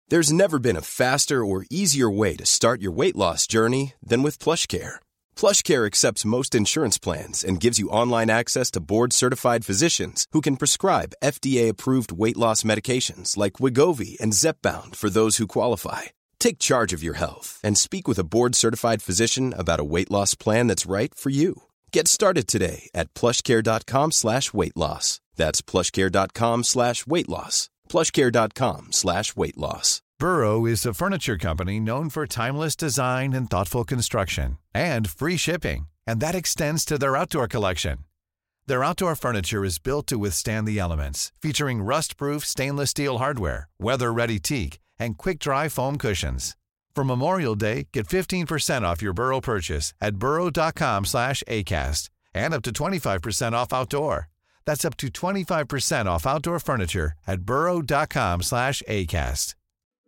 There's never been a faster or easier way to start your weight loss journey than with PlushCare. PlushCare accepts most insurance plans and gives you online access to board-certified physicians who can prescribe FDA-approved weight loss medications like Wegovy and Zepbound for those who qualify. Take charge of your health and speak with a board-certified physician about a weight loss plan that's right for you. Get started today at plushcare.com/weight loss. That's plushcare.com/weight loss. plushcare.com/weight loss. Burrow is a furniture company known for timeless design and thoughtful construction, and free shipping, and that extends to their outdoor collection. Their outdoor furniture is built to withstand the elements, featuring rust-proof stainless steel hardware, weather-ready teak, and quick-dry foam cushions. For Memorial Day, get 15% off your Burrow purchase at burrow.com/acast, and up to 25% off outdoor. That's up to 25% off outdoor furniture at burrow.com/acast.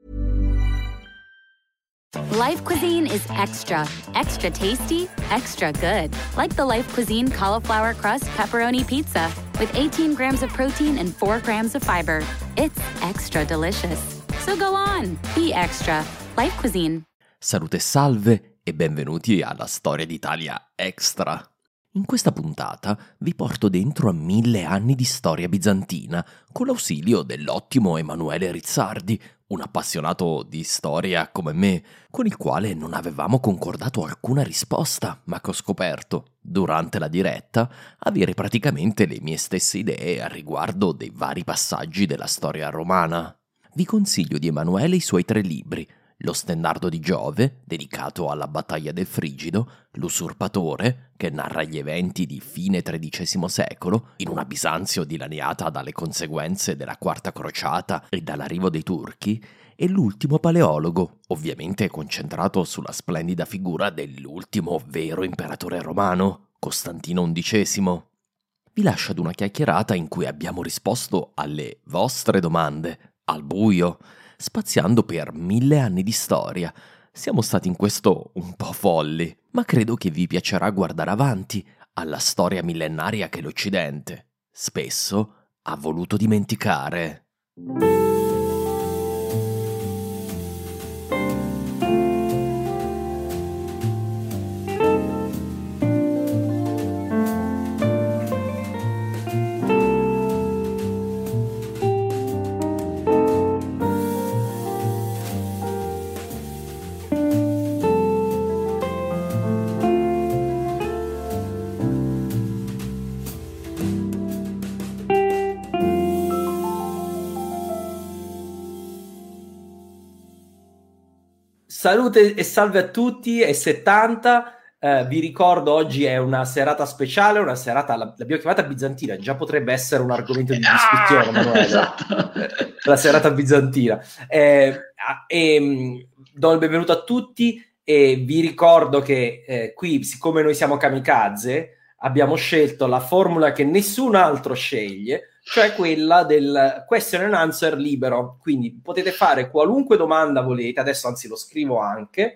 Life Cuisine is extra tasty, extra good. Like the Life Cuisine cauliflower crust pepperoni pizza with 18 grams of protein and 4 grams of fiber. It's extra delicious. So go on, be extra. Life Cuisine. Salute e salve e benvenuti alla Storia d'Italia Extra. In questa puntata vi porto dentro a 1000 anni di storia bizantina con l'ausilio dell'ottimo Emanuele Rizzardi, un appassionato di storia come me, con il quale non avevamo concordato alcuna risposta, ma che ho scoperto, durante la diretta, avere praticamente le mie stesse idee a riguardo dei vari passaggi della storia romana. Vi consiglio di Emanuele i suoi 3 libri: Lo stendardo di Giove, dedicato alla battaglia del Frigido, L'usurpatore, che narra gli eventi di fine XIII secolo, in una Bisanzio dilaniata dalle conseguenze della Quarta Crociata e dall'arrivo dei turchi, e L'ultimo Paleologo, ovviamente concentrato sulla splendida figura dell'ultimo vero imperatore romano, Costantino XI. Vi lascio ad una chiacchierata in cui abbiamo risposto alle vostre domande, al buio, spaziando per 1000 anni di storia. Siamo stati in questo un po' folli, ma credo che vi piacerà guardare avanti alla storia millenaria che l'Occidente spesso ha voluto dimenticare. Salute e salve a tutti, è 70, vi ricordo oggi è una serata speciale, una serata, l'abbiamo chiamata bizantina, già potrebbe essere un argomento di discussione, Manuele. Esatto. La serata bizantina. Do il benvenuto a tutti e vi ricordo che qui, siccome noi siamo kamikaze, abbiamo scelto la formula che nessun altro sceglie, cioè quella del question and answer libero, quindi potete fare qualunque domanda volete, adesso anzi lo scrivo anche,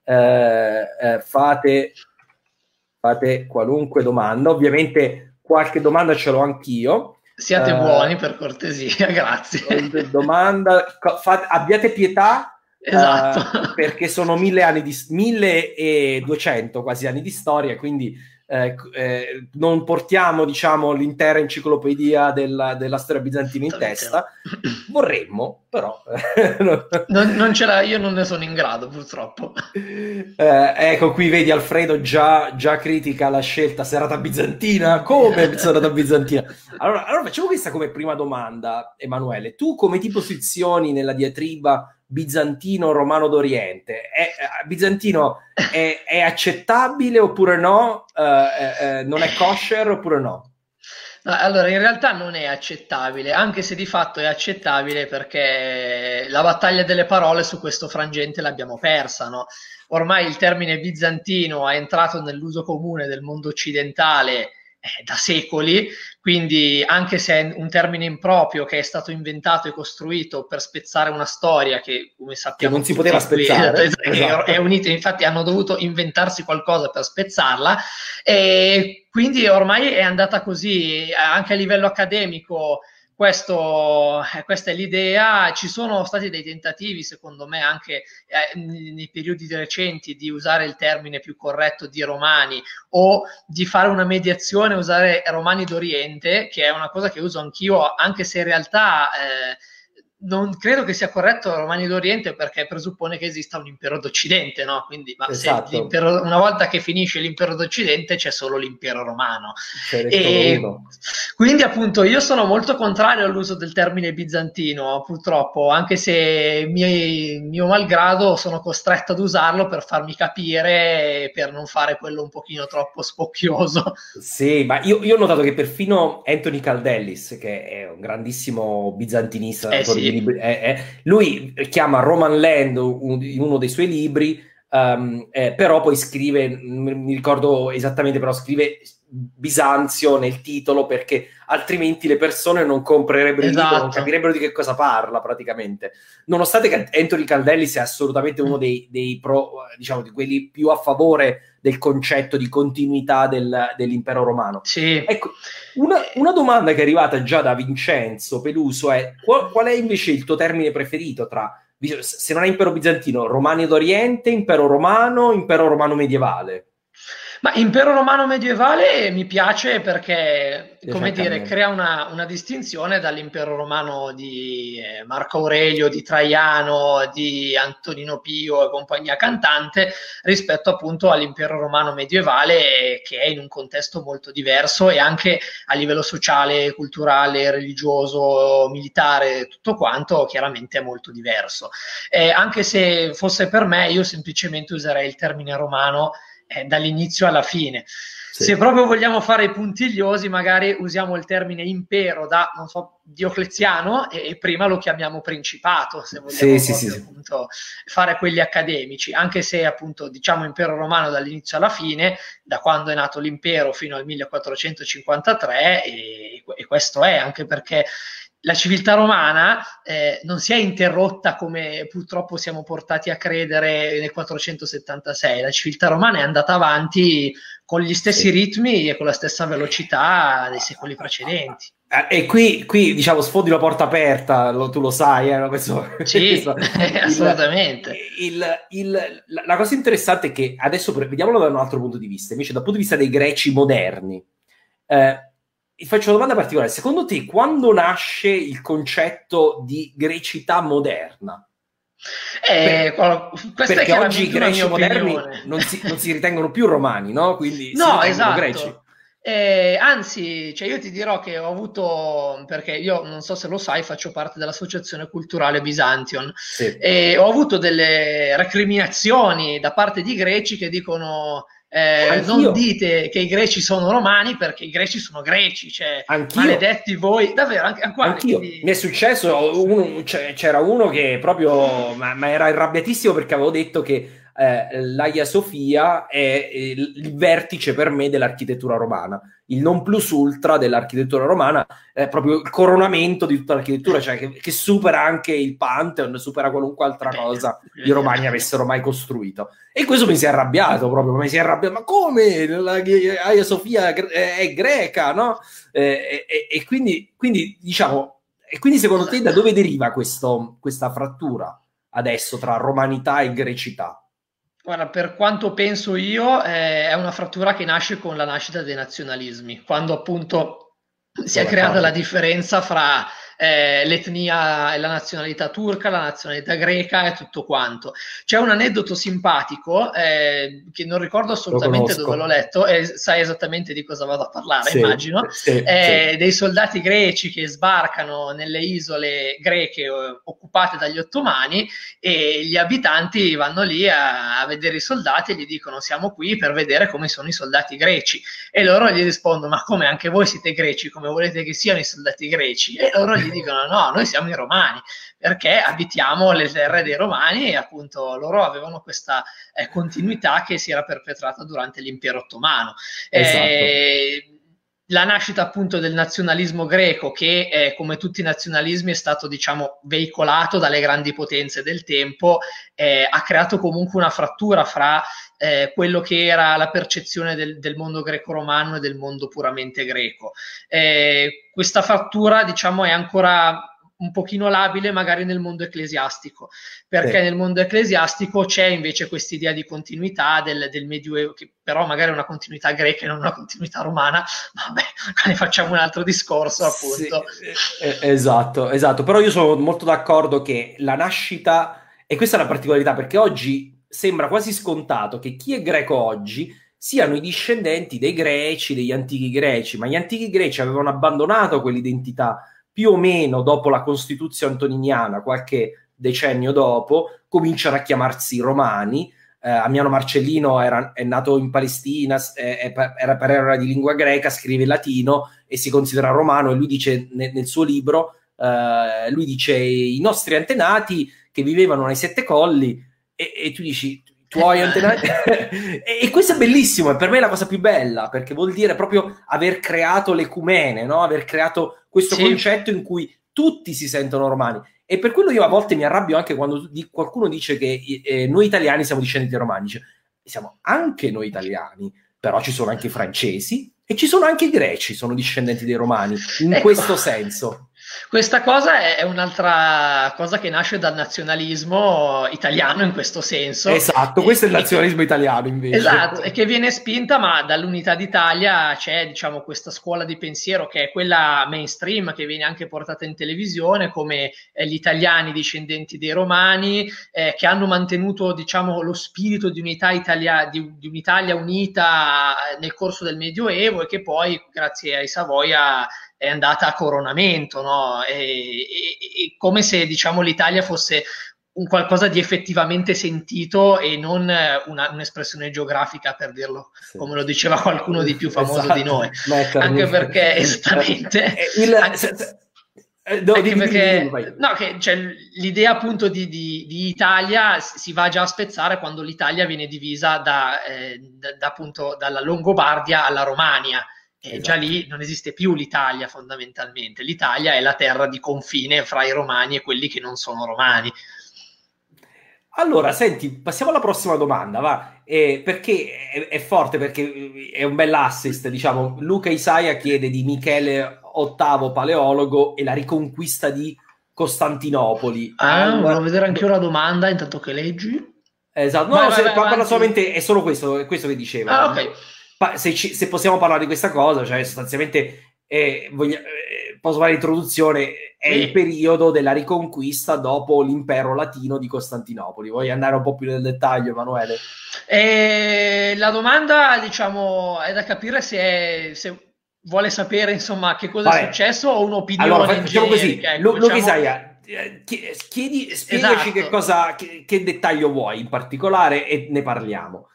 fate qualunque domanda, ovviamente qualche domanda ce l'ho anch'io. Siate buoni per cortesia, grazie. Domanda, abbiate pietà, esatto. Perché sono 1000 anni di 1200 quasi anni di storia, quindi non portiamo, diciamo, l'intera enciclopedia della storia bizantina in testa. Vorremmo, però non ce l'ha, io non ne sono in grado, purtroppo. Ecco, qui vedi Alfredo già critica la scelta serata bizantina. Come serata bizantina? Allora facciamo questa come prima domanda, Emanuele. Tu come ti posizioni nella diatriba bizantino romano d'Oriente? Bizantino è accettabile oppure no? Non è kosher oppure no? Allora, in realtà non è accettabile, anche se di fatto è accettabile perché la battaglia delle parole su questo frangente l'abbiamo persa, no? Ormai il termine bizantino è entrato nell'uso comune del mondo occidentale da secoli, quindi anche se è un termine improprio che è stato inventato e costruito per spezzare una storia che, come sappiamo, che non si poteva spezzare, esatto. È unita, infatti hanno dovuto inventarsi qualcosa per spezzarla, e quindi ormai è andata così. Anche a livello accademico questa è l'idea. Ci sono stati dei tentativi, secondo me, anche nei periodi recenti, di usare il termine più corretto di romani, o di fare una mediazione, usare romani d'Oriente, che è una cosa che uso anch'io, anche se in realtà non credo che sia corretto Romani d'Oriente, perché presuppone che esista un impero d'Occidente, no? Quindi, esatto. una volta che finisce l'impero d'Occidente c'è solo l'impero romano. Quindi appunto io sono molto contrario all'uso del termine bizantino, purtroppo, anche se mio malgrado sono costretto ad usarlo per farmi capire, per non fare quello un pochino troppo spocchioso. Sì, ma io ho notato che perfino Anthony Caldellis, che è un grandissimo bizantinista, sì. Lui chiama Roman Land in uno dei suoi libri, però poi scrive, non mi ricordo esattamente, però scrive Bisanzio nel titolo, perché altrimenti le persone non comprerebbero il libro, non capirebbero di che cosa parla praticamente. Nonostante che Anthony Caldelli sia assolutamente uno dei pro, diciamo, di quelli più a favore del concetto di continuità dell'impero romano. Sì. Ecco, una domanda che è arrivata già da Vincenzo Peluso è: qual è invece il tuo termine preferito tra, se non è impero bizantino, Romani d'Oriente, impero romano medievale? Ma impero romano medievale mi piace perché, come dire, crea una distinzione dall'impero romano di Marco Aurelio, di Traiano, di Antonino Pio e compagnia cantante, rispetto appunto all'impero romano medievale, che è in un contesto molto diverso, e anche a livello sociale, culturale, religioso, militare, tutto quanto chiaramente è molto diverso. Anche se fosse per me, io semplicemente userei il termine romano dall'inizio alla fine. Sì. Se proprio vogliamo fare i puntigliosi, magari usiamo il termine impero da, non so, Diocleziano, e prima lo chiamiamo principato, se vogliamo appunto fare quelli accademici, anche se appunto diciamo impero romano dall'inizio alla fine, da quando è nato l'impero fino al 1453, e questo è anche perché la civiltà romana non si è interrotta, come purtroppo siamo portati a credere, nel 476. La civiltà romana è andata avanti con gli stessi ritmi e con la stessa velocità dei secoli precedenti. E qui diciamo sfondi la porta aperta, tu lo sai, sì, assolutamente. La cosa interessante è che adesso vediamolo da un altro punto di vista, invece dal punto di vista dei greci moderni. Faccio una domanda particolare: secondo te quando nasce il concetto di grecità moderna? Perché oggi i greci moderni non si ritengono più romani, no? Quindi no, si esatto. Greci. Anzi, cioè io ti dirò che ho avuto, perché io non so se lo sai, faccio parte dell'Associazione Culturale Byzantion, e ho avuto delle recriminazioni da parte di greci che dicono non dite che i greci sono romani, perché i greci sono greci, cioè maledetti voi, davvero, anch'io. Quindi... mi è successo, c'era uno che proprio ma era arrabbiatissimo perché avevo detto che l'Aia Sofia è il vertice per me dell'architettura romana, il non plus ultra dell'architettura romana, è proprio il coronamento di tutta l'architettura, cioè che supera anche il Pantheon, supera qualunque altra cosa i romani avessero mai costruito. E questo mi si è arrabbiato proprio, ma come? L'Aia Sofia è greca, no? E quindi diciamo, e quindi secondo te da dove deriva questa frattura adesso tra romanità e grecità? Guarda, per quanto penso io, è una frattura che nasce con la nascita dei nazionalismi, quando appunto si è creata la differenza fra l'etnia e la nazionalità turca, la nazionalità greca e tutto quanto. C'è un aneddoto simpatico che non ricordo assolutamente dove l'ho letto, e sai esattamente di cosa vado a parlare, immagino, dei soldati greci che sbarcano nelle isole greche occupate dagli ottomani, e gli abitanti vanno lì a vedere i soldati e gli dicono: siamo qui per vedere come sono i soldati greci, e loro gli rispondono: ma come, anche voi siete greci, come volete che siano i soldati greci? E loro gli dicono: no, noi siamo i romani, perché abitiamo le terre dei romani, e appunto loro avevano questa continuità che si era perpetrata durante l'impero ottomano. Esatto. la nascita appunto del nazionalismo greco, che come tutti i nazionalismi è stato, diciamo, veicolato dalle grandi potenze del tempo, ha creato comunque una frattura fra quello che era la percezione del mondo greco-romano e del mondo puramente greco. Questa frattura, diciamo, è ancora un pochino labile magari nel mondo ecclesiastico, perché nel mondo ecclesiastico c'è invece quest'idea di continuità del Medioevo, che però magari è una continuità greca e non una continuità romana. Vabbè, ne facciamo un altro discorso, appunto. Sì, esatto, però io sono molto d'accordo che la nascita, e questa è la particolarità, perché oggi sembra quasi scontato che chi è greco oggi siano i discendenti dei greci, degli antichi greci, ma gli antichi greci avevano abbandonato quell'identità più o meno dopo la Costituzione antoniniana, qualche decennio dopo, cominciano a chiamarsi romani. Amiano Marcellino è nato in Palestina, era di lingua greca, scrive in latino e si considera romano, e lui dice nel suo libro, lui dice i nostri antenati che vivevano nei Sette Colli, e tu dici tuoi antenati e questo è bellissimo, e per me è la cosa più bella, perché vuol dire proprio aver creato l'ecumene, no? Aver creato questo concetto in cui tutti si sentono romani. E per quello io a volte mi arrabbio anche quando qualcuno dice che noi italiani siamo discendenti romani. Dice, siamo anche noi italiani, però ci sono anche i francesi e ci sono anche i greci, sono discendenti dei romani, in questo senso. Questa cosa è un'altra cosa che nasce dal nazionalismo italiano in questo senso. Esatto, questo è il nazionalismo italiano invece. Esatto, e che viene spinta, ma dall'Unità d'Italia c'è, diciamo, questa scuola di pensiero che è quella mainstream, che viene anche portata in televisione, come gli italiani discendenti dei romani, che hanno mantenuto, diciamo, lo spirito di unità di un'Italia unita nel corso del Medioevo, e che poi, grazie ai Savoia, è andata a coronamento, no? E come se, diciamo, l'Italia fosse un qualcosa di effettivamente sentito e non un'espressione geografica, per dirlo come lo diceva qualcuno di più famoso di noi. Anche perché, esattamente, l'idea appunto di Italia si va già a spezzare quando l'Italia viene divisa appunto dalla Longobardia alla Romania. Esatto. Già lì non esiste più l'Italia, fondamentalmente. L'Italia è la terra di confine fra i romani e quelli che non sono romani. Allora, senti, passiamo alla prossima domanda, va? Perché è forte, perché è un bell'assist, diciamo. Luca Isaia chiede di Michele VIII Paleologo e la riconquista di Costantinopoli. Volevo vedere anche io la domanda, intanto che leggi. Esatto, parla solamente, è solo questo che diceva. Ok. Se possiamo parlare di questa cosa, cioè sostanzialmente posso fare l'introduzione, è il periodo della riconquista dopo l'impero latino di Costantinopoli. Vuoi andare un po' più nel dettaglio, Emanuele? La domanda, diciamo, è da capire se vuole sapere, insomma, che cosa è successo, o un'opinione. Allora, facciamo così, Luca Isaia, spiegaci esatto. che dettaglio vuoi in particolare e ne parliamo.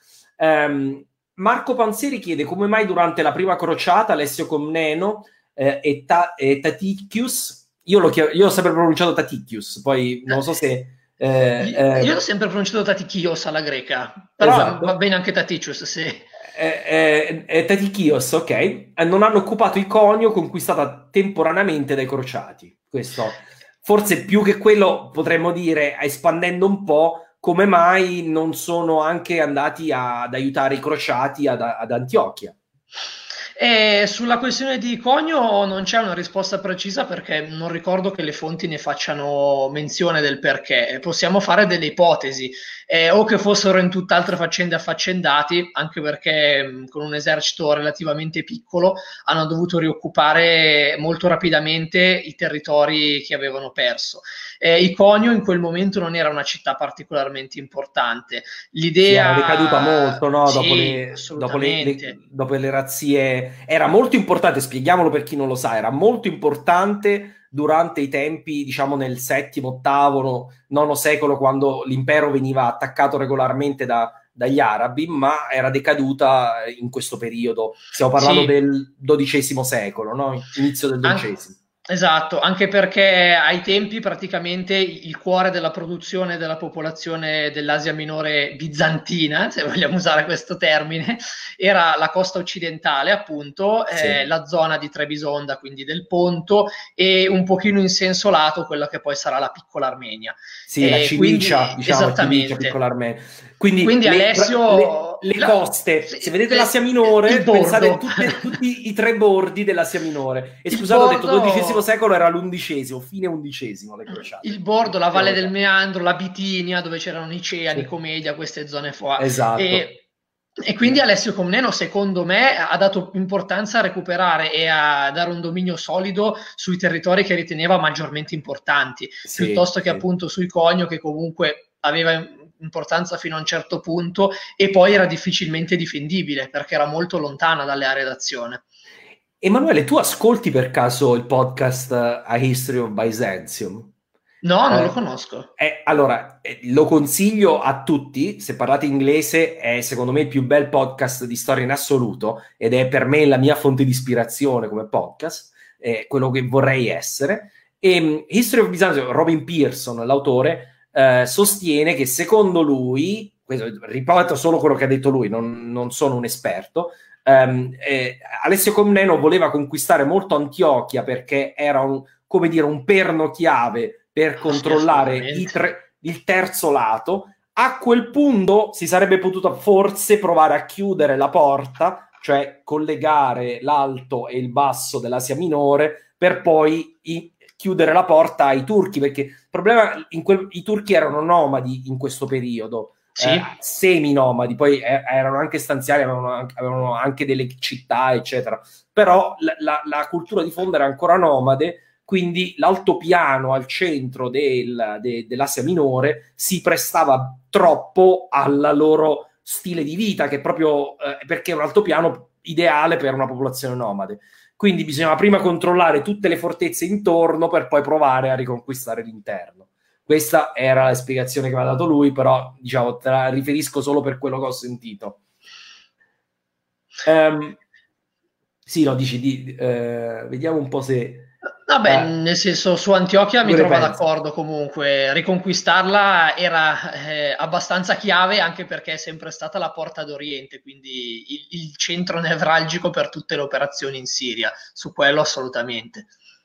Marco Panzeri chiede come mai durante la prima crociata Alessio Comneno e Tatichius, io l'ho sempre pronunciato Tatichius, poi non so se io l'ho sempre pronunciato Tatichios alla greca, però esatto. Va bene anche Taticius, sì. Tatichios, ok, non hanno occupato Iconio, conquistata temporaneamente dai crociati. Questo forse più che quello potremmo dire, espandendo un po', come mai non sono anche andati ad aiutare i crociati ad Antiochia? Sulla questione di Iconio non c'è una risposta precisa, perché non ricordo che le fonti ne facciano menzione del perché. Possiamo fare delle ipotesi, o che fossero in tutt'altre faccende affaccendati, anche perché con un esercito relativamente piccolo hanno dovuto rioccupare molto rapidamente i territori che avevano perso. Iconio in quel momento non era una città particolarmente importante. L'idea era decaduta molto, no? Sì, dopo le razzie. Era molto importante, spieghiamolo per chi non lo sa, era molto importante durante i tempi, diciamo nel VII, VIII, IX secolo, quando l'impero veniva attaccato regolarmente dagli arabi, ma era decaduta in questo periodo. Stiamo parlando del XII secolo, no? Inizio del XII. Esatto, anche perché ai tempi praticamente il cuore della produzione della popolazione dell'Asia Minore bizantina, se vogliamo usare questo termine, era la costa occidentale, appunto, Sì. la zona di Trebisonda, quindi del Ponto, e un pochino in senso lato quella che poi sarà la piccola Armenia. Sì, la Cilicia, Quindi, diciamo, Cilicia, piccola esattamente. Armenia. Quindi Quindi Alessio, le coste, se vedete l'Asia il Minore, pensate bordo, tutti i tre bordi dell'Asia Minore. E il scusate, ho detto XII bordo. secolo, era l'undicesimo, fine XI le crociate. Il bordo, la Abbiamo Valle del detto. Meandro, la Bitinia, dove c'erano Nicea, Sì, Nicomedia, queste zone qua. esatto. E quindi Alessio Comneno, secondo me, ha dato importanza a recuperare e a dare un dominio solido sui territori che riteneva maggiormente importanti, Sì, piuttosto che sì. appunto sul Conio, che comunque aveva importanza fino a un certo punto e poi era difficilmente difendibile perché era molto lontana dalle aree d'azione. Emanuele, tu ascolti per caso il podcast A History of Byzantium? No, non lo conosco. Allora, lo consiglio a tutti, se parlate inglese è secondo me il più bel podcast di storia in assoluto ed è per me la mia fonte di ispirazione come podcast, quello che vorrei essere. E History of Byzantium, Robin Pearson, l'autore, sostiene che secondo lui, ripeto solo quello che ha detto lui, non sono un esperto, Alessio Comneno voleva conquistare molto Antiochia perché era come dire, un perno chiave per controllare il terzo lato. A quel punto si sarebbe potuto forse provare a chiudere la porta, cioè collegare l'alto e il basso dell'Asia Minore, per poi chiudere la porta ai turchi, perché il problema i turchi erano nomadi in questo periodo, Sì. semi-nomadi, poi erano anche stanziali, avevano anche delle città, eccetera, però la cultura di fondo era ancora nomade. Quindi l'altopiano al centro dell'Asia Minore si prestava troppo al loro stile di vita, che proprio perché è un altopiano ideale per una popolazione nomade. Quindi bisognava prima controllare tutte le fortezze intorno per poi provare a riconquistare l'interno. Questa era la spiegazione che mi ha dato lui, però diciamo, te la riferisco solo per quello che ho sentito. Sì, no, dici, vediamo un po' se... Vabbè, nel senso, su Antiochia mi trovo pensi? d'accordo comunque, riconquistarla era abbastanza chiave anche perché è sempre stata la porta d'Oriente, quindi il centro nevralgico per tutte le operazioni in Siria, su quello assolutamente.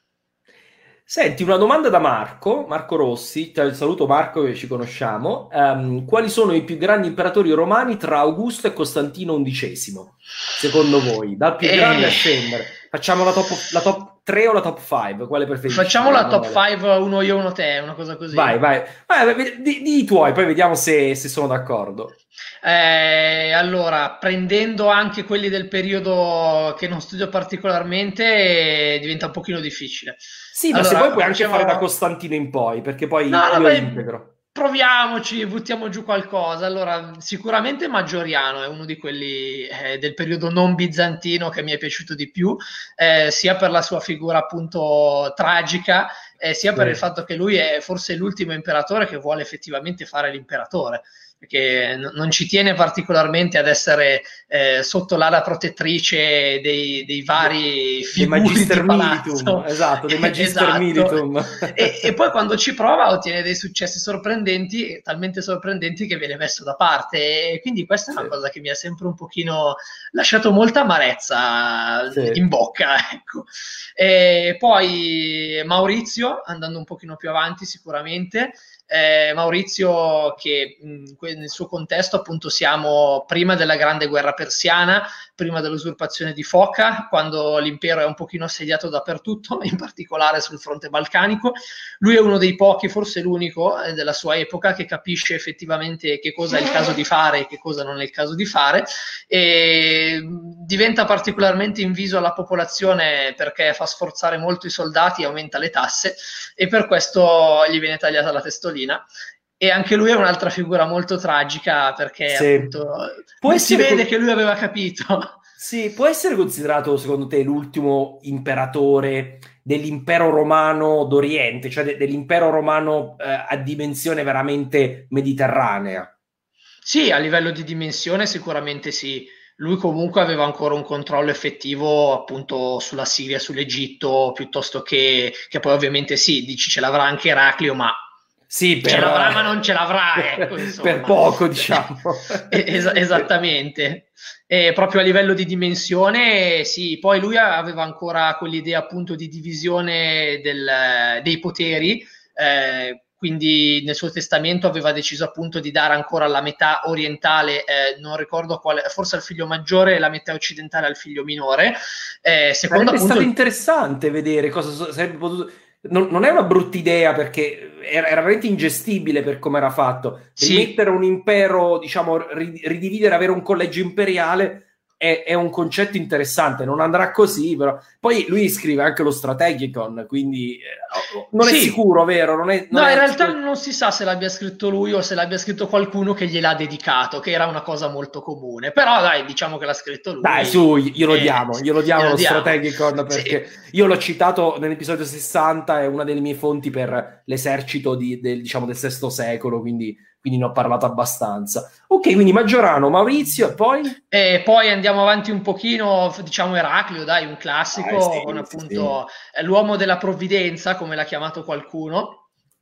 Senti, una domanda da Marco Rossi, saluto Marco che ci conosciamo. Quali sono i più grandi imperatori romani tra Augusto e Costantino XI? Secondo voi, dal più grande a scendere? Facciamo la top 3 o la top 5? Quale preferisci? Facciamo la top 5, uno io, uno te, una cosa così. Vai. Di i tuoi, poi vediamo se sono d'accordo. Allora, prendendo anche quelli del periodo che non studio particolarmente, diventa un pochino difficile. Sì, ma se vuoi puoi anche fare da Costantino in poi, perché poi io integro. Proviamoci, buttiamo giù qualcosa. Allora, sicuramente Maggioriano è uno di quelli del periodo non bizantino che mi è piaciuto di più, sia per la sua figura appunto tragica, sia per il fatto che lui è forse l'ultimo imperatore che vuole effettivamente fare l'imperatore, perché non ci tiene particolarmente ad essere sotto l'ala protettrice dei vari figuri di palazzo. Esatto, dei Magister Esatto. Militum. E poi quando ci prova ottiene dei successi sorprendenti, talmente sorprendenti che viene messo da parte, e quindi questa è una cosa che mi ha sempre un pochino lasciato molta amarezza in bocca, ecco. E poi Maurizio, andando un pochino più avanti sicuramente, Maurizio che nel suo contesto appunto siamo prima della grande guerra persiana, prima dell'usurpazione di Foca, quando l'impero è un pochino assediato dappertutto, in particolare sul fronte balcanico. Lui è uno dei pochi, forse l'unico della sua epoca, che capisce effettivamente che cosa è il caso di fare e che cosa non è il caso di fare, e diventa particolarmente inviso alla popolazione perché fa sforzare molto i soldati e aumenta le tasse, e per questo gli viene tagliata la testolina. E anche lui è un'altra figura molto tragica perché appunto si vede che lui aveva capito. Sì, può essere considerato secondo te l'ultimo imperatore dell'impero romano d'Oriente, cioè dell'impero romano a dimensione veramente mediterranea? Sì, a livello di dimensione sicuramente sì. lui comunque aveva ancora un controllo effettivo appunto sulla Siria, sull'Egitto, piuttosto che poi ovviamente sì, dici ce l'avrà anche Eraclio, ma sì, ce l'avrà ma non ce l'avrà, ecco, per poco, diciamo. Esattamente. E proprio a livello di dimensione, sì, poi lui aveva ancora quell'idea appunto di divisione dei poteri, quindi nel suo testamento aveva deciso appunto di dare ancora la metà orientale, non ricordo quale, forse al figlio maggiore, e la metà occidentale al figlio minore. Secondo Sarebbe appunto stato interessante vedere cosa sarebbe potuto... Non è una brutta idea, perché era veramente ingestibile per come era fatto. Sì. Rimettere un impero, diciamo, ridividere, avere un collegio imperiale è un concetto interessante. Non andrà così, però. Poi lui scrive anche lo Strategicon, quindi non è sicuro, vero? Non è in realtà non si sa se l'abbia scritto lui o se l'abbia scritto qualcuno che gliel'ha dedicato, che era una cosa molto comune. Però dai, diciamo che l'ha scritto lui. Dai, su, glielo diamo lo Strategicon, perché io l'ho citato nell'episodio 60, è una delle mie fonti per l'esercito del VI secolo, quindi ne ho parlato abbastanza. Ok, quindi Maggiorano, Maurizio, e poi andiamo avanti un pochino, diciamo Eraclio, dai, un classico, con appunto l'uomo della provvidenza, come l'ha chiamato qualcuno,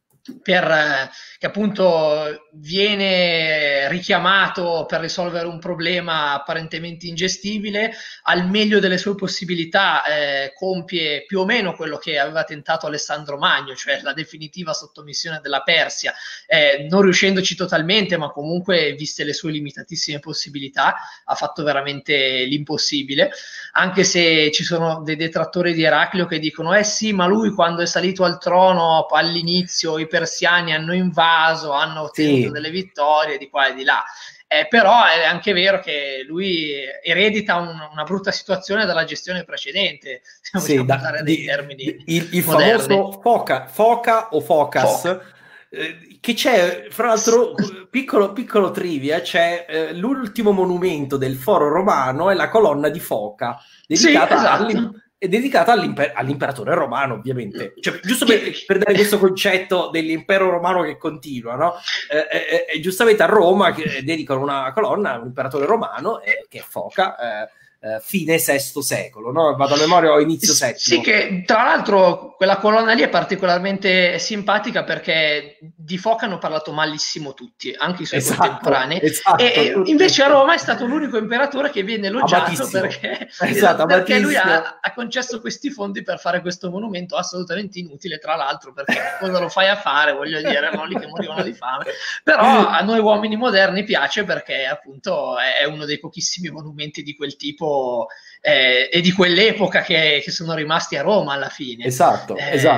che appunto viene richiamato per risolvere un problema apparentemente ingestibile, al meglio delle sue possibilità compie più o meno quello che aveva tentato Alessandro Magno, cioè la definitiva sottomissione della Persia, non riuscendoci totalmente, ma comunque, viste le sue limitatissime possibilità, ha fatto veramente l'impossibile, anche se ci sono dei detrattori di Eraclio che dicono sì, ma lui quando è salito al trono all'inizio i persiani hanno invaso, hanno ottenuto delle vittorie di qua e di là. Però è anche vero che lui eredita una brutta situazione dalla gestione precedente, se vogliamo dare dei termini il famoso Foca o Focas, che c'è, fra l'altro, piccolo trivia, c'è l'ultimo monumento del foro romano, è la colonna di Foca, dedicata è dedicata all'imperatore romano, ovviamente. Cioè, giusto per dare questo concetto dell'impero romano che continua, no? Giustamente a Roma che dedicano una colonna all'imperatore romano, che è Foca, fine VI secolo, no? Vado a memoria o inizio VII. Sì, che tra l'altro quella colonna lì è particolarmente simpatica, perché di Foca hanno parlato malissimo tutti, anche i suoi contemporanei, e invece a Roma è stato l'unico imperatore che viene elogiato perché lui ha concesso questi fondi per fare questo monumento assolutamente inutile, tra l'altro, perché cosa lo fai a fare, voglio dire, erano lì che morivano di fame, però a noi uomini moderni piace, perché appunto è uno dei pochissimi monumenti di quel tipo e di quell'epoca che sono rimasti a Roma alla fine. Esatto.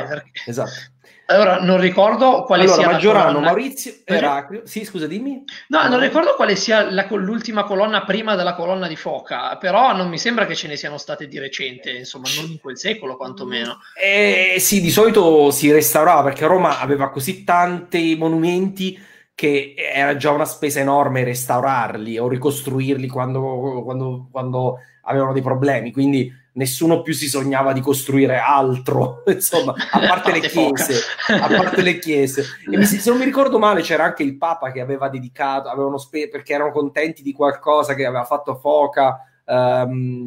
Allora, non ricordo quale sia Maggiorano, la colonna. Maurizio, Eraclio. Sì, scusa, dimmi. No, non ricordo quale sia l'ultima colonna prima della colonna di Foca, però non mi sembra che ce ne siano state di recente, insomma, non in quel secolo quantomeno. Sì, di solito si restaurava, perché Roma aveva così tanti monumenti che era già una spesa enorme restaurarli o ricostruirli quando avevano dei problemi, quindi nessuno più si sognava di costruire altro, insomma, a parte le chiese. E se non mi ricordo male c'era anche il Papa che aveva dedicato, perché erano contenti di qualcosa che aveva fatto Foca, da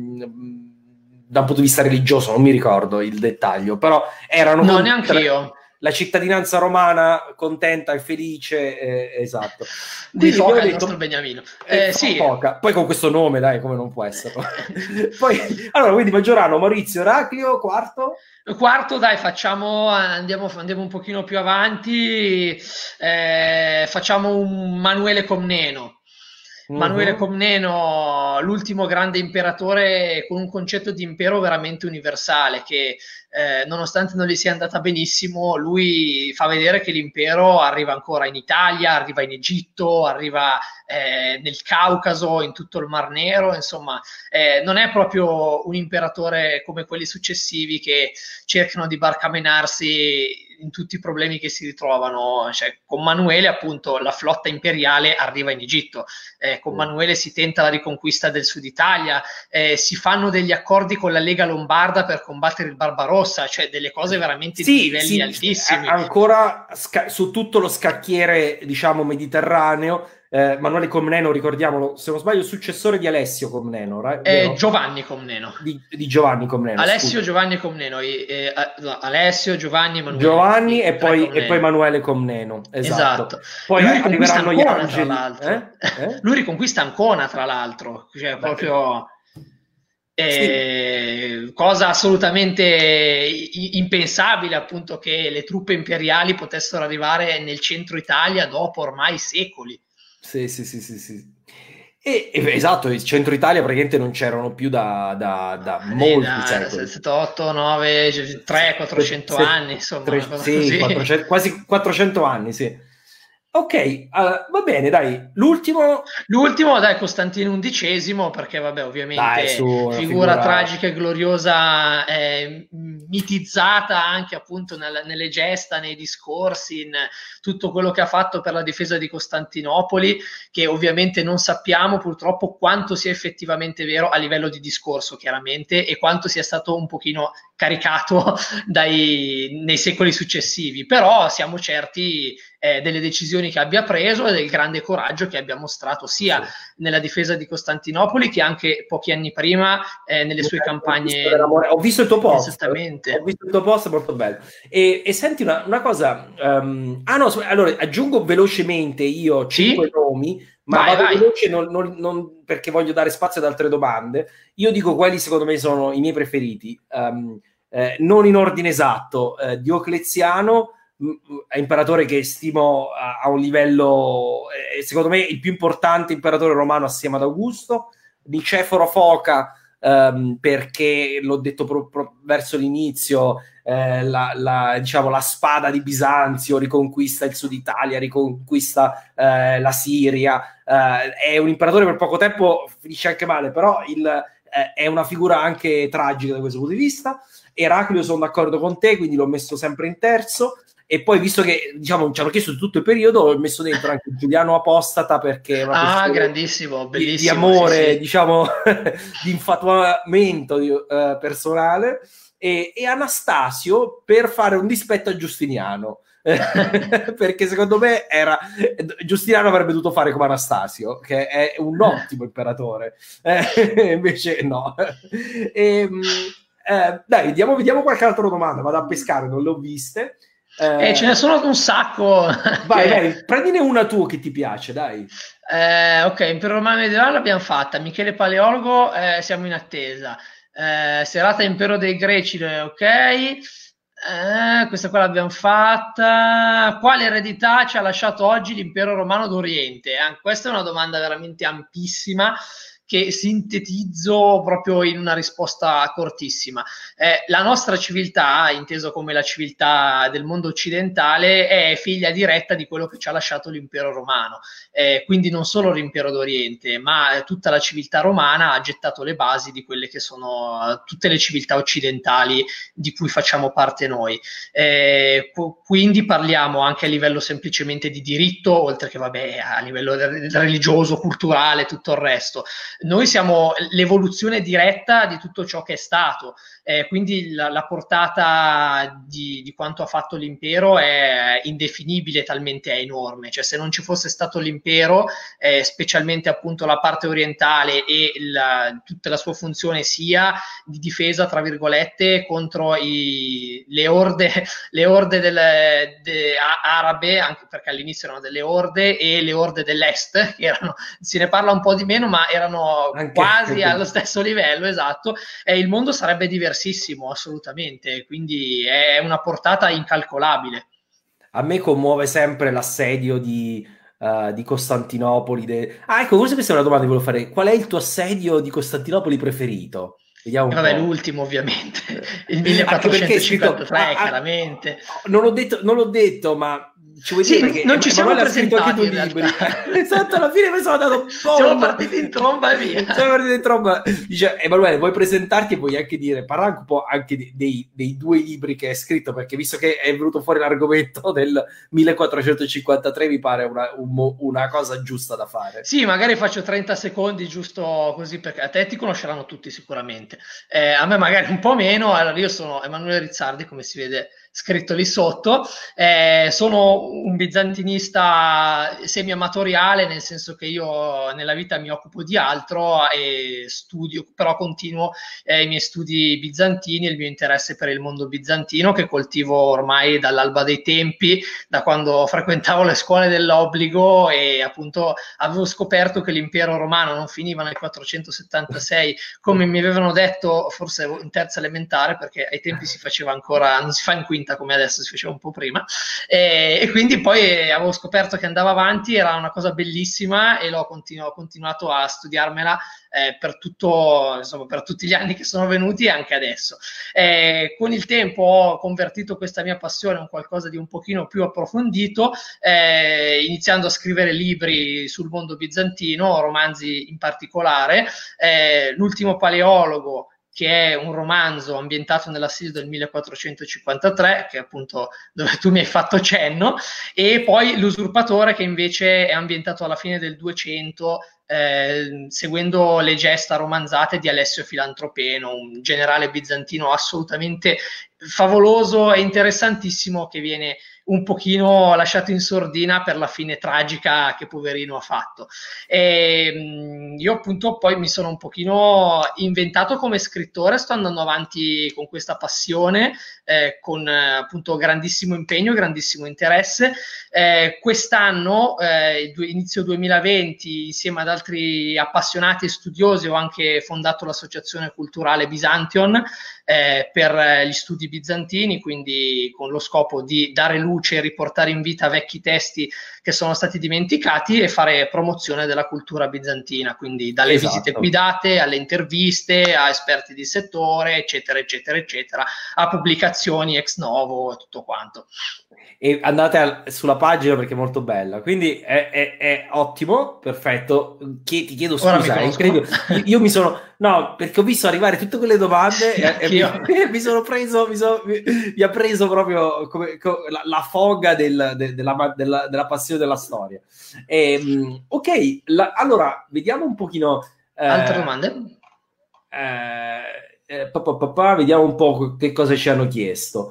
un punto di vista religioso, non mi ricordo il dettaglio, però erano... No, neanche io. La cittadinanza romana contenta e felice, esatto. Di Foca, il nostro Beniamino. Sì. Foca. Poi con questo nome, dai, come non può esserlo. Poi, allora, quindi Maggiorano, Maurizio, Eraclio, quarto, dai, andiamo un pochino più avanti, facciamo un Manuele Comneno. Manuele Comneno, l'ultimo grande imperatore con un concetto di impero veramente universale, che nonostante non gli sia andata benissimo, lui fa vedere che l'impero arriva ancora in Italia, arriva in Egitto, arriva nel Caucaso, in tutto il Mar Nero, insomma, non è proprio un imperatore come quelli successivi che cercano di barcamenarsi in tutti i problemi che si ritrovano. Cioè, con Manuele appunto la flotta imperiale arriva in Egitto, con Manuele si tenta la riconquista del Sud Italia, si fanno degli accordi con la Lega Lombarda per combattere il Barbarossa, cioè delle cose veramente di livelli altissimi. Ancora su tutto lo scacchiere, diciamo, mediterraneo, Emanuele Comneno, ricordiamolo, se non sbaglio, successore di Alessio Comneno, vero? Giovanni Comneno. Di Giovanni Comneno. Alessio, scusa. Giovanni Comneno. Alessio, Giovanni, Emanuele. Giovanni e poi Emanuele Comneno. Esatto. Poi lui arriveranno gli Ancona, angeli. tra l'altro. Lui riconquista Ancona, tra l'altro. Cioè, proprio... Sì. Cosa assolutamente impensabile, appunto, che le truppe imperiali potessero arrivare nel centro Italia dopo ormai secoli. Sì. Esatto, il centro Italia praticamente non c'erano più da molti secoli. 7, 8, 9, 3, 400 anni, insomma. Sì, 400, quasi 400 anni, sì. Ok, va bene, dai. L'ultimo, dai, Costantino XI, perché vabbè, ovviamente figura tragica e gloriosa, mitizzata anche appunto nelle gesta, nei discorsi, in tutto quello che ha fatto per la difesa di Costantinopoli, che ovviamente non sappiamo purtroppo quanto sia effettivamente vero a livello di discorso, chiaramente, e quanto sia stato un pochino caricato nei secoli successivi, però siamo certi delle decisioni che abbia preso e del grande coraggio che abbia mostrato sia nella difesa di Costantinopoli che anche pochi anni prima nelle sue campagne. Ho visto il tuo post. Esattamente. Ho visto il tuo post, molto bello. E senti una cosa, allora aggiungo velocemente io 5 nomi, ma vado veloce non perché voglio dare spazio ad altre domande. Io dico quelli secondo me sono i miei preferiti, non in ordine esatto. Diocleziano, imperatore che stimo a un livello, secondo me il più importante imperatore romano assieme ad Augusto. Niceforo Foca, perché l'ho detto verso l'inizio, diciamo la spada di Bisanzio, riconquista il sud Italia, riconquista la Siria, è un imperatore per poco tempo, finisce anche male, però è una figura anche tragica da questo punto di vista. Eraclio, sono d'accordo con te, quindi l'ho messo sempre in terzo. E poi, visto che diciamo ci hanno chiesto di tutto il periodo, ho messo dentro anche Giuliano Apostata, perché è una grandissimo, bellissimo, di amore, sì. Diciamo, di infatuamento personale, e Anastasio per fare un dispetto a Giustiniano. Perché secondo me Giustiniano avrebbe dovuto fare come Anastasio, che è un ottimo imperatore, invece no. Dai, vediamo qualche altra domanda. Vado a pescare, non le ho viste. Ce ne sono un sacco. Vai, prendine una tu che ti piace, dai. Ok, Impero Romano Medievale l'abbiamo fatta. Michele Paleologo, siamo in attesa. Serata Impero dei Greci, ok. Questa qua l'abbiamo fatta. Quale eredità ci ha lasciato oggi l'impero romano d'Oriente? Questa è una domanda veramente ampissima, che sintetizzo proprio in una risposta cortissima. La nostra civiltà, inteso come la civiltà del mondo occidentale, è figlia diretta di quello che ci ha lasciato l'impero romano. Quindi non solo l'impero d'Oriente, ma tutta la civiltà romana ha gettato le basi di quelle che sono tutte le civiltà occidentali di cui facciamo parte noi. Quindi parliamo anche a livello semplicemente di diritto, oltre che a livello religioso, culturale, tutto il resto. Noi siamo l'evoluzione diretta di tutto ciò che è stato, quindi la portata di quanto ha fatto l'impero è indefinibile, talmente è enorme. Cioè, se non ci fosse stato l'impero, specialmente appunto la parte orientale e tutta la sua funzione sia di difesa, tra virgolette, contro le orde arabe, anche perché all'inizio erano delle orde, e le orde dell'est, che se ne parla un po' di meno, ma erano quasi allo stesso livello, esatto, e il mondo sarebbe diversissimo, assolutamente, quindi è una portata incalcolabile. A me commuove sempre l'assedio di Costantinopoli. Ecco, questa è una domanda che volevo fare. Qual è il tuo assedio di Costantinopoli preferito? Vediamo un po'. L'ultimo, ovviamente, il 1453, chiaramente. Non l'ho detto, ma ci vuoi dire che non ci siamo presentati anche 2 libri. Esatto, alla fine mi sono dato siamo partiti in tromba e via. Siamo partiti in tromba. Dice Emanuele, vuoi presentarti e vuoi anche dire, parla un po' anche dei 2 libri che hai scritto, perché visto che è venuto fuori l'argomento del 1453, mi pare una cosa giusta da fare. Sì, magari faccio 30 secondi giusto così, perché a te ti conosceranno tutti sicuramente, a me magari un po' meno. Allora, io sono Emanuele Rizzardi, come si vede scritto lì sotto. Sono un bizantinista semi-amatoriale, nel senso che io nella vita mi occupo di altro e studio, però continuo i miei studi bizantini e il mio interesse per il mondo bizantino, che coltivo ormai dall'alba dei tempi, da quando frequentavo le scuole dell'obbligo, e appunto avevo scoperto che l'impero romano non finiva nel 476 come mi avevano detto forse in terza elementare, perché ai tempi si faceva ancora, non si fa in quinta come adesso, si faceva un po' prima, e quindi poi avevo scoperto che andava avanti, era una cosa bellissima, e ho continuato a studiarmela per tutti gli anni che sono venuti e anche adesso. Con il tempo ho convertito questa mia passione in qualcosa di un pochino più approfondito, iniziando a scrivere libri sul mondo bizantino, romanzi in particolare. L'ultimo Paleologo, che è un romanzo ambientato nell'assilio del 1453, che è appunto dove tu mi hai fatto cenno, e poi L'Usurpatore, che invece è ambientato alla fine del 200, seguendo le gesta romanzate di Alessio Filantropeno, un generale bizantino assolutamente favoloso e interessantissimo, che viene un pochino lasciato in sordina per la fine tragica che poverino ha fatto. Io appunto poi mi sono un pochino inventato come scrittore, sto andando avanti con questa passione, con appunto grandissimo impegno, grandissimo interesse. Quest'anno, inizio 2020, insieme ad altri appassionati e studiosi, ho anche fondato l'associazione culturale Byzantion, per gli studi bizantini, quindi con lo scopo di dare luce e riportare in vita vecchi testi che sono stati dimenticati e fare promozione della cultura bizantina, quindi dalle visite guidate alle interviste a esperti di settore, eccetera eccetera eccetera, a pubblicazioni ex novo e tutto quanto. E andate sulla pagina perché è molto bella, quindi è ottimo, perfetto. Ti chiedo scusa, io mi sono, no, perché ho visto arrivare tutte quelle domande e mi sono preso, mi ha preso proprio la foga della passione della storia. Ok, allora vediamo un pochino altre domande. Vediamo un po' che cosa ci hanno chiesto.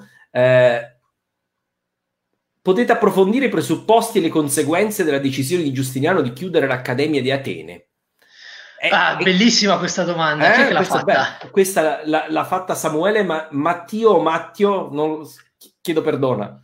Potete approfondire i presupposti e le conseguenze della decisione di Giustiniano di chiudere l'Accademia di Atene? Bellissima questa domanda. Chi è che l'ha fatta? Questa l'ha fatta Samuele Mattio, non, chiedo perdono.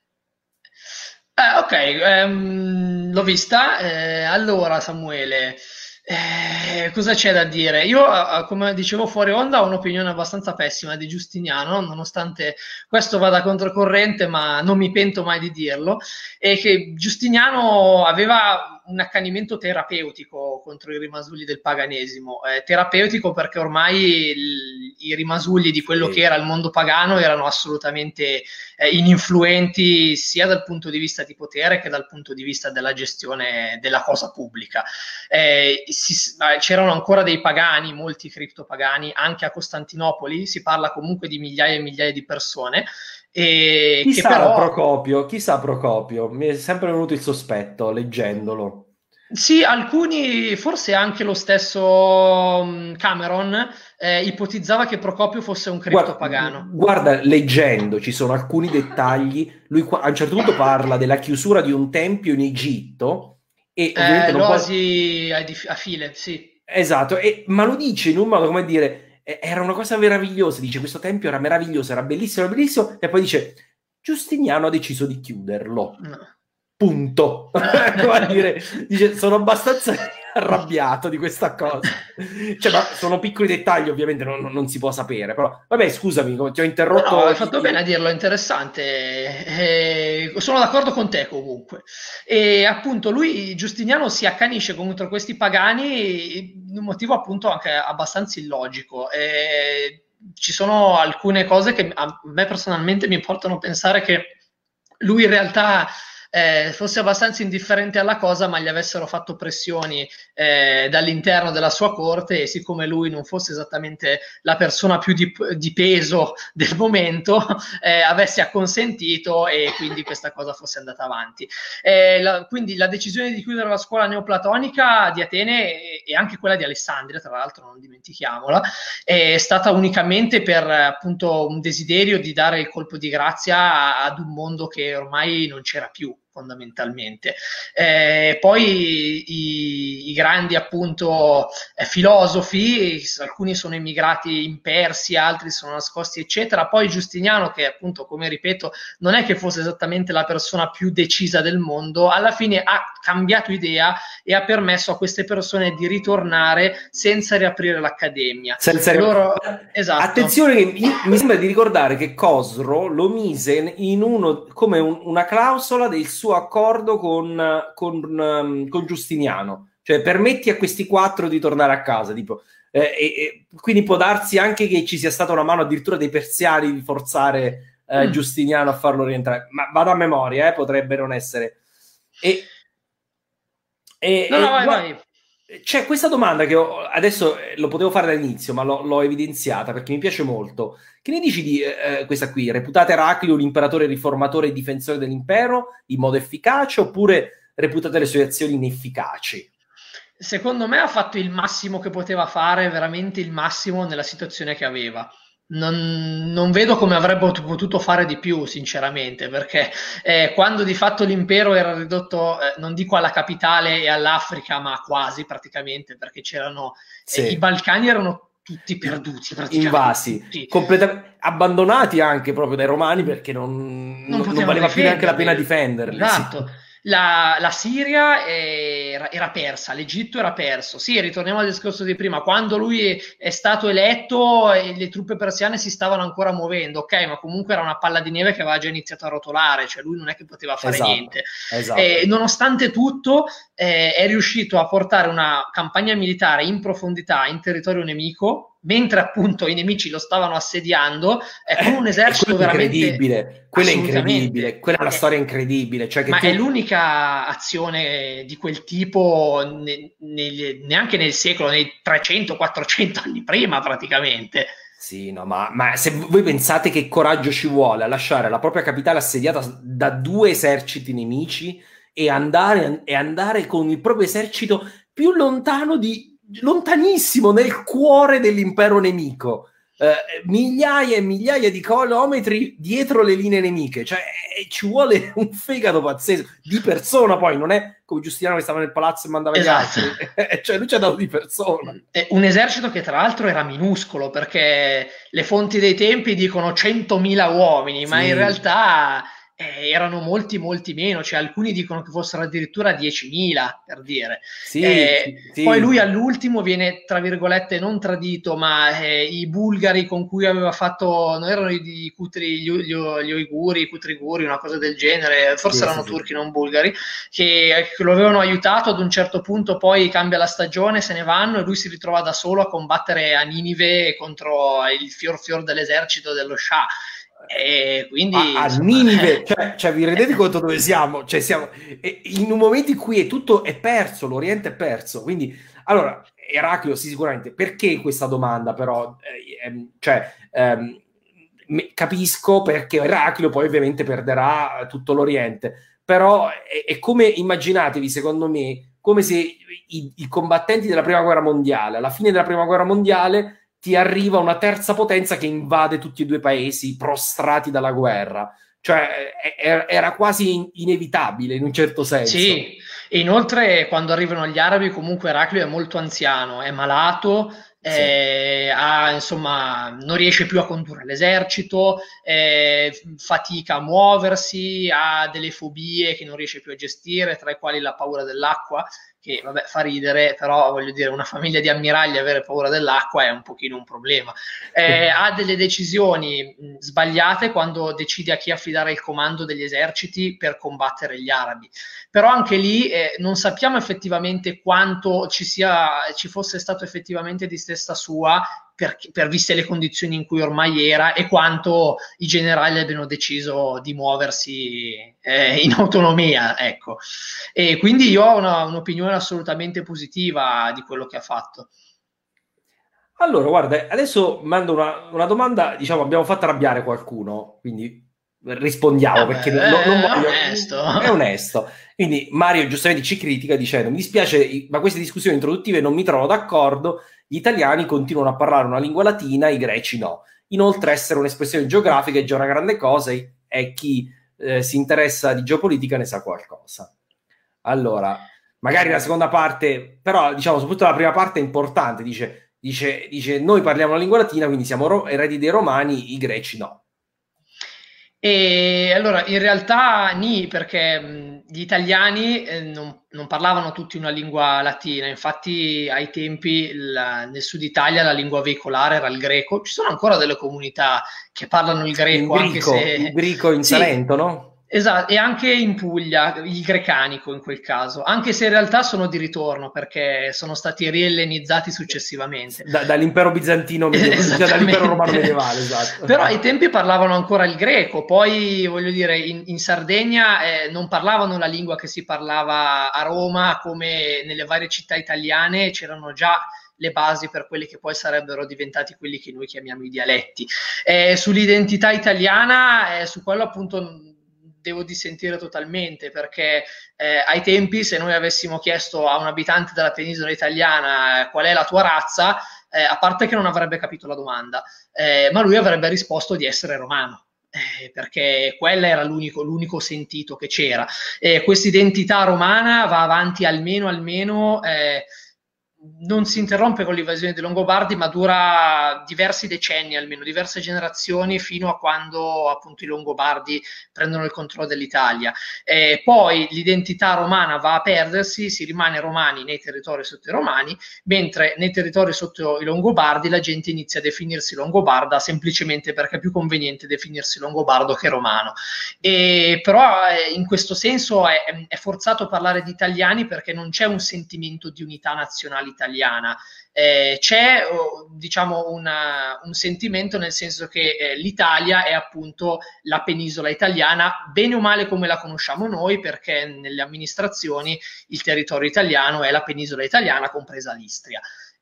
L'ho vista. Allora, Samuele, cosa c'è da dire? Io, come dicevo fuori onda, ho un'opinione abbastanza pessima di Giustiniano, nonostante questo vada controcorrente, ma non mi pento mai di dirlo, e che Giustiniano aveva un accanimento terapeutico contro i rimasugli del paganesimo, terapeutico perché ormai i rimasugli di quello che era il mondo pagano erano assolutamente ininfluenti sia dal punto di vista di potere che dal punto di vista della gestione della cosa pubblica. C'erano ancora dei pagani, molti criptopagani, anche a Costantinopoli, si parla comunque di migliaia e migliaia di persone. Chissà Procopio, mi è sempre venuto il sospetto leggendolo. Sì, alcuni, forse anche lo stesso Cameron, ipotizzava che Procopio fosse un criptopagano. Guarda, leggendo ci sono alcuni dettagli. Lui a un certo punto parla della chiusura di un tempio in Egitto e l'oasi a file, sì. Esatto, ma lo dice in un modo, come dire, era una cosa meravigliosa, dice questo tempio era meraviglioso, era bellissimo, bellissimo, e poi dice Giustiniano ha deciso di chiuderlo. No. Punto. Come dire, dice, sono abbastanza arrabbiato di questa cosa. Cioè, ma sono piccoli dettagli, ovviamente non si può sapere, però vabbè, scusami, ti ho interrotto. No, hai fatto bene a dirlo, è interessante. Sono d'accordo con te comunque. E appunto Giustiniano si accanisce contro questi pagani in un motivo appunto anche abbastanza illogico. Ci sono alcune cose che a me personalmente mi portano a pensare che lui in realtà fosse abbastanza indifferente alla cosa, ma gli avessero fatto pressioni dall'interno della sua corte, e siccome lui non fosse esattamente la persona più di peso del momento, avesse acconsentito, e quindi questa cosa fosse andata avanti. Quindi la decisione di chiudere la scuola neoplatonica di Atene, e anche quella di Alessandria, tra l'altro non dimentichiamola, è stata unicamente per appunto un desiderio di dare il colpo di grazia ad un mondo che ormai non c'era più, fondamentalmente. Poi i grandi appunto filosofi, alcuni sono emigrati in Persia, altri sono nascosti eccetera. Poi Giustiniano, che appunto, come ripeto, non è che fosse esattamente la persona più decisa del mondo, alla fine ha cambiato idea e ha permesso a queste persone di ritornare senza riaprire l'accademia. Esatto. Attenzione, mi sembra di ricordare che Cosro lo mise in come una clausola del suo accordo con Giustiniano, cioè permetti a questi 4 di tornare a casa, tipo, e quindi può darsi anche che ci sia stata una mano addirittura dei persiani di forzare Giustiniano a farlo rientrare, ma vado a memoria, potrebbe non essere. Vai. C'è questa domanda che adesso lo potevo fare dall'inizio, ma l'ho evidenziata perché mi piace molto. Che ne dici di questa qui? Reputate Eraclio l'imperatore riformatore e difensore dell'impero in modo efficace, oppure reputate le sue azioni inefficaci? Secondo me ha fatto il massimo che poteva fare, veramente il massimo nella situazione che aveva. Non vedo come avrebbe potuto fare di più, sinceramente, perché quando di fatto l'impero era ridotto, non dico alla capitale e all'Africa, ma quasi praticamente, perché c'erano i Balcani erano tutti perduti, invasi, completamente abbandonati anche proprio dai romani, perché non valeva più neanche la pena difenderli. Esatto. Sì. La Siria era persa, l'Egitto era perso. Sì, ritorniamo al discorso di prima, quando lui è stato eletto le truppe persiane si stavano ancora muovendo, ok, ma comunque era una palla di neve che aveva già iniziato a rotolare, cioè lui non è che poteva fare niente. Esatto. Nonostante tutto è riuscito a portare una campagna militare in profondità in territorio nemico, mentre appunto i nemici lo stavano assediando, con un esercito veramente incredibile. Quella è incredibile, quella è una storia incredibile. Cioè è l'unica azione di quel tipo neanche nel secolo, nei 300-400 anni prima praticamente. Sì, no, ma se voi pensate che coraggio ci vuole a lasciare la propria capitale assediata da 2 eserciti nemici e andare con il proprio esercito più lontanissimo nel cuore dell'impero nemico, migliaia e migliaia di chilometri dietro le linee nemiche, cioè ci vuole un fegato pazzesco di persona. Poi non è come Giustiniano che stava nel palazzo e mandava gli altri, cioè lui ci ha dato di persona. Un esercito che tra l'altro era minuscolo, perché le fonti dei tempi dicono 100.000 uomini, sì, ma in realtà erano molti meno, cioè alcuni dicono che fossero addirittura 10.000, per dire. Sì. Poi lui all'ultimo viene, tra virgolette, non tradito, ma i bulgari con cui aveva fatto, non erano i Kutri, gli Uiguri, i Kutriguri, una cosa del genere, forse erano turchi, non bulgari, che lo avevano aiutato. Ad un certo punto poi cambia la stagione, se ne vanno e lui si ritrova da solo a combattere a Ninive contro il fior dell'esercito dello Shah. E quindi a Ninive, cioè vi rendete conto dove siamo? Cioè siamo in un momento in cui tutto è perso, l'Oriente è perso. Quindi allora Eraclio, sì, sicuramente. Perché questa domanda però? Capisco perché Eraclio poi ovviamente perderà tutto l'Oriente, però è come, immaginatevi, secondo me, come se i combattenti della prima guerra mondiale, alla fine della prima guerra mondiale, ti arriva una terza potenza che invade tutti e 2 paesi prostrati dalla guerra. Cioè era quasi inevitabile in un certo senso. Sì, e inoltre quando arrivano gli arabi comunque Eraclio è molto anziano, è malato, insomma, non riesce più a condurre l'esercito, fatica a muoversi, ha delle fobie che non riesce più a gestire, tra i quali la paura dell'acqua, che vabbè fa ridere, però voglio dire, una famiglia di ammiragli avere paura dell'acqua è un pochino un problema. Ha delle decisioni sbagliate quando decide a chi affidare il comando degli eserciti per combattere gli arabi, però anche lì non sappiamo effettivamente quanto ci fosse stato effettivamente disteso testa sua per viste le condizioni in cui ormai era e quanto i generali abbiano deciso di muoversi in autonomia, ecco. E quindi io ho un'opinione assolutamente positiva di quello che ha fatto. Allora, guarda, adesso mando una domanda, diciamo, abbiamo fatto arrabbiare qualcuno, quindi rispondiamo perché non voglio... È onesto. Quindi Mario giustamente ci critica dicendo: mi dispiace, ma queste discussioni introduttive non mi trovo d'accordo, gli italiani continuano a parlare una lingua latina, i greci no. Inoltre essere un'espressione geografica è già una grande cosa e chi si interessa di geopolitica ne sa qualcosa. Allora, magari la seconda parte, però diciamo soprattutto la prima parte è importante, dice noi parliamo la lingua latina, quindi siamo eredi dei romani, i greci no. E allora in realtà perché gli italiani non parlavano tutti una lingua latina, infatti ai tempi nel sud Italia la lingua veicolare era il greco. Ci sono ancora delle comunità che parlano il greco, il greco in Salento, no? Esatto, e anche in Puglia, il grecanico in quel caso, anche se in realtà sono di ritorno perché sono stati riellenizzati successivamente. Dall'impero bizantino medievale, dall'impero romano medievale, esatto. Però ai tempi parlavano ancora il greco, poi voglio dire in Sardegna non parlavano la lingua che si parlava a Roma, come nelle varie città italiane c'erano già le basi per quelli che poi sarebbero diventati quelli che noi chiamiamo i dialetti. Sull'identità italiana, su quello appunto devo dissentire totalmente, perché ai tempi se noi avessimo chiesto a un abitante della penisola italiana qual è la tua razza, a parte che non avrebbe capito la domanda, ma lui avrebbe risposto di essere romano. Perché quella era l'unico sentito che c'era. Questa identità romana va avanti almeno non si interrompe con l'invasione dei Longobardi, ma dura diversi decenni, almeno diverse generazioni, fino a quando appunto i Longobardi prendono il controllo dell'Italia. Poi l'identità romana va a perdersi, si rimane romani nei territori sotto i Romani, mentre nei territori sotto i Longobardi la gente inizia a definirsi longobarda semplicemente perché è più conveniente definirsi longobardo che romano. Però in questo senso è forzato parlare di italiani perché non c'è un sentimento di unità nazionale italiana. C'è diciamo un sentimento nel senso che l'Italia è appunto la penisola italiana, bene o male come la conosciamo noi, perché nelle amministrazioni il territorio italiano è la penisola italiana compresa l'Istria.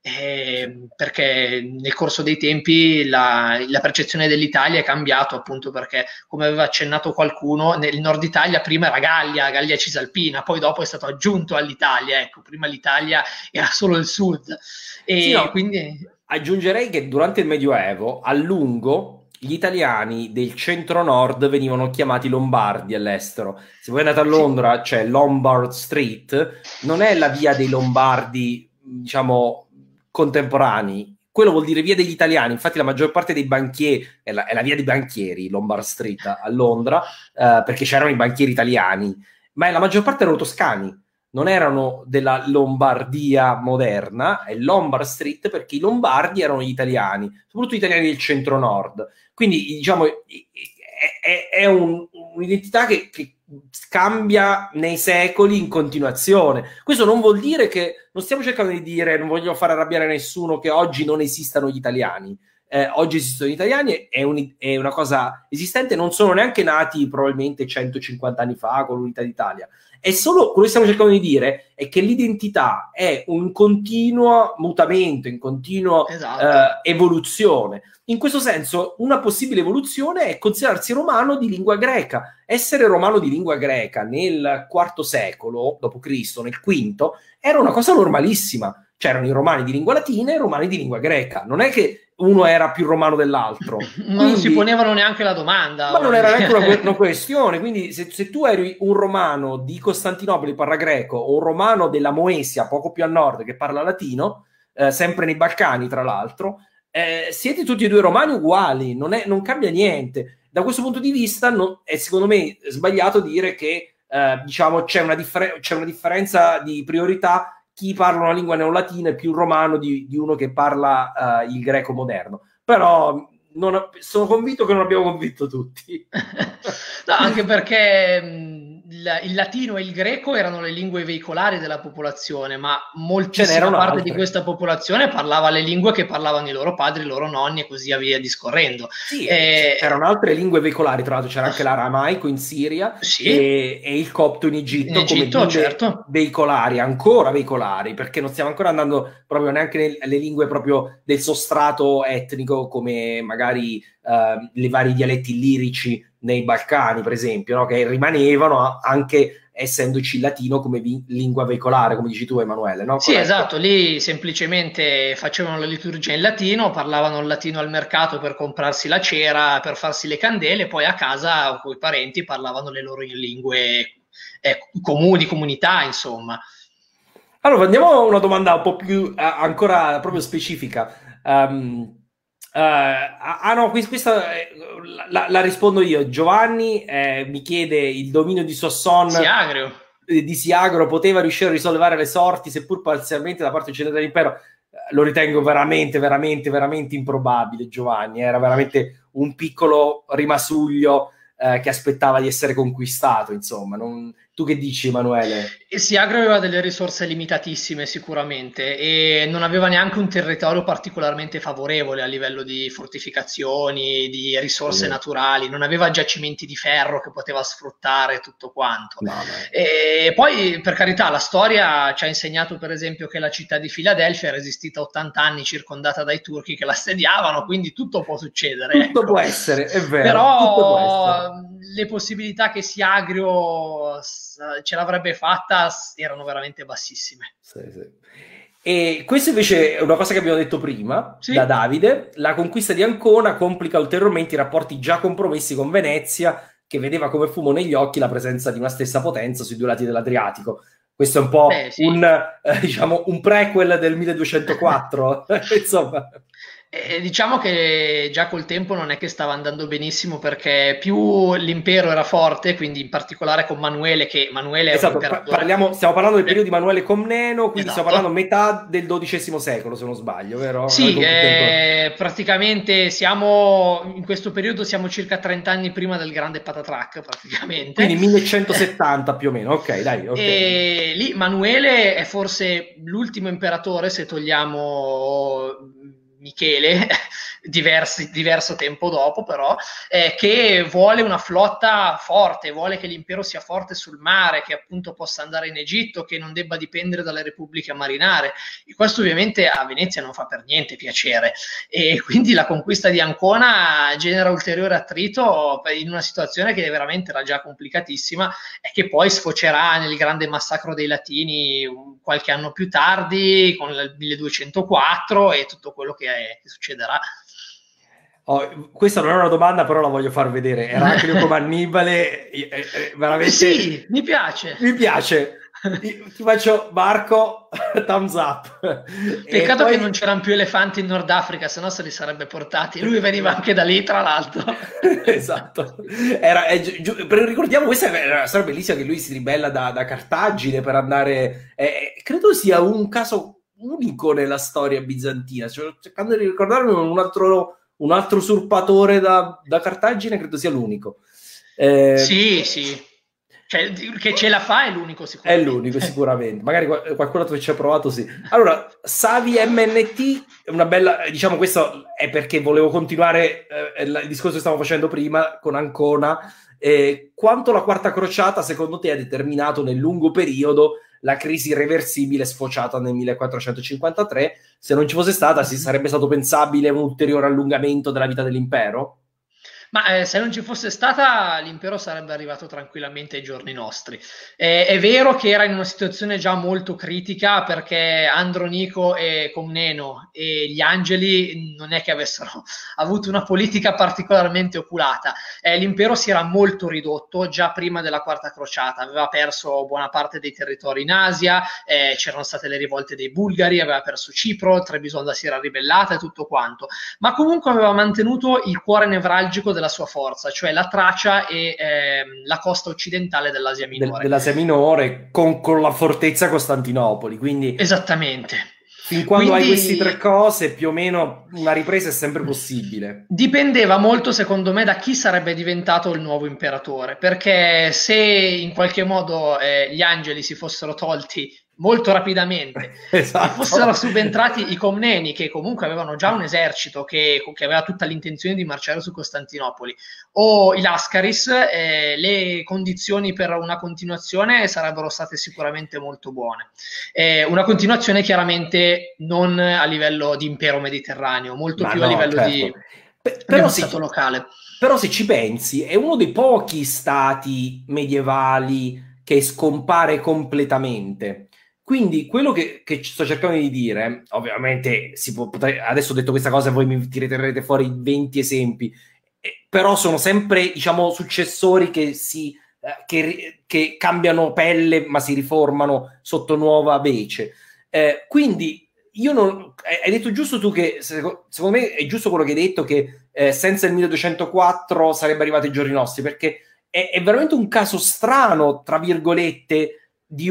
Perché nel corso dei tempi la percezione dell'Italia è cambiato, appunto perché, come aveva accennato qualcuno, nel nord Italia prima era Gallia Cisalpina, poi dopo è stato aggiunto all'Italia. Ecco, prima l'Italia era solo il sud. Quindi aggiungerei che durante il Medioevo a lungo gli italiani del centro-nord venivano chiamati lombardi all'estero. Se voi andate a Londra c'è Lombard Street, non è la via dei lombardi, diciamo, contemporanei, quello vuol dire via degli italiani. Infatti la maggior parte dei banchieri è la via dei banchieri, Lombard Street a Londra, perché c'erano i banchieri italiani, ma la maggior parte erano toscani, non erano della Lombardia moderna. È Lombard Street perché i lombardi erano gli italiani, soprattutto gli italiani del centro-nord. Quindi diciamo è un'identità che cambia nei secoli in continuazione. Questo non vuol dire che non stiamo cercando di dire, non voglio fare arrabbiare nessuno, che oggi non esistano gli italiani. Oggi esistono gli italiani, è una cosa esistente, non sono neanche nati probabilmente 150 anni fa con l'unità d'Italia. È solo quello che stiamo cercando di dire è che l'identità è un continuo mutamento, in continua evoluzione. In questo senso, una possibile evoluzione è considerarsi romano di lingua greca. Essere romano di lingua greca nel IV secolo d.C., nel V, era una cosa normalissima. C'erano i romani di lingua latina e i romani di lingua greca. Non è che uno era più romano dell'altro. Non si ponevano neanche la domanda. Ma non era neanche una questione. Quindi se tu eri un romano di Costantinopoli parla greco o un romano della Moesia, poco più a nord, che parla latino, sempre nei Balcani tra l'altro, siete tutti e due romani uguali, non cambia niente. Da questo punto di vista è secondo me sbagliato dire che diciamo c'è una differenza di priorità. Chi parla una lingua neolatina è più romano di uno che parla il greco moderno. Però sono convinto che non abbiamo convinto tutti. No, anche perché il latino e il greco erano le lingue veicolari della popolazione, ma moltissima parte di questa popolazione parlava le lingue che parlavano i loro padri, i loro nonni e così via discorrendo. Sì, c'erano altre lingue veicolari, tra l'altro c'era anche l'aramaico in Siria, sì, e il copto in Egitto come lingue, certo, veicolari, ancora veicolari, perché non stiamo ancora andando proprio neanche nelle lingue proprio del sostrato etnico, come magari i vari dialetti lirici nei Balcani, per esempio, no? Che rimanevano anche essendoci il latino come lingua veicolare, come dici tu, Emanuele, no? Sì, corretto? Esatto, lì semplicemente facevano la liturgia in latino, parlavano il latino al mercato per comprarsi la cera, per farsi le candele, poi a casa con i parenti parlavano le loro lingue comuni, comunità, insomma. Allora, andiamo a una domanda un po' più ancora proprio specifica. No, questa la rispondo io. Giovanni mi chiede: il dominio di Soissons di Siagro poteva riuscire a risollevare le sorti, seppur parzialmente, da parte occidentale dell'impero? Lo ritengo veramente, veramente, veramente improbabile, Giovanni. Era veramente un piccolo rimasuglio che aspettava di essere conquistato, insomma. Tu che dici, Emanuele? Siagro aveva delle risorse limitatissime sicuramente e non aveva neanche un territorio particolarmente favorevole a livello di fortificazioni, di risorse naturali, non aveva giacimenti di ferro che poteva sfruttare, tutto quanto. E poi, per carità, la storia ci ha insegnato per esempio che la città di Filadelfia è resistita 80 anni circondata dai turchi che l'assediavano, quindi tutto può succedere. Tutto può essere, è vero. Però le possibilità che Siagrio ce l'avrebbe fatta erano veramente bassissime. Sì. E questo invece è una cosa che abbiamo detto prima, sì, da Davide. La conquista di Ancona complica ulteriormente i rapporti già compromessi con Venezia, che vedeva come fumo negli occhi la presenza di una stessa potenza sui due lati dell'Adriatico. Questo è un po' sì, diciamo un prequel del 1204, insomma. Diciamo che già col tempo non è che stava andando benissimo, perché più l'impero era forte, quindi in particolare con Manuele, che Manuele è esatto, stiamo parlando del periodo di Manuele Comneno, quindi esatto, stiamo parlando metà del XII secolo, se non sbaglio, vero? Sì, praticamente siamo in questo periodo, siamo circa 30 anni prima del grande patatrac, praticamente. Quindi 1170 più o meno, ok, dai. Okay. E lì Manuele è forse l'ultimo imperatore, se togliamo Michele, diverso tempo dopo, però, che vuole una flotta forte, vuole che l'impero sia forte sul mare, che appunto possa andare in Egitto, che non debba dipendere dalle repubbliche marinare. E questo ovviamente a Venezia non fa per niente piacere, e quindi la conquista di Ancona genera ulteriore attrito in una situazione che veramente era già complicatissima e che poi sfocerà nel grande massacro dei Latini qualche anno più tardi, con il 1204 e tutto quello che succederà. Questa non è una domanda, però la voglio far vedere. Eraclio come Annibale, veramente sì, mi piace. Ti faccio, Marco, thumbs up. Peccato che non c'erano più elefanti in Nord Africa, sennò se li sarebbe portati. Lui veniva anche da lì, tra l'altro. Esatto. Ricordiamo, questa è una storia bellissima, che lui si ribella da Cartagine per andare, credo sia un caso unico nella storia bizantina, cioè, cercando di ricordarmi un altro usurpatore da Cartagine, credo sia l'unico. Sì. Cioè, che ce la fa è l'unico sicuramente. È l'unico sicuramente. Magari qualcun altro che ci ha provato, sì. Allora, Savi MNT, una bella, diciamo, questo è perché volevo continuare il discorso che stavo facendo prima con Ancona. Quanto la quarta crociata secondo te ha determinato nel lungo periodo la crisi irreversibile sfociata nel 1453? Se non ci fosse stata, sarebbe stato pensabile un ulteriore allungamento della vita dell'impero? Ma se non ci fosse stata, l'impero sarebbe arrivato tranquillamente ai giorni nostri. È vero che era in una situazione già molto critica, perché Andronico e Comneno e gli Angeli non è che avessero avuto una politica particolarmente oculata. L'impero si era molto ridotto già prima della quarta crociata, aveva perso buona parte dei territori in Asia, c'erano state le rivolte dei Bulgari, aveva perso Cipro, Trebisonda si era ribellata e tutto quanto, ma comunque aveva mantenuto il cuore nevralgico della sua forza, cioè la Tracia e la costa occidentale dell'Asia Minore. Dell'Asia Minore con la fortezza Costantinopoli, quindi... Esattamente. fin quando Quindi hai queste tre cose, più o meno una ripresa è sempre possibile. dipendeva molto, secondo me, da chi sarebbe diventato il nuovo imperatore, perché se in qualche modo gli angeli si fossero tolti molto rapidamente Esatto. e fossero subentrati i Comneni, che comunque avevano già un esercito che aveva tutta l'intenzione di marciare su Costantinopoli, o i Lascaris, le condizioni per una continuazione sarebbero state sicuramente molto buone. Una continuazione chiaramente non a livello di impero mediterraneo, molto più a livello di però stato locale. Però se ci pensi, è uno dei pochi stati medievali che scompare completamente. Quindi quello che sto cercando di dire, ovviamente adesso ho detto questa cosa e voi mi tirerete fuori 20 esempi, però sono sempre, diciamo, successori che cambiano pelle ma si riformano sotto nuova vece. Quindi hai detto giusto tu che secondo me è giusto quello che hai detto, che senza il 1204 sarebbe arrivato ai giorni nostri, perché è veramente un caso strano, tra virgolette, di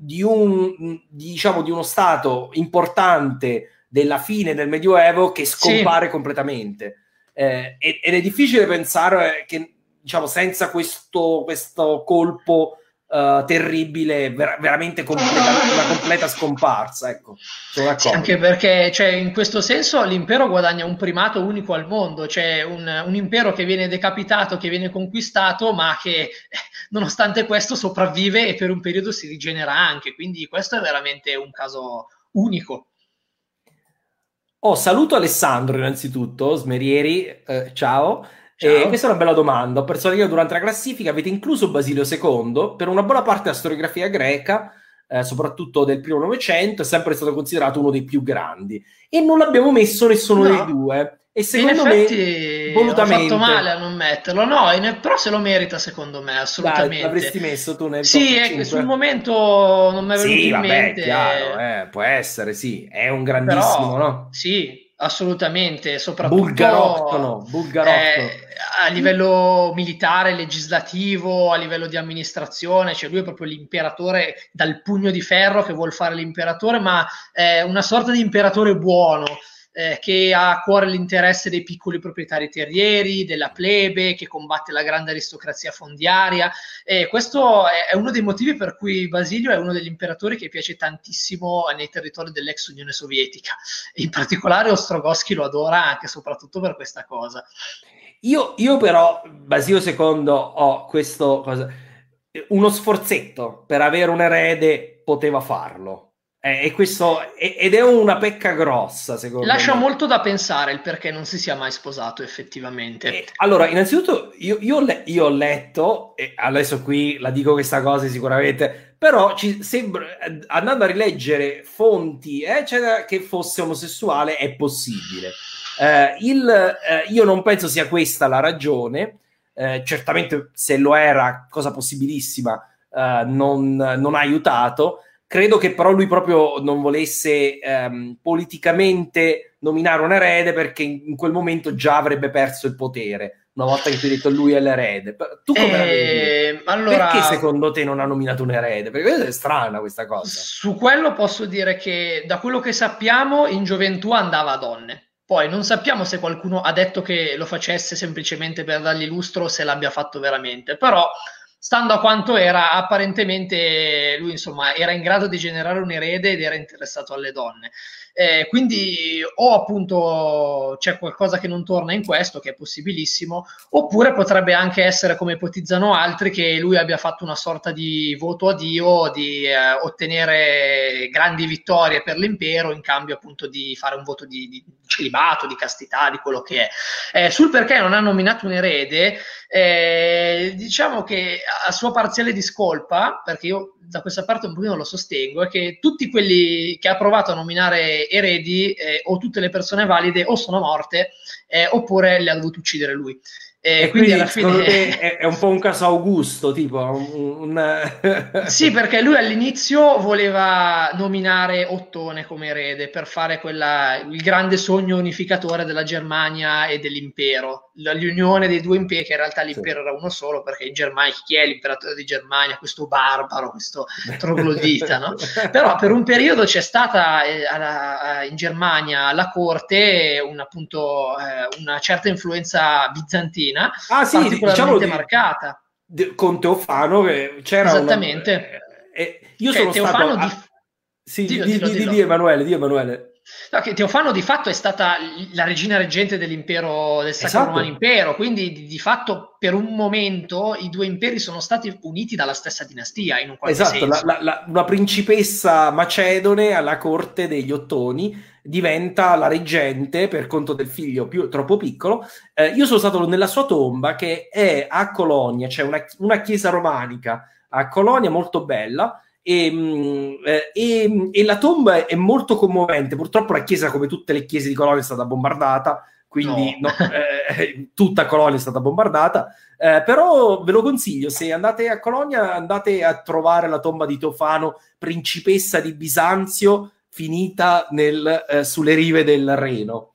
uno stato importante della fine del Medioevo che scompare completamente. Ed è difficile pensare che, diciamo, senza questo colpo terribile, veramente una completa scomparsa, ecco. Sono d'accordo. Sì, anche perché, cioè, in questo senso l'impero guadagna un primato unico al mondo, cioè un impero che viene decapitato, che viene conquistato, ma che nonostante questo sopravvive e per un periodo si rigenera anche, quindi questo è veramente un caso unico. Saluto Alessandro innanzitutto, Smerieri, ciao. Ciao. Questa è una bella domanda. Ho perso la linea durante la classifica, avete incluso Basilio II, per una buona parte della storiografia greca, soprattutto del primo Novecento, è sempre stato considerato uno dei più grandi. E non l'abbiamo messo nessuno dei due. E secondo me, volutamente. Ho fatto male a non metterlo, no, però se lo merita secondo me, assolutamente. Dai, l'avresti messo tu nel top Sì, 5? Sul momento non mi è venuto in mente. Chiaro, può essere, sì, è un grandissimo, però, no? Sì, assolutamente, soprattutto Bulgarotto. A livello militare, legislativo, a livello di amministrazione, cioè lui è proprio l'imperatore dal pugno di ferro che vuol fare l'imperatore, ma è una sorta di imperatore buono. Che ha a cuore l'interesse dei piccoli proprietari terrieri, della plebe, che combatte la grande aristocrazia fondiaria. Questo è uno dei motivi per cui Basilio è uno degli imperatori che piace tantissimo nei territori dell'ex Unione Sovietica. In particolare Ostrogoschi lo adora anche e soprattutto per questa cosa. Io però, Basilio II, ho questo cosa. Uno sforzetto per avere un erede poteva farlo. Ed è una pecca grossa, secondo me. Lascia molto da pensare il perché non si sia mai sposato effettivamente. Allora, innanzitutto, io ho letto, e adesso qui la dico questa cosa sicuramente, però ci sembra, andando a rileggere fonti, eccetera, che fosse omosessuale è possibile. Io non penso sia questa la ragione. Certamente, se lo era, cosa possibilissima, non ha aiutato. Credo che però lui proprio non volesse politicamente nominare un erede, perché in quel momento già avrebbe perso il potere, una volta che tu hai detto lui è l'erede. Tu come la vedi? Allora, perché secondo te non ha nominato un erede? Perché è strana questa cosa. Su quello posso dire che da quello che sappiamo in gioventù andava a donne. Poi non sappiamo se qualcuno ha detto che lo facesse semplicemente per dargli lustro o se l'abbia fatto veramente, però stando a quanto era, apparentemente lui insomma era in grado di generare un erede ed era interessato alle donne. Quindi o appunto c'è qualcosa che non torna in questo, che è possibilissimo, oppure potrebbe anche essere, come ipotizzano altri, che lui abbia fatto una sorta di voto a Dio di ottenere grandi vittorie per l'impero in cambio appunto di fare un voto di celibato, di castità, di quello che è. Sul perché non ha nominato un erede, diciamo che a sua parziale discolpa, perché io da questa parte un pochino lo sostengo, è che tutti quelli che ha provato a nominare eredi o tutte le persone valide o sono morte oppure le ha dovute uccidere lui. E quindi alla alla fine è un po' un caso Augusto, tipo sì, perché lui all'inizio voleva nominare Ottone come erede per fare il grande sogno unificatore della Germania e dell'impero, l'unione dei due imperi, che in realtà l'impero era uno solo, perché in Germania chi è l'imperatore di Germania? Questo barbaro, questo troglodita, no? Però per un periodo c'è stata in Germania alla corte una certa influenza bizantina particolarmente marcata. Con Teofano c'era esattamente io sono Teofano stato di Emanuele. No, che Teofano di fatto è stata la regina reggente dell'impero, del Sacro Romano Impero, quindi di fatto per un momento i due imperi sono stati uniti dalla stessa dinastia in un qualche senso. Una principessa macedone alla corte degli Ottoni diventa la reggente per conto del figlio troppo piccolo. Io sono stato nella sua tomba, che è a Colonia, c'è una chiesa romanica a Colonia molto bella, e la tomba è molto commovente. Purtroppo la chiesa, come tutte le chiese di Colonia, è stata bombardata, quindi tutta Colonia è stata bombardata, però ve lo consiglio: se andate a Colonia, andate a trovare la tomba di Teofano, principessa di Bisanzio, finita sulle rive del Reno.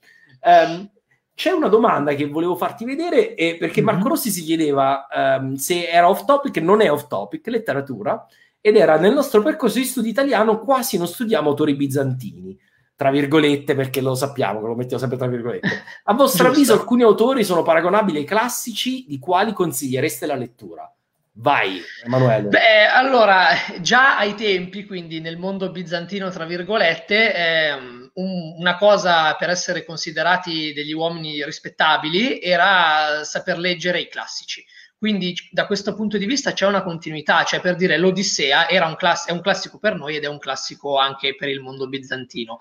C'è una domanda che volevo farti vedere, perché Marco Rossi si chiedeva se era off topic. Non è off topic, letteratura, ed era: nel nostro percorso di studio italiano quasi non studiamo autori bizantini, tra virgolette, perché lo sappiamo che lo mettiamo sempre tra virgolette. A vostro avviso alcuni autori sono paragonabili ai classici, di quali consigliereste la lettura? Vai, Emanuele. Beh, allora, già ai tempi, quindi nel mondo bizantino, tra virgolette, una cosa per essere considerati degli uomini rispettabili era saper leggere i classici. Quindi da questo punto di vista c'è una continuità, cioè per dire l'Odissea è un classico per noi ed è un classico anche per il mondo bizantino.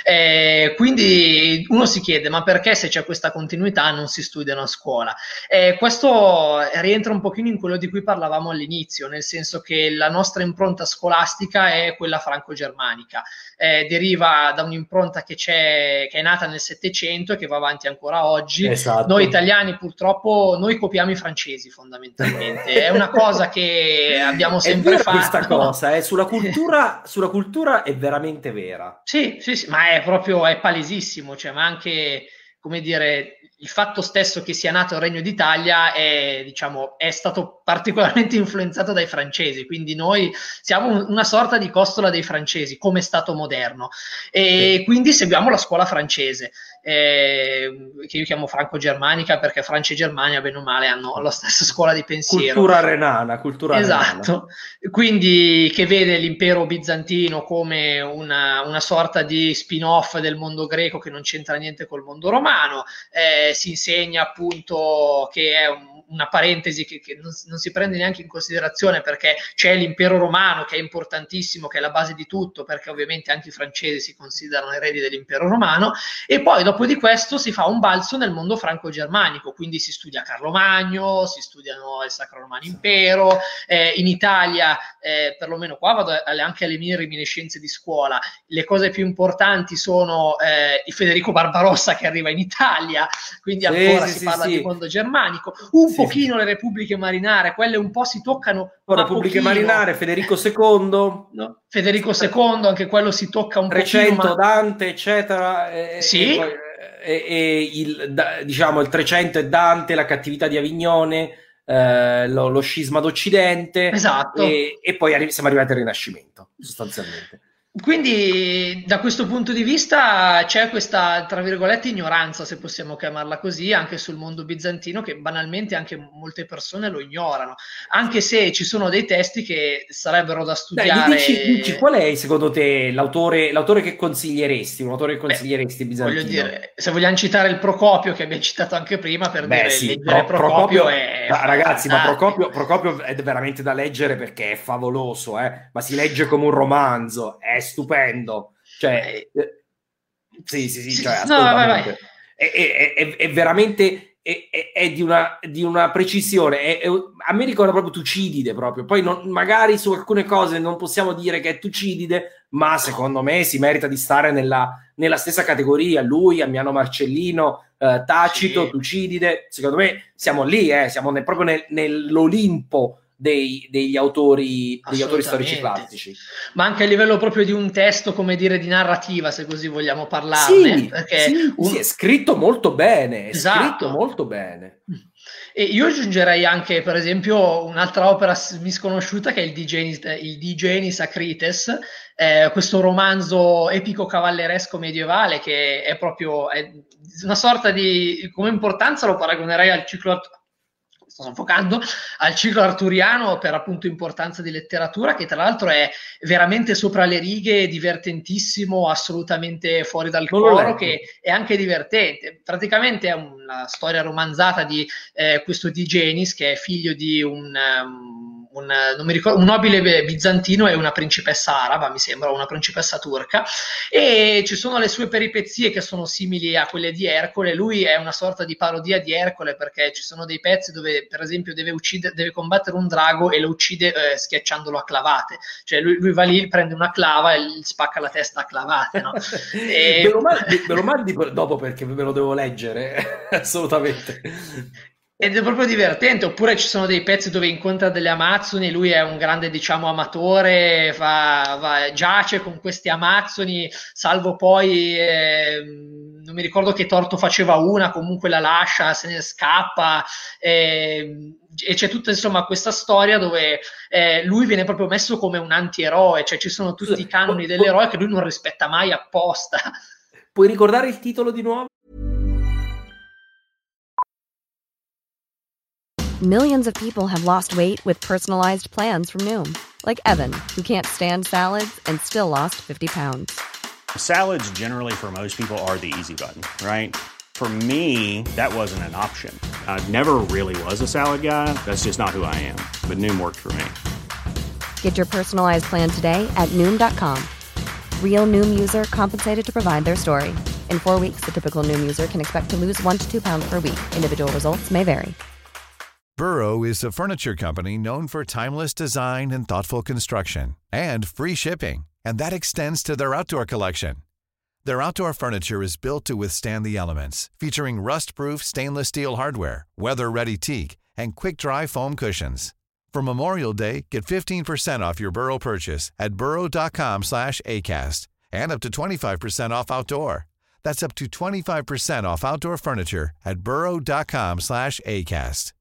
Quindi uno si chiede: ma perché, se c'è questa continuità, non si studiano a scuola? Questo rientra un pochino in quello di cui parlavamo all'inizio, nel senso che la nostra impronta scolastica è quella franco-germanica. Deriva da un'impronta che è nata nel Settecento e che va avanti ancora oggi. Esatto. Noi italiani purtroppo copiamo i francesi fondamentalmente, è una cosa che abbiamo sempre fatto. Questa cosa sulla cultura è veramente vera. Sì, ma è palesissimo, cioè, ma anche, come dire, il fatto stesso che sia nato il Regno d'Italia è stato particolarmente influenzato dai francesi, quindi noi siamo una sorta di costola dei francesi come Stato moderno, e quindi seguiamo la scuola francese, che io chiamo franco-germanica, perché Francia e Germania, bene o male, hanno la stessa scuola di pensiero. Cultura renana. Esatto, quindi che vede l'impero bizantino come una sorta di spin-off del mondo greco che non c'entra niente col mondo romano. Si insegna appunto che è una parentesi che non si prende neanche in considerazione, perché c'è l'impero romano, che è importantissimo, che è la base di tutto, perché ovviamente anche i francesi si considerano eredi dell'impero romano, e poi dopo di questo si fa un balzo nel mondo franco-germanico, quindi si studia Carlo Magno, si studiano il Sacro Romano Impero. In Italia, perlomeno qua vado anche alle mie reminiscenze di scuola, le cose più importanti sono il Federico Barbarossa che arriva in Italia, quindi ancora si parla di mondo germanico, pochino le repubbliche marinare, quelle un po' si toccano. Repubbliche marinare, Federico II, no? Federico II, anche quello si tocca un 300, pochino, Dante, eccetera. Sì. Il 300 è Dante, la cattività di Avignone, lo scisma d'Occidente, esatto. E poi siamo arrivati al Rinascimento, sostanzialmente. Quindi da questo punto di vista c'è questa, tra virgolette, ignoranza, se possiamo chiamarla così, anche sul mondo bizantino, che banalmente anche molte persone lo ignorano, anche se ci sono dei testi che sarebbero da studiare. Dici, qual è secondo te l'autore che consiglieresti, un autore che consiglieresti bizantino? Voglio dire, se vogliamo citare il Procopio, che abbiamo citato anche prima, per dire, sì, leggere Procopio è... Ragazzi, ma Procopio è veramente da leggere, perché è favoloso, ma si legge come un romanzo, è stupendo, cioè sì, cioè, no, vai. è veramente è di una precisione, a me ricorda proprio Tucidide proprio. Poi magari su alcune cose non possiamo dire che è Tucidide, ma secondo me si merita di stare nella stessa categoria. Lui, Ammiano Marcellino, Tacito, sì. Tucidide, secondo me siamo lì, siamo proprio nell'Olimpo degli autori storici classici. Ma anche a livello proprio di un testo, come dire, di narrativa, se così vogliamo parlarne. Sì, perché sì, è scritto molto bene, esatto. Scritto molto bene. E io aggiungerei anche, per esempio, un'altra opera misconosciuta che è il Digenis Acrites, questo romanzo epico cavalleresco medievale che è proprio una sorta di, come importanza lo paragonerei al ciclo arturiano per appunto importanza di letteratura, che tra l'altro è veramente sopra le righe, divertentissimo, assolutamente fuori dal coro, che è anche divertente. Praticamente è una storia romanzata di questo Digenis, che è figlio di non mi ricordo, un nobile bizantino e una principessa araba, mi sembra, una principessa turca, e ci sono le sue peripezie che sono simili a quelle di Ercole. Lui è una sorta di parodia di Ercole, perché ci sono dei pezzi dove per esempio deve combattere un drago e lo uccide schiacciandolo a clavate, cioè lui va lì, prende una clava e gli spacca la testa a clavate, no? Me lo mandi dopo, perché me lo devo leggere assolutamente. Ed è proprio divertente. Oppure ci sono dei pezzi dove incontra delle amazzoni, lui è un grande, diciamo, amatore, giace con queste amazzoni, salvo poi non mi ricordo che torto faceva una, comunque la lascia, se ne scappa, e c'è tutta, insomma, questa storia dove lui viene proprio messo come un antieroe, cioè ci sono tutti i canoni dell'eroe che lui non rispetta mai apposta. Puoi ricordare il titolo di nuovo? Millions of people have lost weight with personalized plans from Noom, like Evan, who can't stand salads and still lost 50 pounds. Salads generally for most people are the easy button, right? For me, that wasn't an option. I never really was a salad guy. That's just not who I am. But Noom worked for me. Get your personalized plan today at Noom.com. Real Noom user compensated to provide their story. In 4 weeks, the typical Noom user can expect to lose 1 to 2 pounds per week. Individual results may vary. Burrow is a furniture company known for timeless design and thoughtful construction, and free shipping, and that extends to their outdoor collection. Their outdoor furniture is built to withstand the elements, featuring rust-proof stainless steel hardware, weather-ready teak, and quick-dry foam cushions. For Memorial Day, get 15% off your Burrow purchase at burrow.com/acast, and up to 25% off outdoor. That's up to 25% off outdoor furniture at burrow.com/acast.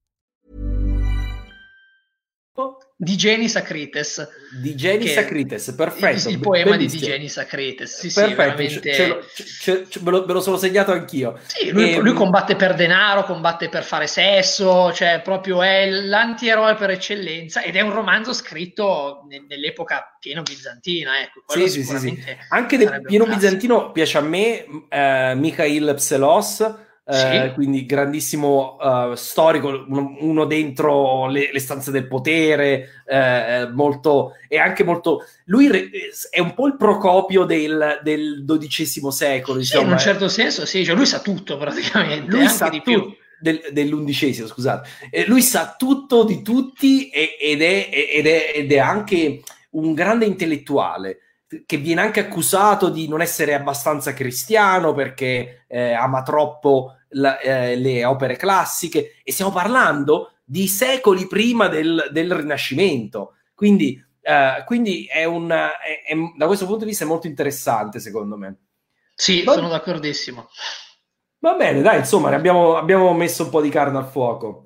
Digenis Acrites. Digenis Acrites, perfetto. Il poema di Digenis Acrites. Sì, perfetto, sì, veramente... me lo sono segnato anch'io. Sì, lui combatte per denaro, combatte per fare sesso, cioè proprio è l'antieroe per eccellenza, ed è un romanzo scritto nell'epoca pieno bizantina, ecco. Sì. Anche del pieno bizantino piace a me Mikhail Pselos. Sì. Quindi grandissimo storico, uno dentro le stanze del potere, molto, e anche molto, lui è un po' il Procopio del XII secolo, diciamo. Sì, in un certo senso sì, cioè lui sa tutto praticamente, lui anche sa di più dell'undicesimo, scusate, lui sa tutto di tutti ed è anche un grande intellettuale, che viene anche accusato di non essere abbastanza cristiano perché ama troppo le opere classiche, e stiamo parlando di secoli prima del Rinascimento, quindi da questo punto di vista è molto interessante, secondo me. Sì, sono d'accordissimo. Va bene, dai, insomma, abbiamo messo un po' di carne al fuoco.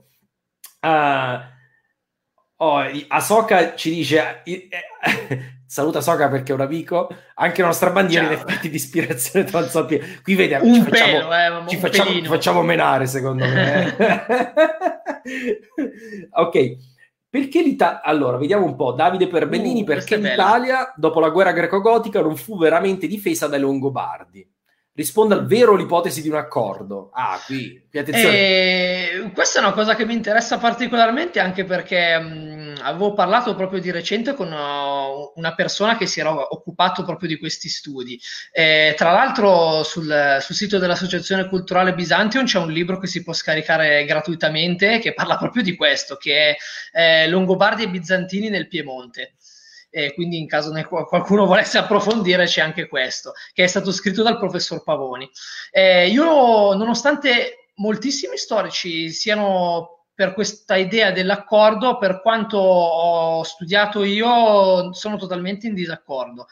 Ahsoka ci dice saluta Ahsoka perché è un amico, anche la nostra bandiera. Ciao. In effetti di ispirazione transopia. Qui vediamo, ci facciamo menare, secondo me. Ok, perché l'Italia, allora vediamo un po', Davide Perbellini, perché l'Italia dopo la guerra greco-gotica non fu veramente difesa dai Longobardi. risponda al vero l'ipotesi di un accordo. Qui attenzione. Questa è una cosa che mi interessa particolarmente, anche perché avevo parlato proprio di recente con una persona che si era occupato proprio di questi studi. Tra l'altro sul sito dell'Associazione Culturale Byzantium c'è un libro che si può scaricare gratuitamente che parla proprio di questo, che è Longobardi e Bizantini nel Piemonte. Quindi in caso qualcuno volesse approfondire c'è anche questo, che è stato scritto dal professor Pavoni. Io, nonostante moltissimi storici siano per questa idea dell'accordo, per quanto ho studiato io, sono totalmente in disaccordo.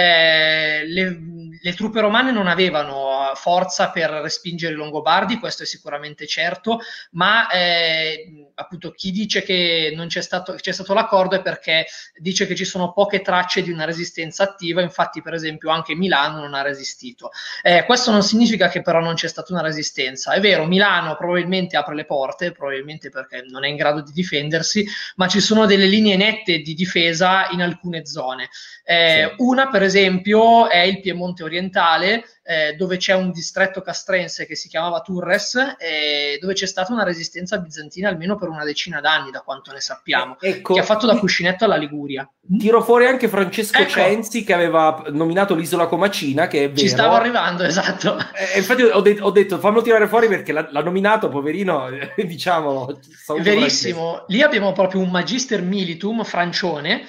Le truppe romane non avevano forza per respingere i Longobardi, questo è sicuramente certo, ma appunto chi dice che non c'è stato l'accordo è perché dice che ci sono poche tracce di una resistenza attiva. Infatti, per esempio, anche Milano non ha resistito. Questo non significa che però non c'è stata una resistenza. È vero, Milano probabilmente apre le porte, probabilmente perché non è in grado di difendersi, ma ci sono delle linee nette di difesa in alcune zone. Sì. Una, per esempio, è il Piemonte orientale, dove c'è un distretto castrense che si chiamava Turres, dove c'è stata una resistenza bizantina almeno per una decina d'anni, da quanto ne sappiamo, ecco, che ha fatto da cuscinetto alla Liguria. Tiro fuori anche Francesco Censi, che aveva nominato l'isola Comacina, che è vero. Ci stavo arrivando, esatto. Infatti ho detto fammelo tirare fuori perché l'ha nominato, poverino, diciamo. Verissimo. Lì abbiamo proprio un magister militum francione,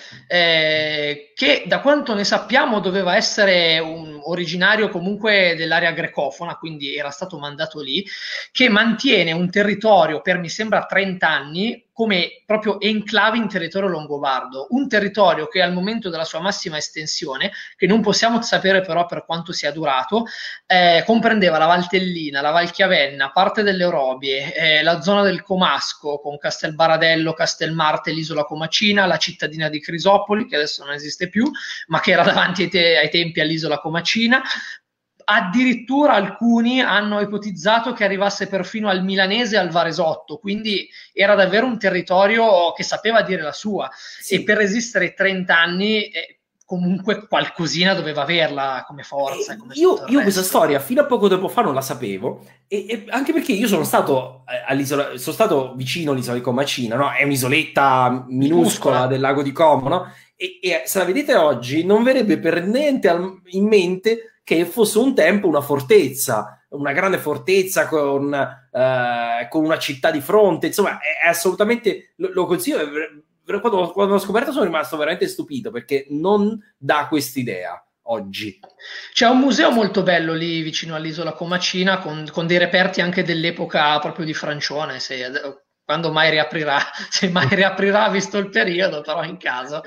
che da quanto ne sappiamo doveva essere un originario comunque dell'area grecofona, quindi era stato mandato lì, che mantiene un territorio per, mi sembra, 30 anni come proprio enclave in territorio longobardo, un territorio che al momento della sua massima estensione, che non possiamo sapere però per quanto sia durato, comprendeva la Valtellina, la Valchiavenna, parte delle Orobie, la zona del Comasco con Castelbaradello, Castelmarte, l'isola Comacina, la cittadina di Crisopoli, che adesso non esiste più, ma che era davanti ai tempi all'isola Comacina. Addirittura alcuni hanno ipotizzato che arrivasse perfino al milanese e al varesotto, quindi era davvero un territorio che sapeva dire la sua. Sì. E per resistere 30 anni comunque qualcosina doveva averla come forza. Io questa storia fino a poco tempo fa non la sapevo, e anche perché io sono stato all'isola, sono stato vicino all'isola di Comacina, no? È un'isoletta minuscola del lago di Como, no? E se la vedete oggi non verrebbe per niente in mente che fosse un tempo una fortezza, una grande fortezza con una città di fronte. Insomma, è assolutamente, lo consiglio. Quando l'ho scoperto sono rimasto veramente stupito, perché non dà quest'idea oggi. C'è un museo molto bello lì vicino all'isola Comacina con dei reperti anche dell'epoca proprio di Francione, quando mai riaprirà, se mai riaprirà visto il periodo, però in caso.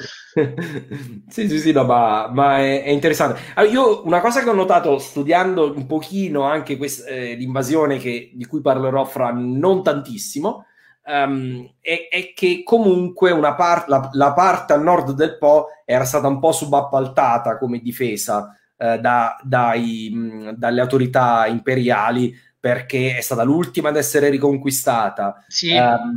sì, no, ma è interessante. Allora, io una cosa che ho notato studiando un pochino anche l'invasione di cui parlerò fra non tantissimo, è che comunque la parte a nord del Po era stata un po' subappaltata come difesa dalle autorità imperiali, perché è stata l'ultima ad essere riconquistata. Sì.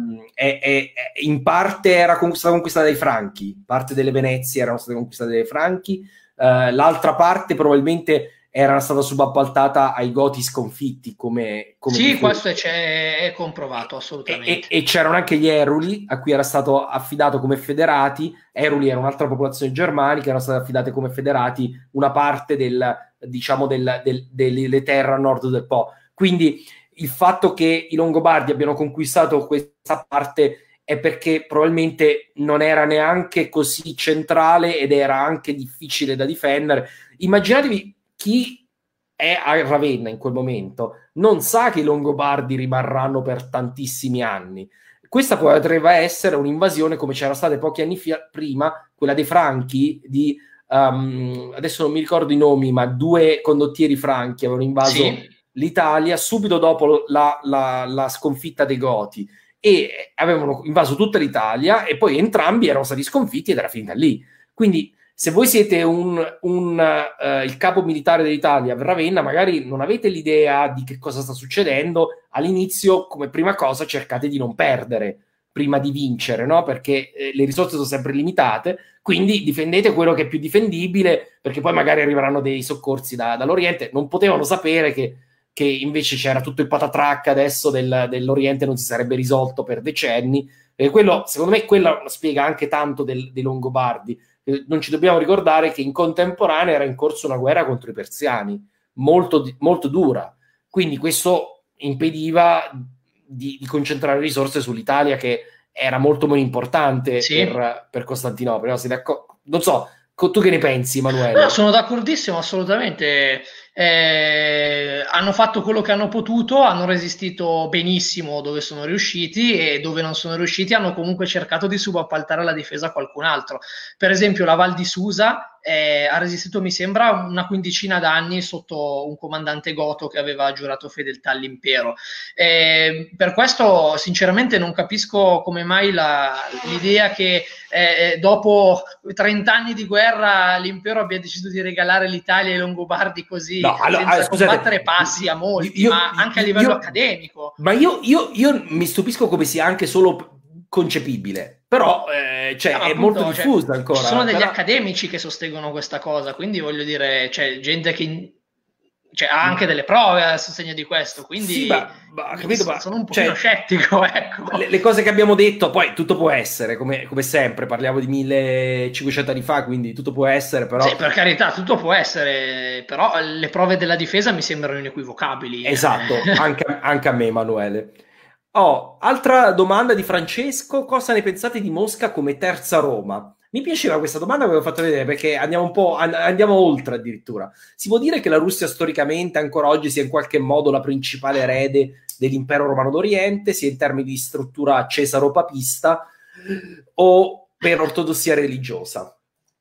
In parte era stata conquistata dai Franchi, parte delle Venezie erano state conquistate dai Franchi, l'altra parte probabilmente era stata subappaltata ai Goti sconfitti come sì, questo è comprovato assolutamente. E c'erano anche gli Eruli, a cui era stato affidato come federati. Eruli era un'altra popolazione germanica, erano state affidate come federati una parte delle terre a nord del Po. Quindi il fatto che i Longobardi abbiano conquistato questa parte è perché probabilmente non era neanche così centrale ed era anche difficile da difendere. Immaginatevi chi è a Ravenna in quel momento non sa che i Longobardi rimarranno per tantissimi anni. Questa potrebbe essere un'invasione come c'era state pochi anni prima, quella dei Franchi adesso non mi ricordo i nomi, ma 2 condottieri franchi avevano invaso l'Italia subito dopo la sconfitta dei Goti, e avevano invaso tutta l'Italia, e poi entrambi erano stati sconfitti ed era finita lì. Quindi se voi siete il capo militare dell'Italia a Ravenna, magari non avete l'idea di che cosa sta succedendo all'inizio. Come prima cosa cercate di non perdere, prima di vincere, no? Perché le risorse sono sempre limitate, quindi difendete quello che è più difendibile, perché poi magari arriveranno dei soccorsi dall'Oriente. Non potevano sapere che invece c'era tutto il patatrac adesso dell'Oriente, non si sarebbe risolto per decenni. E quello, secondo me, quello spiega anche tanto dei Longobardi. Non ci dobbiamo ricordare che in contemporanea era in corso una guerra contro i persiani, molto, molto dura. Quindi questo impediva di concentrare risorse sull'Italia, che era molto meno importante per Costantinopoli. No? Non so, tu che ne pensi, Emanuele? No, sono d'accordissimo, assolutamente. Hanno fatto quello che hanno potuto, hanno resistito benissimo dove sono riusciti, e dove non sono riusciti hanno comunque cercato di subappaltare la difesa a qualcun altro. Per esempio la Val di Susa ha resistito, mi sembra, una quindicina d'anni sotto un comandante goto che aveva giurato fedeltà all'impero. Per questo sinceramente non capisco come mai l'idea che dopo 30 anni di guerra l'impero abbia deciso di regalare l'Italia ai Longobardi così, senza combattere passi a molti, ma anche a livello accademico. Ma io mi stupisco come sia anche solo concepibile, però è appunto, molto diffusa ancora. Ci sono degli accademici che sostengono questa cosa, quindi voglio dire, c'è gente che ha anche delle prove a sostegno di questo, quindi sì, capito, sono un pochino scettico, ecco. Le cose che abbiamo detto, poi tutto può essere, come sempre, parliamo di 1500 anni fa, quindi tutto può essere, però... Sì, per carità, tutto può essere, però le prove della difesa mi sembrano inequivocabili. Esatto, anche a me, Emanuele. Altra domanda di Francesco: cosa ne pensate di Mosca come terza Roma? Mi piaceva questa domanda che avevo fatto vedere, perché andiamo oltre addirittura. Si può dire che la Russia storicamente ancora oggi sia in qualche modo la principale erede dell'impero romano d'Oriente, sia in termini di struttura cesaro-papista o per ortodossia religiosa?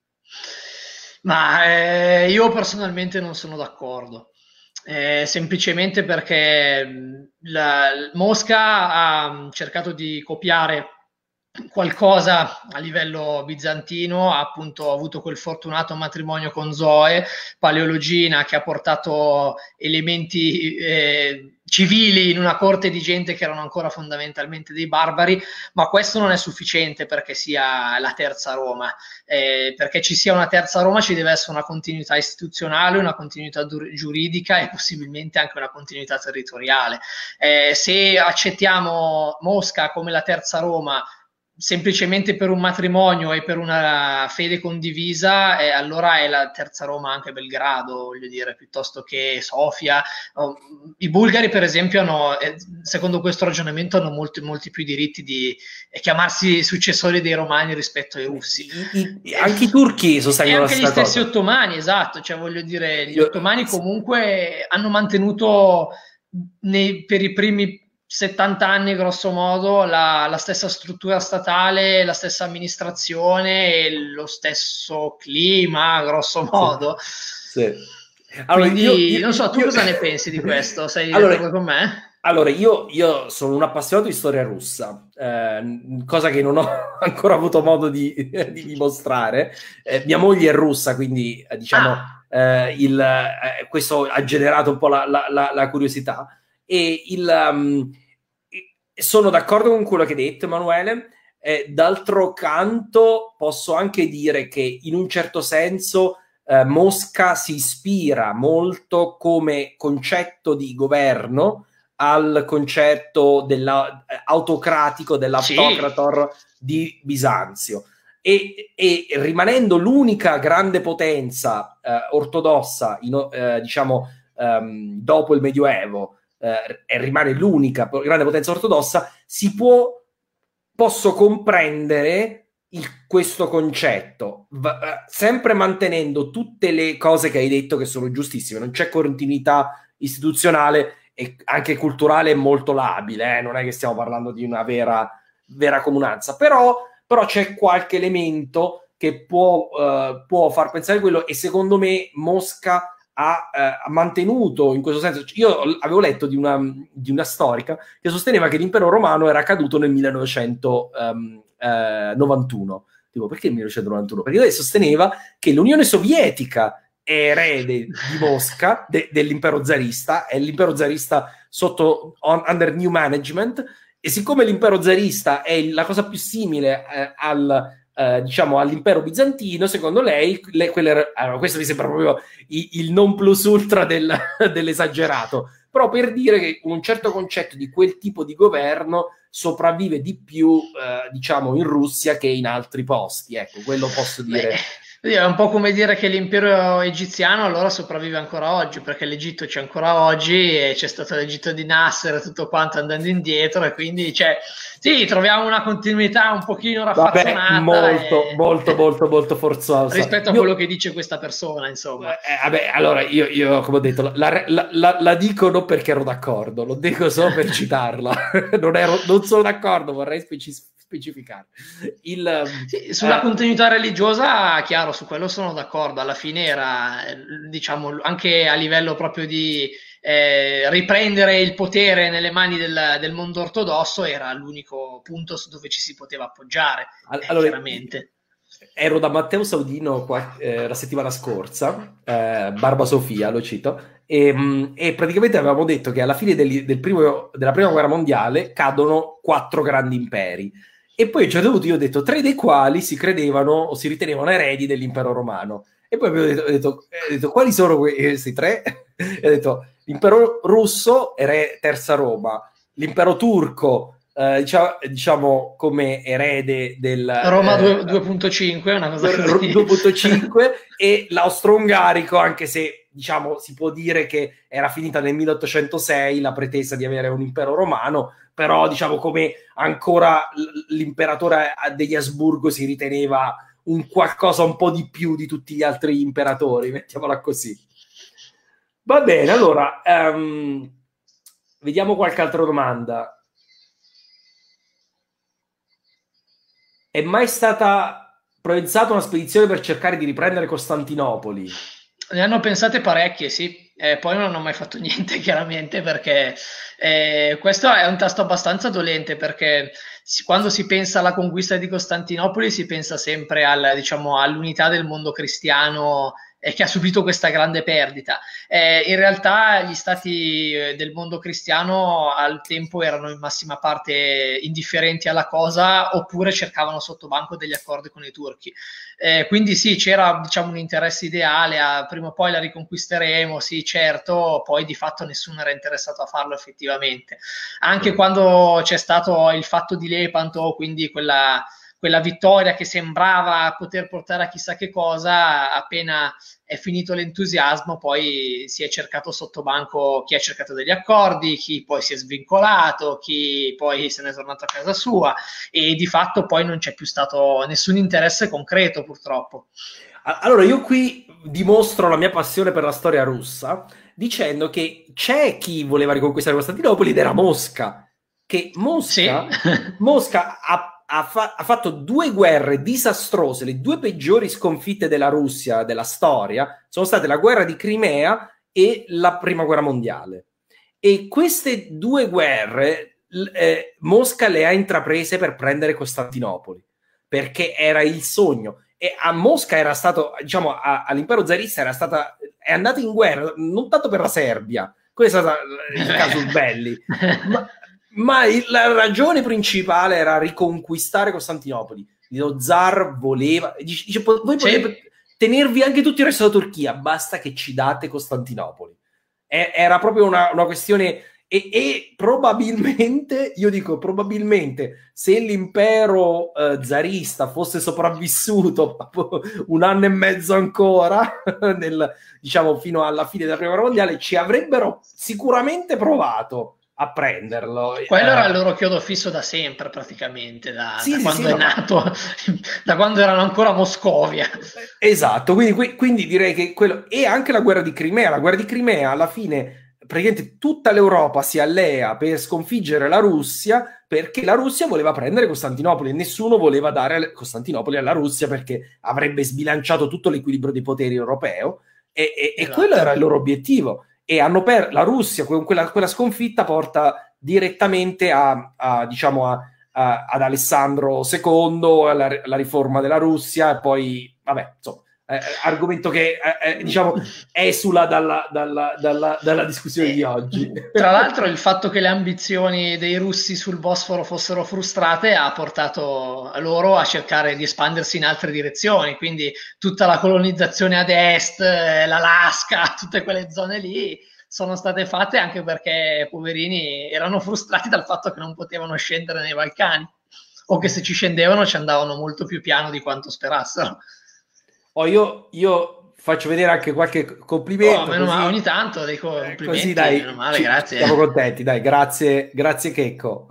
Ma io personalmente non sono d'accordo. Semplicemente perché Mosca ha cercato di copiare qualcosa a livello bizantino, ha appunto avuto quel fortunato matrimonio con Zoe, Paleologina, che ha portato elementi civili in una corte di gente che erano ancora fondamentalmente dei barbari, ma questo non è sufficiente perché sia la terza Roma. Perché ci sia una terza Roma ci deve essere una continuità istituzionale, una continuità giuridica e possibilmente anche una continuità territoriale. Se accettiamo Mosca come la terza Roma semplicemente per un matrimonio e per una fede condivisa, allora è la terza Roma anche Belgrado, voglio dire, piuttosto che Sofia. I bulgari, per esempio, hanno, secondo questo ragionamento, hanno molti più diritti di chiamarsi successori dei romani rispetto ai russi. Anche i turchi sostengono la stessa cosa. E anche gli stessi ottomani, esatto, cioè voglio dire, gli ottomani comunque hanno mantenuto per i primi 70 anni grosso modo la stessa struttura statale, la stessa amministrazione e lo stesso clima grosso modo. Sì. Allora, quindi non so, tu cosa ne pensi di questo? Sei d'accordo con me? Allora, io sono un appassionato di storia russa, cosa che non ho ancora avuto modo di dimostrare. Mia moglie è russa, quindi diciamo questo ha generato un po' la curiosità. E sono d'accordo con quello che hai detto, Emanuele. D'altro canto posso anche dire che in un certo senso Mosca si ispira molto come concetto di governo al concetto autocratico dell'autocrator di Bisanzio, e rimanendo l'unica grande potenza ortodossa dopo il Medioevo, e rimane l'unica grande potenza ortodossa, posso comprendere questo concetto, sempre mantenendo tutte le cose che hai detto che sono giustissime. Non c'è continuità istituzionale e anche culturale molto labile, non è che stiamo parlando di una vera comunanza, però c'è qualche elemento che può far pensare quello, e secondo me Mosca ha mantenuto in questo senso. Io avevo letto di una storica che sosteneva che l'impero romano era caduto nel 1991. Dico, perché 1991? Perché lei sosteneva che l'Unione Sovietica è erede di Mosca, dell'impero zarista, è l'impero zarista under new management, E siccome l'impero zarista è la cosa più simile diciamo all'impero bizantino, secondo lei allora, questo mi sembra proprio il non plus ultra dell'esagerato, però per dire che un certo concetto di quel tipo di governo sopravvive di più diciamo in Russia che in altri posti, ecco, quello posso dire. È un po' come dire che l'impero egiziano allora sopravvive ancora oggi, perché l'Egitto c'è ancora oggi e c'è stato l'Egitto di Nasser e tutto quanto andando indietro, e quindi sì, troviamo una continuità un pochino raffazzonata. Molto forzosa rispetto a quello che dice questa persona, insomma. Allora io come ho detto la dico non perché ero d'accordo, lo dico solo per citarla. non sono d'accordo, vorrei specificare. Sì, sulla continuità religiosa, chiaro, su quello sono d'accordo. Alla fine era, diciamo, anche a livello proprio di riprendere il potere nelle mani del mondo ortodosso, era l'unico punto su dove ci si poteva appoggiare. Allora, chiaramente. Ero da Matteo Saudino la settimana scorsa, Barba Sofia, lo cito, e praticamente avevamo detto che alla fine della prima guerra mondiale cadono 4 grandi imperi. E poi a un certo punto io ho detto 3 dei quali si credevano o si ritenevano eredi dell'impero romano. E poi ho detto quali sono questi 3? E ho detto l'impero russo, terza Roma, l'impero turco, diciamo come erede del Roma 2.5, una cosa così. 2.5 e l'austro-ungarico, anche se diciamo si può dire che era finita nel 1806 la pretesa di avere un impero romano, però diciamo come ancora l'imperatore degli Asburgo si riteneva un qualcosa un po' di più di tutti gli altri imperatori, mettiamola così. Va bene, allora vediamo qualche altra domanda. È mai stata provenzata una spedizione per cercare di riprendere Costantinopoli? Ne hanno pensate parecchie, sì. Poi non hanno mai fatto niente, chiaramente, perché questo è un tasto abbastanza dolente, perché quando si pensa alla conquista di Costantinopoli si pensa sempre diciamo, all'unità del mondo cristiano che ha subito questa grande perdita. In realtà gli stati del mondo cristiano al tempo erano in massima parte indifferenti alla cosa, oppure cercavano sottobanco degli accordi con i turchi. Quindi sì, c'era diciamo un interesse ideale prima o poi la riconquisteremo, sì certo, poi di fatto nessuno era interessato a farlo effettivamente. Anche quando c'è stato il fatto di Lepanto, quindi quella vittoria che sembrava poter portare a chissà che cosa, appena è finito l'entusiasmo poi si è cercato sottobanco chi ha cercato degli accordi, chi poi si è svincolato, chi poi se n'è tornato a casa sua, e di fatto poi non c'è più stato nessun interesse concreto, purtroppo. Allora io qui dimostro la mia passione per la storia russa dicendo che c'è chi voleva riconquistare Costantinopoli ed era Mosca, che Mosca ha fatto 2 guerre disastrose, le 2 peggiori sconfitte della Russia della storia sono state la guerra di Crimea e la prima guerra mondiale, e queste 2 guerre Mosca le ha intraprese per prendere Costantinopoli, perché era il sogno, e a Mosca era stato, diciamo, all'impero zarista è andata in guerra non tanto per la Serbia, questo è stato il casus belli, ma la ragione principale era riconquistare Costantinopoli. Lo zar voleva, dice voi potete tenervi anche tutto il resto della Turchia, basta che ci date Costantinopoli. Era proprio una questione, e probabilmente, io dico probabilmente, se l'impero zarista fosse sopravvissuto 1 anno e mezzo ancora diciamo fino alla fine della prima guerra mondiale, ci avrebbero sicuramente provato a prenderlo. Quello era il loro chiodo fisso da sempre, praticamente, da quando è nato, da quando erano ancora Moscovia. Esatto, quindi direi che quello, e anche la guerra di Crimea alla fine praticamente tutta l'Europa si allea per sconfiggere la Russia, perché la Russia voleva prendere Costantinopoli e nessuno voleva dare Costantinopoli alla Russia perché avrebbe sbilanciato tutto l'equilibrio dei poteri europeo, e quello era il loro obiettivo. E la Russia con quella sconfitta porta direttamente diciamo ad Alessandro II, alla riforma della Russia, e poi vabbè, insomma, argomento che diciamo esula dalla discussione di oggi. Tra l'altro il fatto che le ambizioni dei russi sul Bosforo fossero frustrate ha portato loro a cercare di espandersi in altre direzioni, quindi tutta la colonizzazione ad est, l'Alaska, tutte quelle zone lì sono state fatte anche perché poverini erano frustrati dal fatto che non potevano scendere nei Balcani, o che se ci scendevano ci andavano molto più piano di quanto sperassero. Io faccio vedere anche qualche complimento. Meno male, ogni tanto dico complimenti, così, dai, meno male, grazie. Siamo contenti, dai, grazie Checco.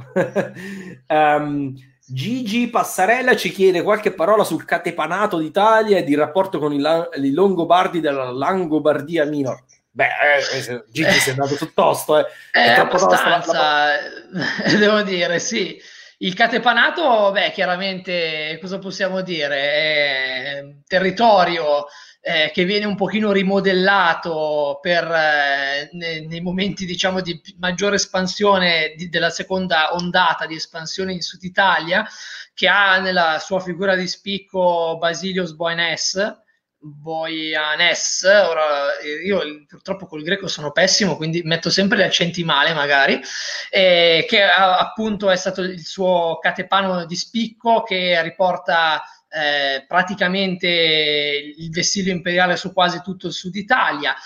Gigi Passarella ci chiede qualche parola sul catepanato d'Italia e di rapporto con i Longobardi della Langobardia Minor. Beh, Gigi sei andato sul tosto, è abbastanza, devo dire, sì. Il catepanato, chiaramente, cosa possiamo dire? È territorio che viene un pochino rimodellato per nei momenti, diciamo, di maggiore espansione della seconda ondata di espansione in Sud Italia, che ha nella sua figura di spicco Basilios Boyanes. Ora io purtroppo col greco sono pessimo, quindi metto sempre gli accenti male magari, che appunto è stato il suo catepano di spicco, che riporta praticamente il vessillo imperiale su quasi tutto il Sud Italia,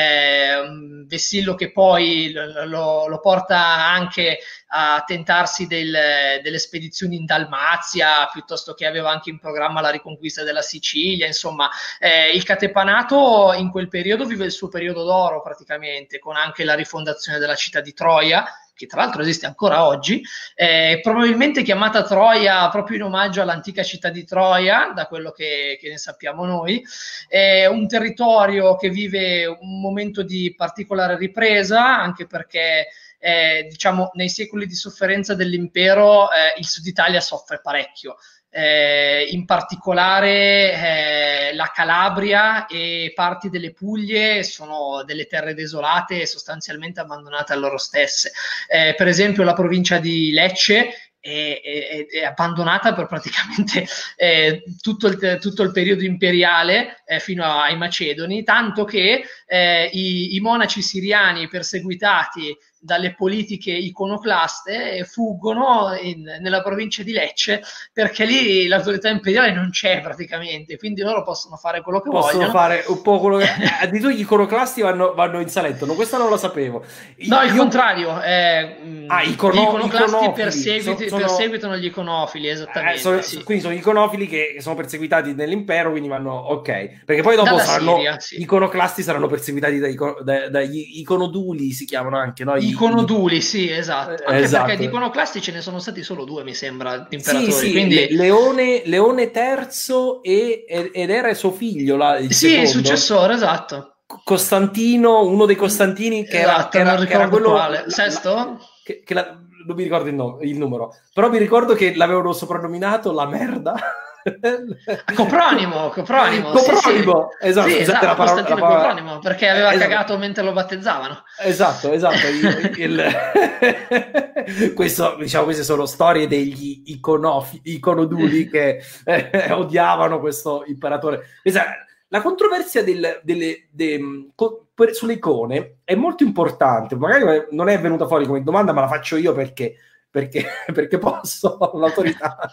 un vessillo che poi lo porta anche a tentarsi delle spedizioni in Dalmazia, piuttosto che aveva anche in programma la riconquista della Sicilia. Insomma, il catepanato in quel periodo vive il suo periodo d'oro praticamente, con anche la rifondazione della città di Troia, che tra l'altro esiste ancora oggi, probabilmente chiamata Troia proprio in omaggio all'antica città di Troia, da quello che ne sappiamo noi. È un territorio che vive un momento di particolare ripresa, anche perché diciamo nei secoli di sofferenza dell'impero il Sud Italia soffre parecchio. In particolare la Calabria e parti delle Puglie sono delle terre desolate e sostanzialmente abbandonate a loro stesse. Per esempio la provincia di Lecce è abbandonata per praticamente tutto il periodo imperiale fino ai Macedoni, tanto che i monaci siriani perseguitati dalle politiche iconoclaste fuggono nella provincia di Lecce, perché lì l'autorità imperiale non c'è praticamente, quindi loro possono fare quello che vogliono. Fare un po' quello che addirittura gli iconoclasti vanno in Salento, no, questa non lo sapevo. No, il contrario, gli iconoclasti perseguitano gli iconofili, esattamente. Quindi sono gli iconofili che sono perseguitati nell'impero, quindi vanno ok, perché poi dopo Siria, gli iconoclasti saranno perseguitati dagli iconoduli, si chiamano anche, no? Iconoduli, sì, esatto. Anche perché di iconoclasti ce ne sono stati solo 2, mi sembra, imperatori. Sì, quindi... Leone III ed era suo figlio, il secondo. Il successore, esatto. Costantino, uno dei Costantini, che esatto, era quello... quale. Sesto? Non mi ricordo il numero, però mi ricordo che l'avevano soprannominato la merda. Copronimo, sì. Esatto, la parola, Copronimo, perché aveva cagato mentre lo battezzavano. Esatto. Queste sono storie degli iconoduli che odiavano questo imperatore. La controversia sulle icone è molto importante, magari non è venuta fuori come domanda, ma la faccio io perché posso, l'autorità.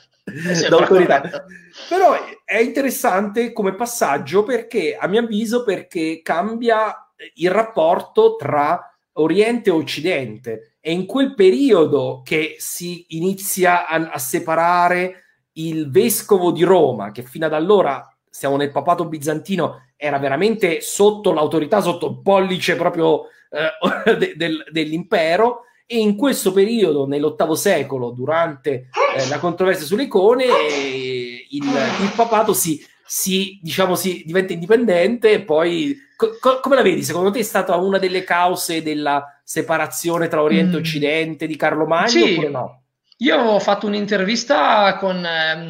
Però è interessante come passaggio, perché a mio avviso cambia il rapporto tra Oriente e Occidente, e in quel periodo che si inizia a separare il vescovo di Roma, che fino ad allora, siamo nel papato bizantino, era veramente sotto l'autorità, sotto il pollice proprio dell'impero. E in questo periodo, nell'VIII secolo, durante la controversia sulle icone, il papato si diventa indipendente. E poi come la vedi? Secondo te è stata una delle cause della separazione tra Oriente e Occidente di Carlo Magno, oppure no? Io ho fatto un'intervista con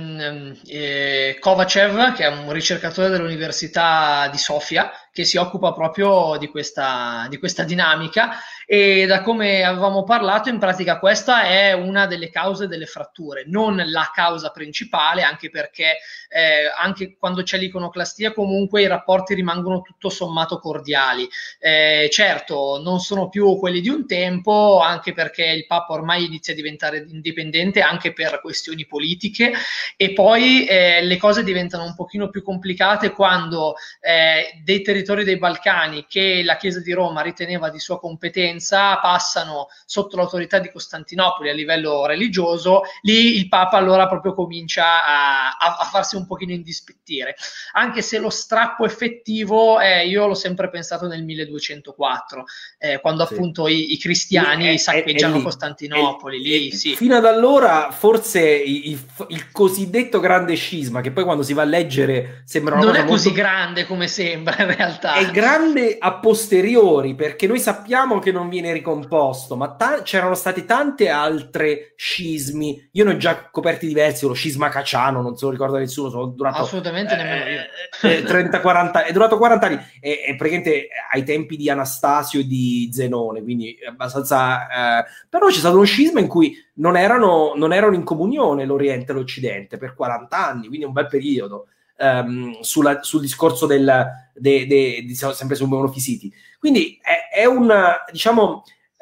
Kovacev, che è un ricercatore dell'Università di Sofia, che si occupa proprio di questa dinamica, e da come avevamo parlato, in pratica questa è una delle cause delle fratture, non la causa principale, anche perché anche quando c'è l'iconoclastia comunque i rapporti rimangono tutto sommato cordiali. Certo, non sono più quelli di un tempo, anche perché il Papa ormai inizia a diventare indipendente anche per questioni politiche, e poi le cose diventano un pochino più complicate quando dei territori dei Balcani che la Chiesa di Roma riteneva di sua competenza passano sotto l'autorità di Costantinopoli a livello religioso. Lì il Papa allora proprio comincia a farsi un pochino indispettire, anche se lo strappo effettivo io l'ho sempre pensato nel 1204, quando appunto i cristiani saccheggiano Costantinopoli. Lì sì. Fino ad allora forse il cosiddetto grande scisma, che poi quando si va a leggere sembra una non cosa è così molto... grande come sembra in realtà. È grande a posteriori, perché noi sappiamo che non viene ricomposto, ma c'erano state tante altre scismi. Io ne ho già coperti diversi, lo scisma caciano, non se lo ricorda nessuno, sono durato assolutamente nemmeno io. 30-40, è durato 40 anni, è praticamente ai tempi di Anastasio e di Zenone, quindi abbastanza però c'è stato uno scisma in cui non erano in comunione l'Oriente e l'Occidente per 40 anni, quindi è un bel periodo. Sul discorso sempre su monofisiti, quindi è una, diciamo,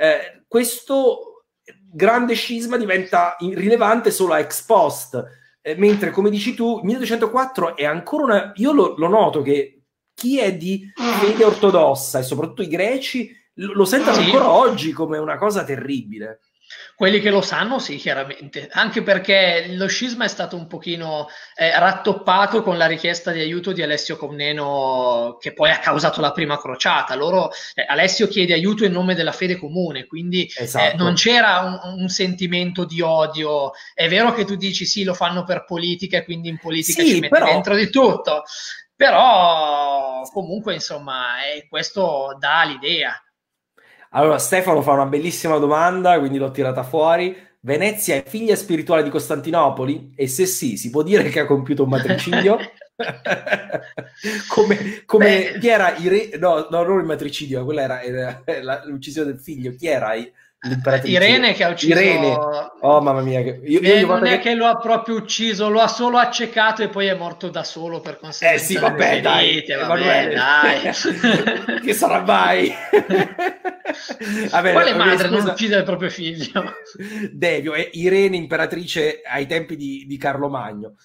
questo grande scisma diventa rilevante solo a ex post, mentre, come dici tu, il 1204 è ancora io lo noto che chi è di fede ortodossa e soprattutto i greci lo sentono ancora oggi come una cosa terribile. Quelli che lo sanno, sì, chiaramente, anche perché lo scisma è stato un pochino rattoppato con la richiesta di aiuto di Alessio Comneno, che poi ha causato la prima crociata. Alessio chiede aiuto in nome della fede comune, quindi esatto. Non c'era un sentimento di odio. È vero che tu dici sì, lo fanno per politica e quindi in politica ci metti dentro di tutto, però comunque insomma questo dà l'idea. Allora, Stefano fa una bellissima domanda, quindi l'ho tirata fuori. Venezia è figlia spirituale di Costantinopoli? E se sì, si può dire che ha compiuto un matricidio? come chi era no, non il matricidio, quella era l'uccisione del figlio. Chi era l'imperatrice? Irene, che ha ucciso Irene. Oh mamma mia, non è che lo ha proprio ucciso, lo ha solo accecato e poi è morto da solo per conseguenza. Sì, vabbè, dai, dai. Che sarà mai? Quale madre non uccide il proprio figlio? Devio, è Irene, imperatrice ai tempi di Carlo Magno.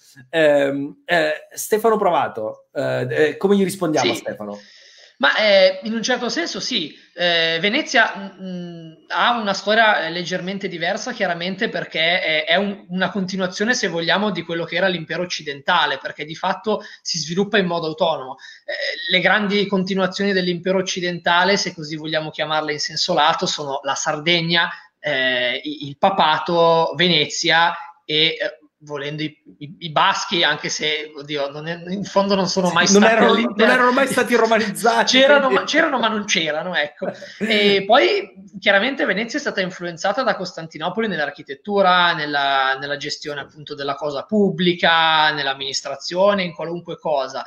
Stefano Provato, come gli rispondiamo a Stefano? Ma in un certo senso sì, Venezia ha una storia leggermente diversa, chiaramente, perché è una continuazione, se vogliamo, di quello che era l'impero occidentale, perché di fatto si sviluppa in modo autonomo. Le grandi continuazioni dell'impero occidentale, se così vogliamo chiamarle in senso lato, sono la Sardegna, il Papato, Venezia e volendo i baschi, anche se oddio, in fondo non sono mai stati non erano mai stati romanizzati, c'erano ma non c'erano, ecco. E poi chiaramente Venezia è stata influenzata da Costantinopoli nell'architettura, nella gestione appunto della cosa pubblica, nell'amministrazione, in qualunque cosa.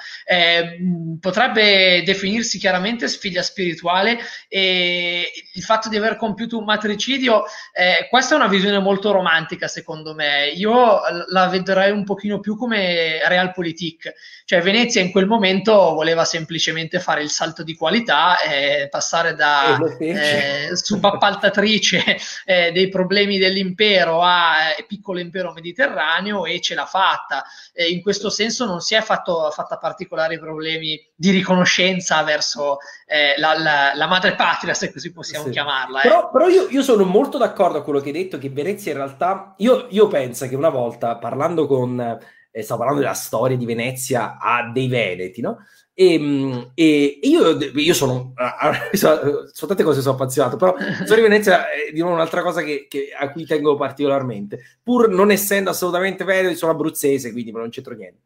Potrebbe definirsi chiaramente figlia spirituale, e il fatto di aver compiuto un matricidio, questa è una visione molto romantica secondo me. Io la vedrei un pochino più come realpolitik, cioè Venezia in quel momento voleva semplicemente fare il salto di qualità, passare da subappaltatrice dei problemi dell'impero a piccolo impero mediterraneo, e ce l'ha fatta. In questo senso non si è fatta particolari problemi di riconoscenza verso la madre patria, se così possiamo chiamarla. Però io sono molto d'accordo a quello che hai detto, che Venezia in realtà, io penso che una volta parlando stavo parlando della storia di Venezia a dei veneti, no? E io sono tante cose sono appassionato, però la storia di Venezia è di nuovo un'altra cosa a cui tengo particolarmente, pur non essendo assolutamente veneto, sono abruzzese, quindi non c'entro niente.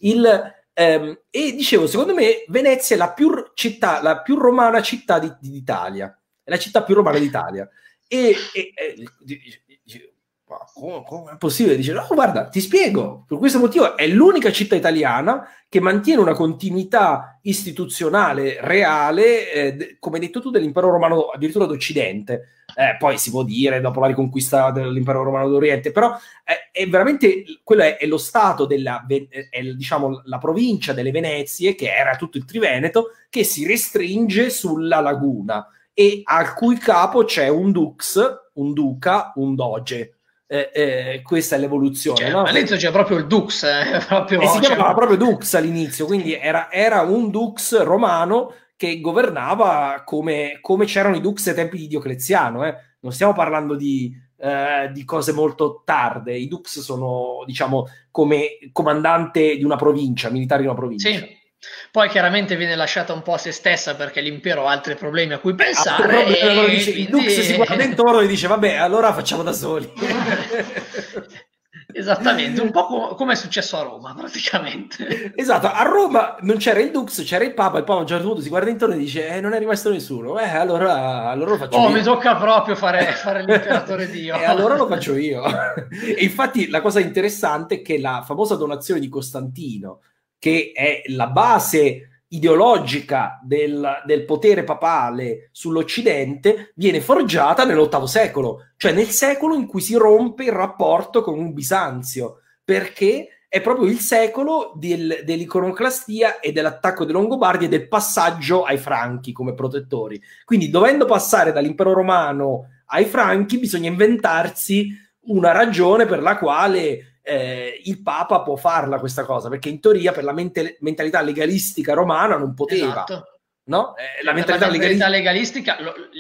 E dicevo, secondo me Venezia è la più romana città d'Italia, è la città più romana d'Italia, Ma come è possibile? Dice, no, guarda, ti spiego, per questo motivo è l'unica città italiana che mantiene una continuità istituzionale reale, come hai detto tu, dell'impero romano addirittura d'Occidente. Poi si può dire dopo la riconquista dell'impero romano d'Oriente, però è veramente, quello è lo stato diciamo la provincia delle Venezie, che era tutto il Triveneto, che si restringe sulla laguna e al cui capo c'è un dux, un duca, un doge. Questa è l'evoluzione, cioè, no? all'inizio c'è proprio il dux, proprio, si chiamava proprio dux all'inizio, quindi era un dux romano che governava come c'erano i dux ai tempi di Diocleziano. Non stiamo parlando di cose molto tarde. I dux sono, diciamo, come comandante di una provincia, militare di una provincia. Sì. Poi chiaramente viene lasciata un po' a se stessa perché l'impero ha altri problemi a cui pensare. Il dux si guarda intorno e dice vabbè, allora facciamo da soli. Esattamente, un po' come è successo a Roma praticamente. Esatto, a Roma non c'era il dux, c'era il papa a un certo punto si guarda intorno e dice non è rimasto nessuno, allora lo faccio io. Mi tocca proprio fare l'imperatore Dio. E allora lo faccio io. E infatti la cosa interessante è che la famosa donazione di Costantino, che è la base ideologica del potere papale sull'Occidente, viene forgiata nell'VIII secolo, cioè nel secolo in cui si rompe il rapporto con un Bisanzio, perché è proprio il secolo dell'iconoclastia e dell'attacco dei Longobardi e del passaggio ai Franchi come protettori. Quindi, dovendo passare dall'impero romano ai Franchi, bisogna inventarsi una ragione per la quale il Papa può farla questa cosa, perché in teoria per la mentalità legalistica romana non poteva. Esatto. No? La mentalità legalistica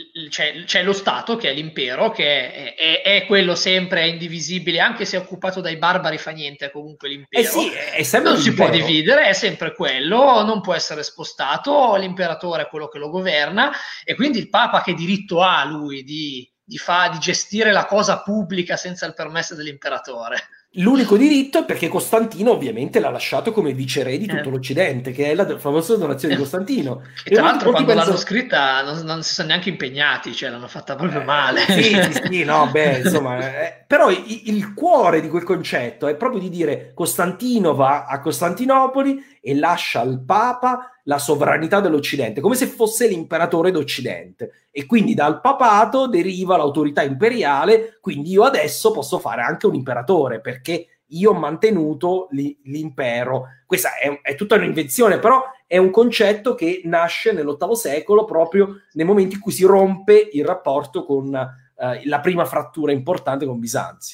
c'è lo Stato che è l'impero, che è quello sempre, è indivisibile, anche se è occupato dai barbari fa niente, comunque l'impero sì, è sempre non l'impero. Si può dividere, è sempre quello, non può essere spostato, l'imperatore è quello che lo governa, e quindi il Papa che diritto ha lui di gestire la cosa pubblica senza il permesso dell'imperatore? L'unico diritto è perché Costantino ovviamente l'ha lasciato come viceré di tutto l'Occidente, che è la famosa donazione di Costantino. E tra l'altro quando l'hanno scritta non si sono neanche impegnati, cioè l'hanno fatta proprio male. Sì, no, insomma, però il cuore di quel concetto è proprio di dire Costantino va a Costantinopoli e lascia al Papa la sovranità dell'Occidente, come se fosse l'imperatore d'Occidente, e quindi dal papato deriva l'autorità imperiale, quindi io adesso posso fare anche un imperatore, perché io ho mantenuto l'impero. Questa è tutta un'invenzione, però è un concetto che nasce nell'VIII secolo, proprio nei momenti in cui si rompe il rapporto con la prima frattura importante con Bisanzio.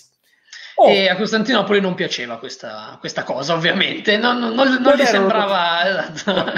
E a Costantinopoli non piaceva questa cosa, ovviamente, non gli sembrava...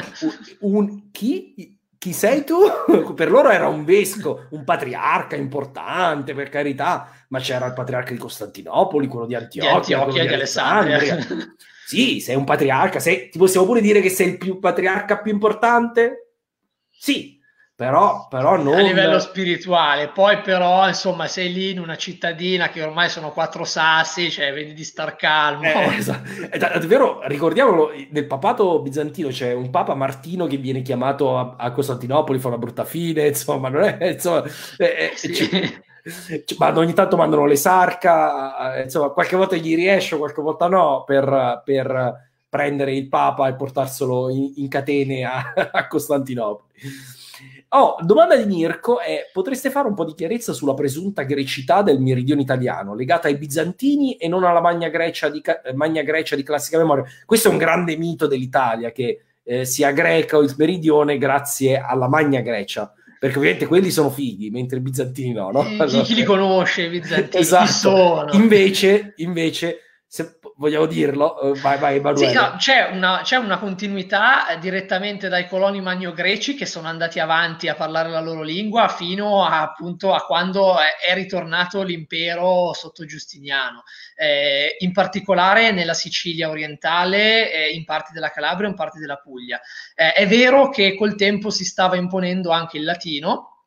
Chi sei tu? Per loro era un vescovo, un patriarca importante, per carità, ma c'era il patriarca di Costantinopoli, quello di Antiochia e di Alessandria. Sì, sei un patriarca, ti possiamo pure dire che sei il patriarca più importante? Sì, però non... A livello spirituale, poi però, insomma, sei lì in una cittadina che ormai sono 4 sassi, cioè vedi di star calmo. Esatto. Davvero, ricordiamolo, nel papato bizantino c'è un papa Martino che viene chiamato a Costantinopoli, fa una brutta fine, insomma, non è... Insomma, sì. Ma ogni tanto mandano l'esarca, insomma, qualche volta gli riesce, qualche volta no, per prendere il papa e portarselo in catene a Costantinopoli. Domanda di Mirko è: potreste fare un po' di chiarezza sulla presunta grecità del meridione italiano legata ai bizantini e non alla Magna Grecia di classica memoria? Questo è un grande mito dell'Italia, che sia greca o il meridione grazie alla Magna Grecia, perché ovviamente quelli sono fighi, mentre i bizantini no? Chi li conosce i bizantini? Esatto. Chi sono? Invece se vogliamo dirlo, vai Emanuele. Sì, no, c'è una continuità direttamente dai coloni magno-greci che sono andati avanti a parlare la loro lingua fino appunto a quando è ritornato l'impero sotto Giustiniano, in particolare nella Sicilia orientale, in parti della Calabria e in parti della Puglia. È vero che col tempo si stava imponendo anche il latino,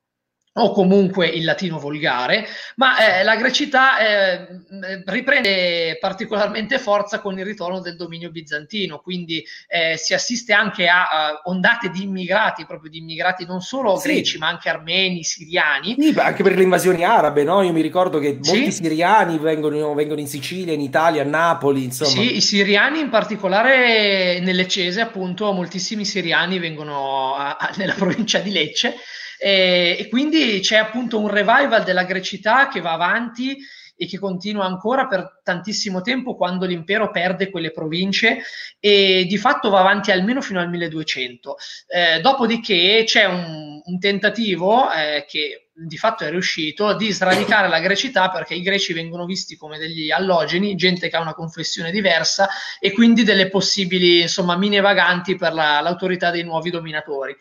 o comunque il latino volgare, ma la grecità riprende particolarmente forza con il ritorno del dominio bizantino, quindi si assiste anche a ondate di immigrati, proprio di immigrati non solo greci, ma anche armeni, siriani. Sì, anche per le invasioni arabe, no? Io mi ricordo che molti siriani vengono in Sicilia, in Italia, a Napoli, insomma. Sì, i siriani in particolare nelle Cese, appunto, moltissimi siriani vengono nella provincia di Lecce, e quindi c'è appunto un revival della grecità che va avanti e che continua ancora per tantissimo tempo, quando l'impero perde quelle province, e di fatto va avanti almeno fino al 1200. Dopodiché c'è un tentativo che di fatto è riuscito di sradicare la grecità, perché i greci vengono visti come degli allogeni, gente che ha una confessione diversa e quindi delle possibili, insomma, mine vaganti per l'autorità dei nuovi dominatori.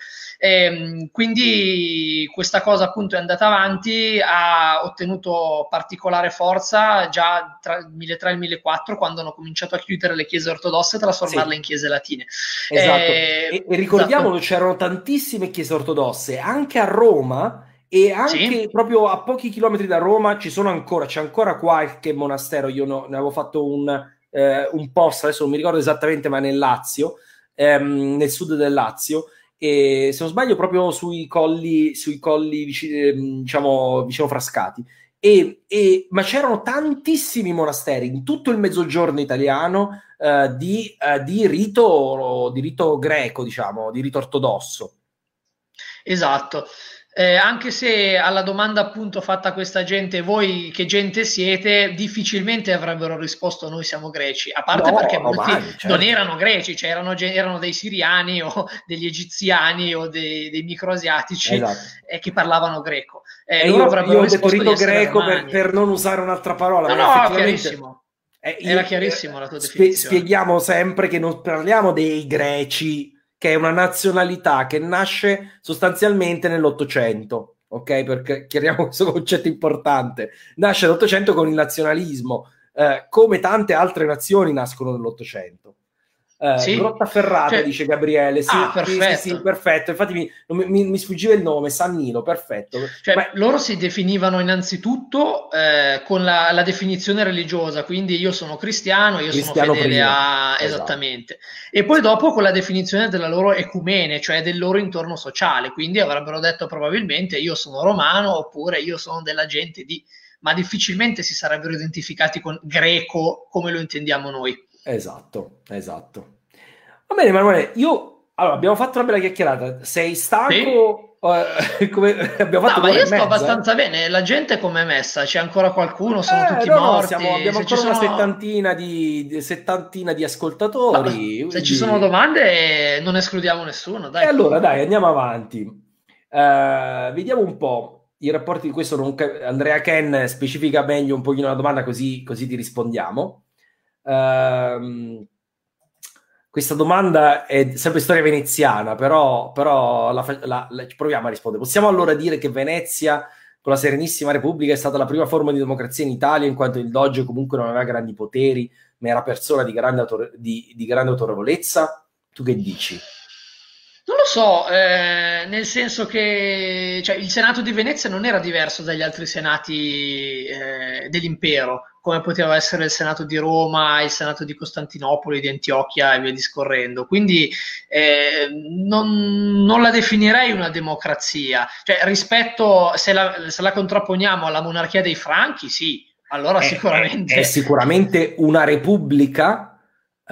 Quindi questa cosa appunto è andata avanti, ha ottenuto particolare forza già tra il 1003 e il 1004, quando hanno cominciato a chiudere le chiese ortodosse e trasformarle in chiese latine. Esatto. E ricordiamolo, esatto, c'erano tantissime chiese ortodosse anche a Roma, e anche proprio a pochi chilometri da Roma c'è ancora qualche monastero. Io ne avevo fatto un post, adesso non mi ricordo esattamente, ma nel Lazio, nel sud del Lazio, e se non sbaglio proprio sui colli diciamo vicino Frascati, ma c'erano tantissimi monasteri in tutto il mezzogiorno italiano di rito greco, diciamo, di rito ortodosso. Esatto. Anche se alla domanda appunto fatta a questa gente, voi che gente siete, difficilmente avrebbero risposto noi siamo greci, a parte perché molti non erano greci, cioè erano dei siriani o degli egiziani o dei microasiatici, esatto, che parlavano greco. Io ho detto rito greco per non usare un'altra parola. No, chiarissimo. Era chiarissimo la tua definizione. Spieghiamo sempre che non parliamo dei greci, che è una nazionalità che nasce sostanzialmente nell'Ottocento, ok? Perché chiariamo questo concetto importante. Nasce nell'Ottocento con il nazionalismo, come tante altre nazioni nascono nell'Ottocento. Grottaferrata, dice Gabriele. Sì, perfetto. Sì, perfetto. Infatti mi sfuggiva il nome, Sannino, perfetto. Cioè, loro si definivano innanzitutto con la definizione religiosa, quindi io sono cristiano, io sono fedele prima. Esattamente. E poi dopo con la definizione della loro ecumene, cioè del loro intorno sociale, quindi avrebbero detto probabilmente io sono romano, oppure io sono della gente di... ma difficilmente si sarebbero identificati con greco come lo intendiamo noi. Esatto. Va bene, Emanuele, abbiamo fatto una bella chiacchierata. Sei stanco? Sì. Come abbiamo fatto? Ma io sto abbastanza bene. La gente com'è messa? C'è ancora qualcuno? Sono tutti morti? Abbiamo ancora una settantina di ascoltatori. Se ci sono domande non escludiamo nessuno, dai. E allora dai, andiamo avanti. Vediamo un po' i rapporti di questo. Andrea Ken specifica meglio un pochino la domanda, così ti rispondiamo. Questa domanda è sempre storia veneziana, però proviamo a rispondere. Possiamo allora dire che Venezia, con la Serenissima Repubblica, è stata la prima forma di democrazia in Italia, in quanto il Doge comunque non aveva grandi poteri, ma era persona di grande autorevolezza? Tu che dici? Non lo so, nel senso che il Senato di Venezia non era diverso dagli altri senati dell'impero, come poteva essere il Senato di Roma, il Senato di Costantinopoli, di Antiochia e via discorrendo. Quindi non la definirei una democrazia. Cioè, rispetto, se la contrapponiamo alla monarchia dei Franchi, sì, allora sicuramente... È sicuramente una repubblica...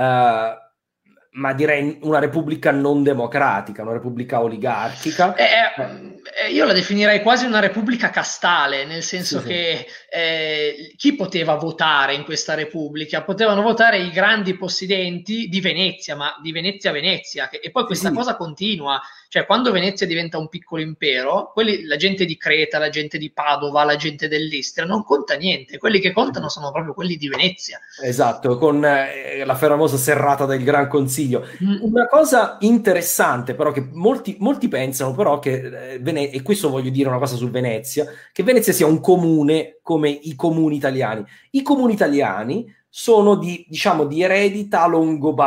ma direi una repubblica non democratica, una repubblica oligarchica. Io la definirei quasi una repubblica castale, nel senso che chi poteva votare in questa repubblica? Potevano votare i grandi possidenti di Venezia, ma di Venezia a Venezia, e poi questa cosa continua. Cioè, quando Venezia diventa un piccolo impero, la gente di Creta, la gente di Padova, la gente dell'Istria non conta niente. Quelli che contano sono proprio quelli di Venezia. Esatto, con la famosa serrata del Gran Consiglio. Una cosa interessante però, che molti pensano però che e questo voglio dire una cosa su Venezia, che Venezia sia un comune come i comuni italiani. I comuni italiani sono di eredità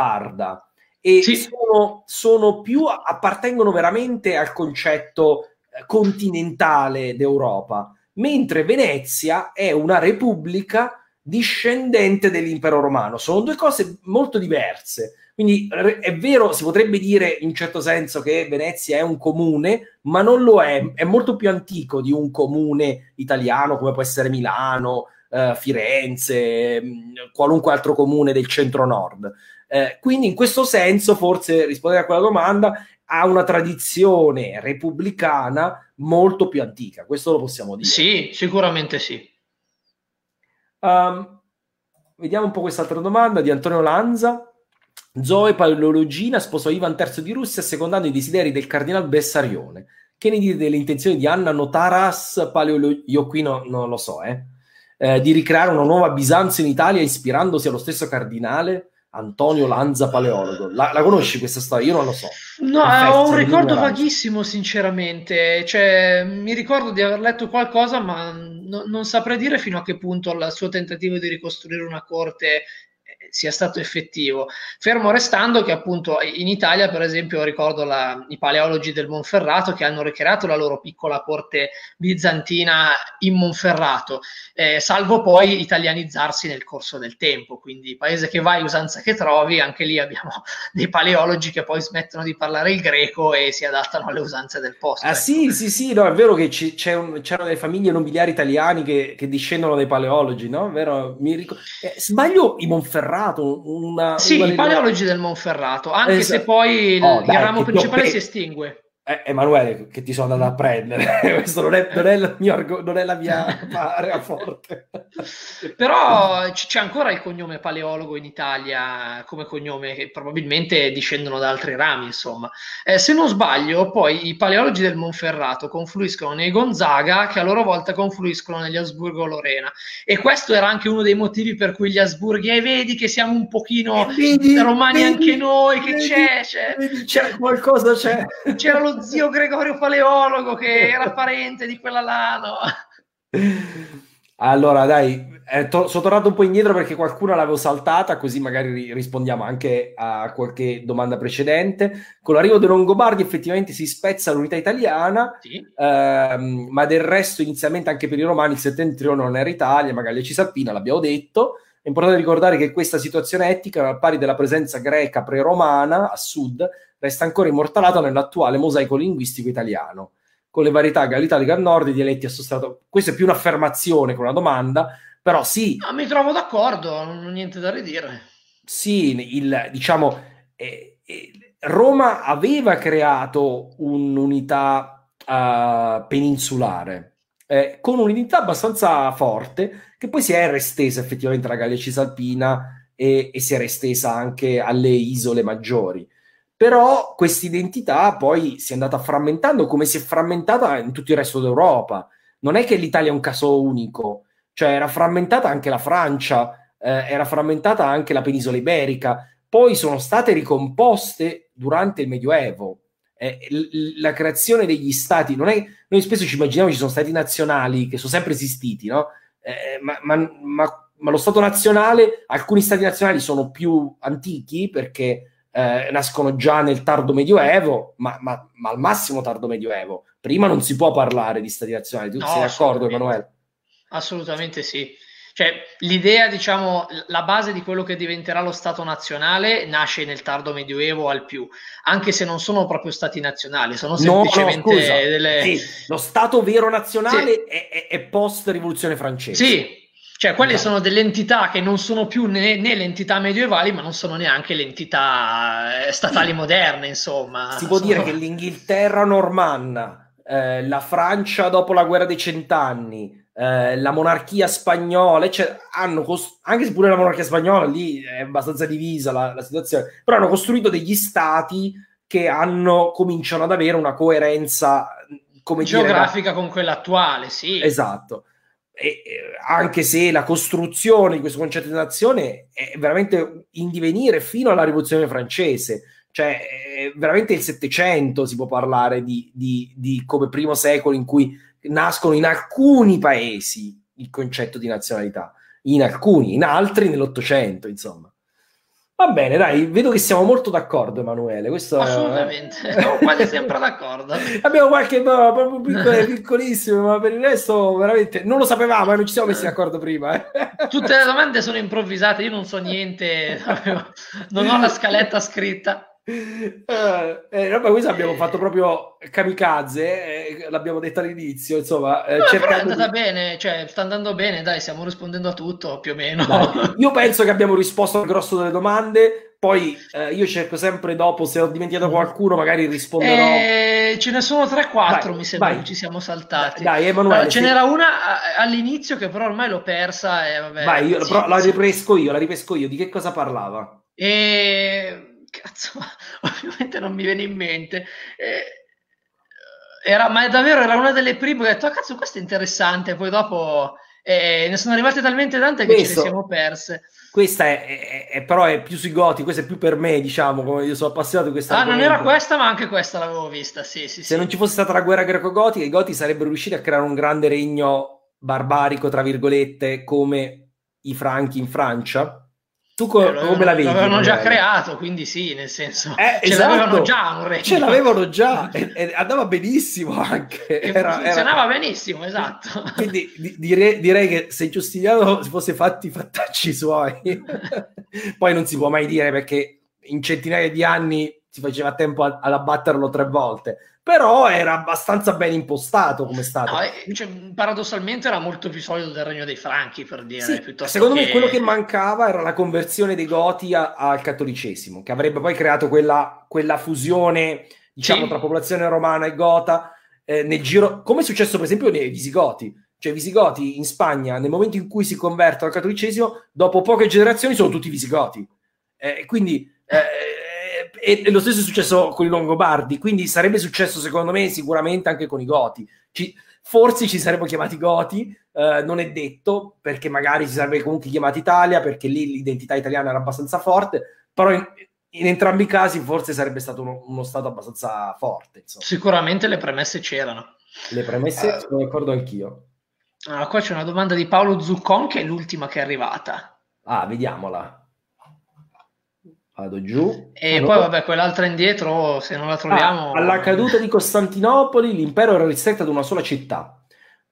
longobarda, e sono più, appartengono veramente al concetto continentale d'Europa, mentre Venezia è una repubblica discendente dell'impero romano. Sono due cose molto diverse. Quindi è vero, si potrebbe dire in un certo senso che Venezia è un comune, ma non lo è molto più antico di un comune italiano come può essere Milano, Firenze, qualunque altro comune del centro-nord. Quindi in questo senso, forse, rispondere a quella domanda, ha una tradizione repubblicana molto più antica, questo lo possiamo dire. Sì, sicuramente sì. Vediamo un po' quest'altra domanda di Antonio Lanza. Zoe Paleologina sposò Ivan III di Russia assecondando i desideri del cardinal Bessarione. Che ne dite delle intenzioni di Anna Notaras io qui non lo so, di ricreare una nuova Bisanzio in Italia ispirandosi allo stesso cardinale? Antonio Lanza, paleologo. La conosci questa storia? Io non lo so. No, ho un ricordo vaghissimo, sinceramente. Cioè, mi ricordo di aver letto qualcosa, ma non saprei dire fino a che punto il suo tentativo di ricostruire una corte sia stato effettivo, fermo restando che appunto in Italia, per esempio, ricordo i paleologi del Monferrato che hanno ricreato la loro piccola corte bizantina in Monferrato, salvo poi italianizzarsi nel corso del tempo, quindi paese che vai, usanza che trovi. Anche lì abbiamo dei paleologi che poi smettono di parlare il greco e si adattano alle usanze del posto. Ah, ecco. Sì, no, è vero che c'erano delle famiglie nobiliari italiani che discendono dai paleologi, no? Vero? Sbaglio i Monferrato? I paleologi del Monferrato, anche se poi il ramo principale si estingue. Emanuele, che ti sono andato a prendere. Questo non è la mia area forte. Però c'è ancora il cognome paleologo in Italia come cognome, che probabilmente discendono da altri rami, insomma. Se non sbaglio, poi i paleologi del Monferrato confluiscono nei Gonzaga, che a loro volta confluiscono negli Asburgo-Lorena. E questo era anche uno dei motivi per cui gli Asburghi, vedi che siamo un pochino romani anche noi, che c'è qualcosa, c'era lo zio Gregorio Paleologo che era parente di quella là, no? Allora dai, sono tornato un po' indietro perché qualcuna l'avevo saltata, così magari rispondiamo anche a qualche domanda precedente. Con l'arrivo dei Longobardi effettivamente si spezza l'unità italiana, sì. Ma del resto inizialmente anche per i Romani il settentrione non era Italia, ma Gallia Cisalpina, l'abbiamo detto. È importante ricordare che questa situazione etnica, al pari della presenza greca pre-romana a sud, resta ancora immortalata nell'attuale mosaico linguistico italiano, con le varietà gallitaliche al nord e i dialetti a sostrato. Questa è più un'affermazione che una domanda, però sì. No, mi trovo d'accordo, non ho niente da ridire. Sì, Roma aveva creato un'unità peninsulare, con un'unità abbastanza forte, che poi si era estesa effettivamente alla Gallia Cisalpina e si era estesa anche alle isole maggiori. Però questa identità poi si è andata frammentando come si è frammentata in tutto il resto d'Europa. Non è che l'Italia è un caso unico, cioè era frammentata anche la Francia, era frammentata anche la penisola iberica, poi sono state ricomposte durante il Medioevo. La creazione degli stati, non è, noi spesso ci immaginiamo che ci sono stati nazionali che sono sempre esistiti, no? Ma lo Stato nazionale, alcuni stati nazionali sono più antichi perché nascono già nel tardo medioevo, ma al massimo tardo medioevo. Prima non si può parlare di stati nazionali. Tu sei d'accordo, Emanuele? Assolutamente sì. Cioè, l'idea, diciamo, la base di quello che diventerà lo Stato nazionale nasce nel tardo medioevo al più, anche se non sono proprio stati nazionali, sono semplicemente delle... Sì, lo Stato vero nazionale è post-rivoluzione francese. Sì. Cioè, quelle sono delle entità che non sono più né le entità medievali, ma non sono neanche le entità statali moderne, insomma. Si può dire che l'Inghilterra normanna, la Francia dopo la guerra dei 100 anni, la monarchia spagnola, cioè, anche se pure la monarchia spagnola lì è abbastanza divisa la situazione, però hanno costruito degli stati che cominciano ad avere una coerenza geografica con quella attuale, sì. Esatto. Anche se la costruzione di questo concetto di nazione è veramente in divenire fino alla rivoluzione francese, cioè veramente il Settecento si può parlare di come primo secolo in cui nascono in alcuni paesi il concetto di nazionalità, in alcuni, in altri nell'Ottocento, insomma. Va bene, dai, vedo che siamo molto d'accordo, Emanuele. Questo assolutamente, siamo quasi sempre d'accordo. Abbiamo qualche proprio piccolissimo, ma per il resto veramente non lo sapevamo, non ci siamo messi d'accordo prima. Tutte le domande sono improvvisate, io non so niente, non ho la scaletta scritta. Questo abbiamo fatto proprio kamikaze, l'abbiamo detto all'inizio, insomma, però è andata bene, cioè sta andando bene, dai, stiamo rispondendo a tutto più o meno. Dai, io penso che abbiamo risposto al grosso delle domande, poi io cerco sempre dopo, se ho dimenticato qualcuno magari risponderò. Ce ne sono 3-4, mi sembra che ci siamo saltati. Dai, Emanuele, ce n'era una all'inizio che però ormai l'ho persa e vabbè. Vai, però la ripesco io, di che cosa parlava? Cazzo, ovviamente non mi viene in mente. Ma davvero era una delle prime, ho detto, cazzo, questo è interessante, poi dopo ne sono arrivate talmente tante che ce le siamo perse. Questa è però è più sui Goti, questa è più per me, diciamo, come io sono appassionato di questa. Non era questa, ma anche questa l'avevo vista, sì. Se non ci fosse stata la guerra greco-gotica, i Goti sarebbero riusciti a creare un grande regno barbarico, tra virgolette, come i Franchi in Francia. Tu come la vedi? L'avevano già creato, quindi sì, nel senso esatto. l'avevano già un regno. Ce l'avevano già e andava benissimo anche. Funzionava benissimo, esatto. Quindi direi che se Giustiniano si fosse fatti i fattacci suoi, poi non si può mai dire perché in centinaia di anni si faceva tempo ad abbatterlo 3 volte. Però era abbastanza ben impostato come stato. Paradossalmente era molto più solido del regno dei Franchi, per dire. Sì, secondo me quello che mancava era la conversione dei Goti al cattolicesimo, che avrebbe poi creato quella fusione, diciamo, tra popolazione romana e gota nel giro, come è successo per esempio nei Visigoti. Cioè i Visigoti in Spagna, nel momento in cui si convertono al cattolicesimo, dopo poche generazioni sono tutti Visigoti. Quindi e lo stesso è successo con i Longobardi, quindi sarebbe successo secondo me sicuramente anche con i Goti. Forse ci saremmo chiamati Goti, non è detto, perché magari si sarebbe comunque chiamati Italia, perché lì l'identità italiana era abbastanza forte, però in entrambi i casi forse sarebbe stato uno stato abbastanza forte, insomma. Sicuramente le premesse c'erano. Le premesse sono d'accordo anch'io. Qua c'è una domanda di Paolo Zuccon che è l'ultima che è arrivata. Vediamola. Vado giù. E poi vabbè, quell'altra indietro, se non la troviamo. Alla caduta di Costantinopoli l'impero era ristretto ad una sola città.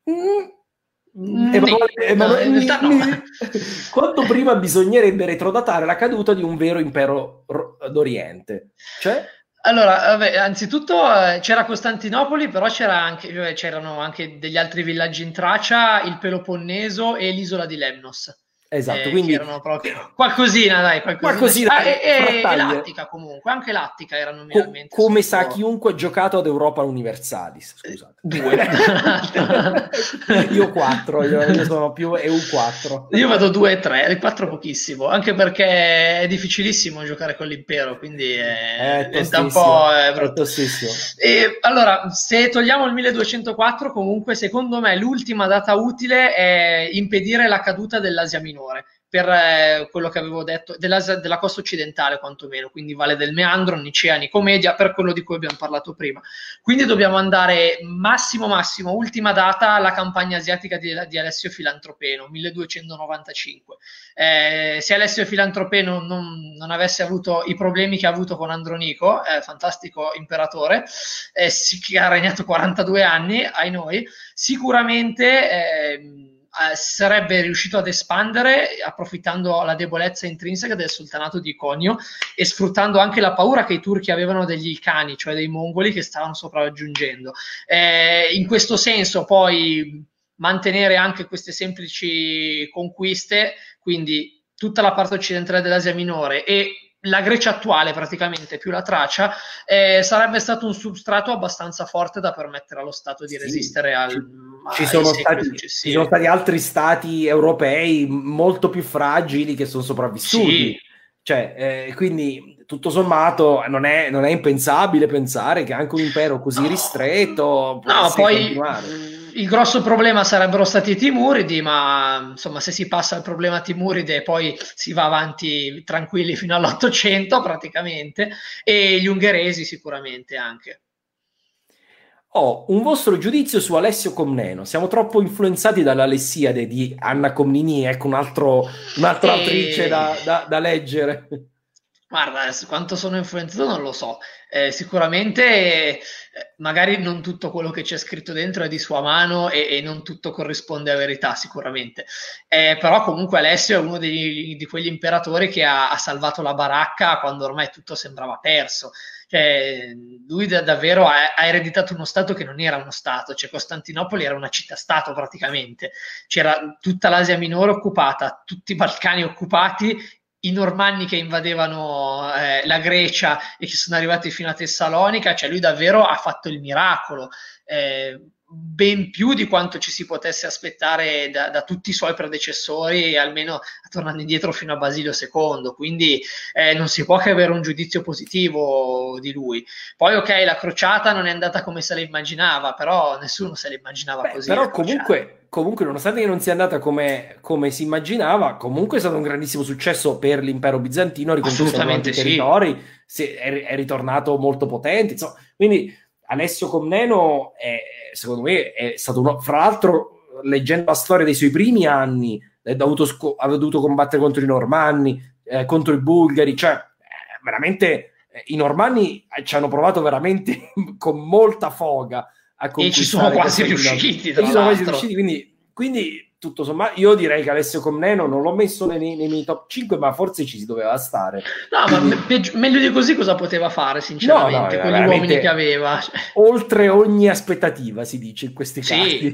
In realtà no. Quanto prima bisognerebbe retrodatare la caduta di un vero impero d'Oriente? Allora, vabbè, anzitutto c'era Costantinopoli, però c'erano anche degli altri villaggi in Tracia, il Peloponneso e l'isola di Lemnos. Esatto, quindi erano proprio qualcosina, dai, qualcosina. E l'Attica comunque, anche l'Attica era nominalmente. Come sa chiunque ha giocato ad Europa Universalis, scusate. 2. Io 4, io sono più EU4. Io vado 2 e 3, 4 pochissimo, anche perché è difficilissimo giocare con l'impero, quindi è un po' tossissimo. E allora, se togliamo il 1204, comunque secondo me l'ultima data utile è impedire la caduta dell'Asia Minore, per quello che avevo detto, della costa occidentale quantomeno, quindi Valle del Meandro, Nicea, Nicomedia, per quello di cui abbiamo parlato prima. Quindi dobbiamo andare massimo, ultima data, alla campagna asiatica di Alessio Filantropeno, 1295. Se Alessio Filantropeno non avesse avuto i problemi che ha avuto con Andronico, fantastico imperatore, che ha regnato 42 anni, ai noi, sicuramente sarebbe riuscito ad espandere approfittando la debolezza intrinseca del sultanato di Iconio e sfruttando anche la paura che i turchi avevano degli Ilkhani, cioè dei mongoli che stavano sopraggiungendo. In questo senso poi mantenere anche queste semplici conquiste, quindi tutta la parte occidentale dell'Asia Minore e la Grecia attuale praticamente più la Tracia, sarebbe stato un substrato abbastanza forte da permettere allo Stato di resistere ci sono stati altri stati europei molto più fragili che sono sopravvissuti, quindi tutto sommato non è impensabile pensare che anche un impero così ristretto potesse continuare. Il grosso problema sarebbero stati i Timuridi, ma insomma se si passa al problema Timuride poi si va avanti tranquilli fino all'800 praticamente, e gli ungheresi sicuramente anche. Un vostro giudizio su Alessio Comneno? Siamo troppo influenzati dall'Alessiade di Anna Comnini, ecco un'altra autrice da leggere. Guarda, quanto sono influenzato non lo so. Sicuramente magari non tutto quello che c'è scritto dentro è di sua mano e non tutto corrisponde a verità, sicuramente. Però comunque Alessio è uno di quegli imperatori che ha salvato la baracca quando ormai tutto sembrava perso. Cioè, lui davvero ha ereditato uno stato che non era uno stato, cioè Costantinopoli era una città-stato praticamente, c'era tutta l'Asia minore occupata, tutti i Balcani occupati, i Normanni che invadevano la Grecia e che sono arrivati fino a Tessalonica, cioè lui davvero ha fatto il miracolo, ben più di quanto ci si potesse aspettare da tutti i suoi predecessori, almeno tornando indietro fino a Basilio II, quindi non si può che avere un giudizio positivo di lui. Poi ok, la crociata non è andata come se la immaginava, però nessuno se la immaginava così. Però comunque, nonostante che non sia andata come si immaginava, comunque è stato un grandissimo successo per l'impero bizantino, assolutamente sì. Territori, è ritornato molto potente, insomma. Quindi Alessio Comneno secondo me è stato uno, fra l'altro, leggendo la storia dei suoi primi anni, aveva dovuto combattere contro i Normanni, contro i Bulgari, cioè veramente i Normanni ci hanno provato veramente con molta foga a conquistare, e ci sono quasi riusciti, quindi tutto sommato io direi che Alessio Comneno non l'ho messo nei miei top 5, ma forse ci si doveva stare. No, ma meglio di così cosa poteva fare, sinceramente, con gli uomini che aveva, oltre ogni aspettativa, si dice in questi casi.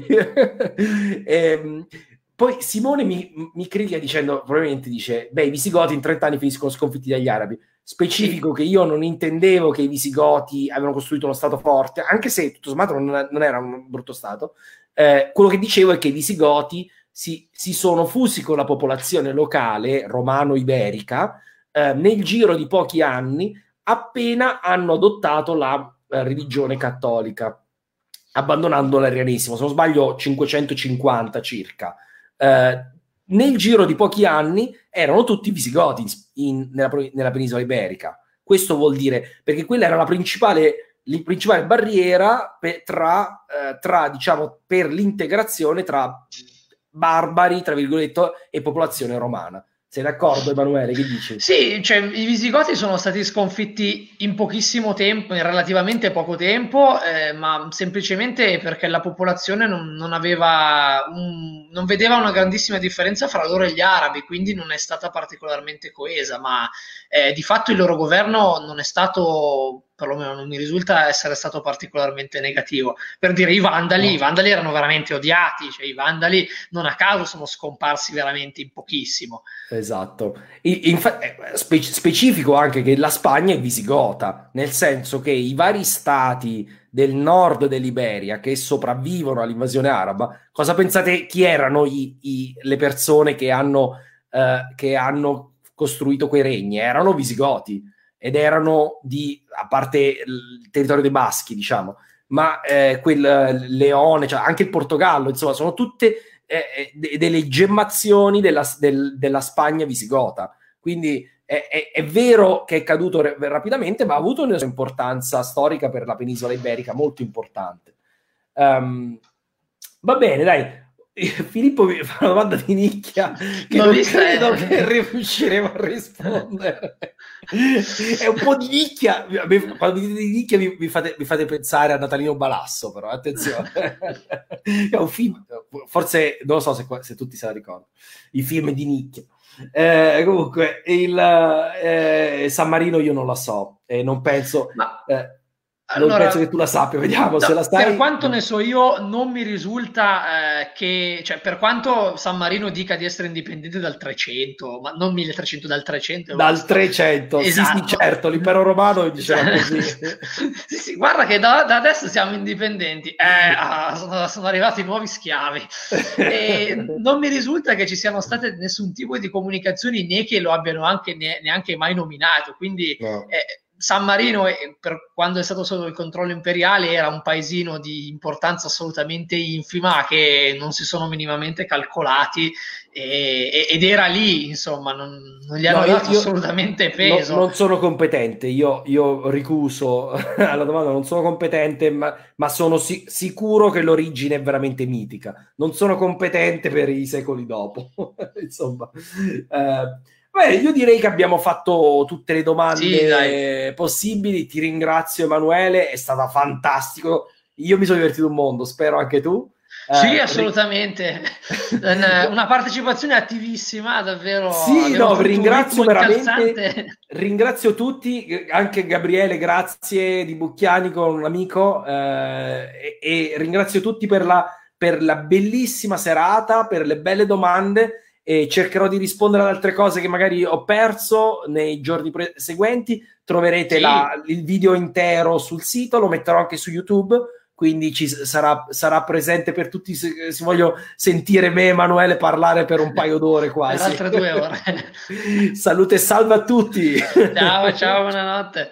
Poi Simone mi critica dicendo, probabilmente dice, i Visigoti in 30 anni finiscono sconfitti dagli arabi. Specifico che io non intendevo che i Visigoti avevano costruito uno stato forte, anche se tutto sommato non era un brutto stato. Quello che dicevo è che i Visigoti si sono fusi con la popolazione locale romano-iberica nel giro di pochi anni, appena hanno adottato la religione cattolica, abbandonando l'arianesimo, se non sbaglio 550 circa. Nel giro di pochi anni erano tutti Visigoti nella penisola iberica. Questo vuol dire, perché quella era la principale barriera tra diciamo, per l'integrazione tra barbari, tra virgolette, e popolazione romana. Sei d'accordo, Emanuele? Che dici? Sì, cioè i Visigoti sono stati sconfitti in pochissimo tempo, in relativamente poco tempo, ma semplicemente perché la popolazione non vedeva una grandissima differenza fra loro e gli arabi, quindi non è stata particolarmente coesa, ma di fatto il loro governo non è stato, perlomeno non mi risulta essere stato particolarmente negativo. Per dire, i Vandali erano veramente odiati, cioè i Vandali non a caso sono scomparsi veramente in pochissimo. Esatto. Specifico anche che la Spagna è visigota, nel senso che i vari stati del nord dell'Iberia che sopravvivono all'invasione araba, cosa pensate chi erano le persone che hanno costruito quei regni? Erano visigoti, ed erano a parte il territorio dei Baschi, diciamo, ma quel Leone, cioè anche il Portogallo, insomma, sono tutte delle gemmazioni della Spagna visigota. Quindi è vero che è caduto rapidamente, ma ha avuto una sua importanza storica per la penisola iberica molto importante. Va bene, dai. Filippo mi fa una domanda di nicchia che non credo che riusciremo a rispondere. È un po' di nicchia. Quando dite di nicchia vi fate pensare a Natalino Balasso, però attenzione. È un film, forse non lo so se tutti se la ricordano, i film di nicchia. Comunque il San Marino io non la so, non penso. Non penso che tu la sappia, vediamo se la stai. Per quanto ne so io, non mi risulta che, cioè, per quanto San Marino dica di essere indipendente dal 300, ma non 1300, dal 300. Dal 300, esatto. Sì, certo, l'impero romano diceva così. sì, guarda che da adesso siamo indipendenti. Sono arrivati nuovi schiavi. E non mi risulta che ci siano state nessun tipo di comunicazioni, né che lo abbiano neanche mai nominato, quindi... No. San Marino, per quando è stato sotto il controllo imperiale, era un paesino di importanza assolutamente infima che non si sono minimamente calcolati ed era lì, insomma, non gli hanno dato assolutamente peso. Non sono competente, io ricuso alla domanda, non sono competente, ma sono sicuro che l'origine è veramente mitica. Non sono competente per i secoli dopo, insomma. Beh, io direi che abbiamo fatto tutte le domande possibili. Ti ringrazio, Emanuele, è stata fantastico. Io mi sono divertito un mondo, spero anche tu. Sì, assolutamente. Una partecipazione attivissima, davvero. Sì, no, ringrazio veramente. Ringrazio tutti, anche Gabriele, grazie di Bucchianico, un amico, e ringrazio tutti per la bellissima serata, per le belle domande, e cercherò di rispondere ad altre cose che magari ho perso nei giorni seguenti. Troverete il video intero sul sito, lo metterò anche su YouTube, quindi sarà presente per tutti se voglio sentire me, Emanuele, parlare per un paio d'ore quasi. Per altre 2 ore. Salute e salve a tutti. Ciao, buonanotte.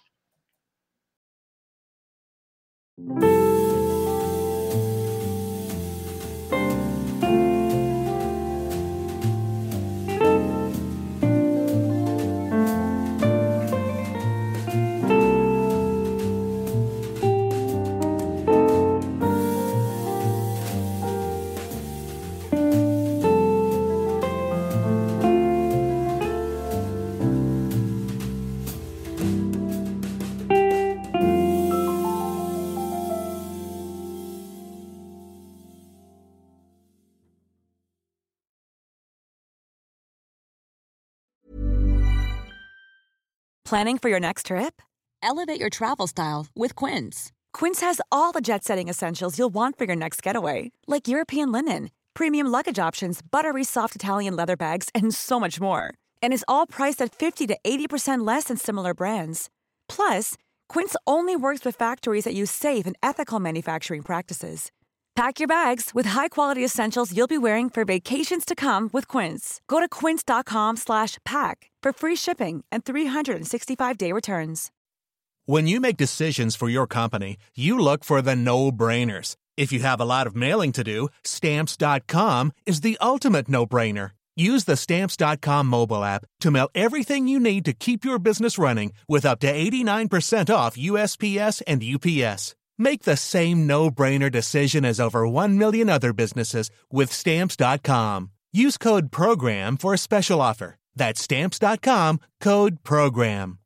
Planning for your next trip? Elevate your travel style with Quince. Quince has all the jet-setting essentials you'll want for your next getaway, like European linen, premium luggage options, buttery soft Italian leather bags, and so much more. And is all priced at 50 to 80% less than similar brands. Plus, Quince only works with factories that use safe and ethical manufacturing practices. Pack your bags with high-quality essentials you'll be wearing for vacations to come with Quince. Go to quince.com/pack for free shipping and 365-day returns. When you make decisions for your company, you look for the no-brainers. If you have a lot of mailing to do, Stamps.com is the ultimate no-brainer. Use the Stamps.com mobile app to mail everything you need to keep your business running with up to 89% off USPS and UPS. Make the same no-brainer decision as over 1 million other businesses with Stamps.com. Use code PROGRAM for a special offer. That's Stamps.com, code PROGRAM.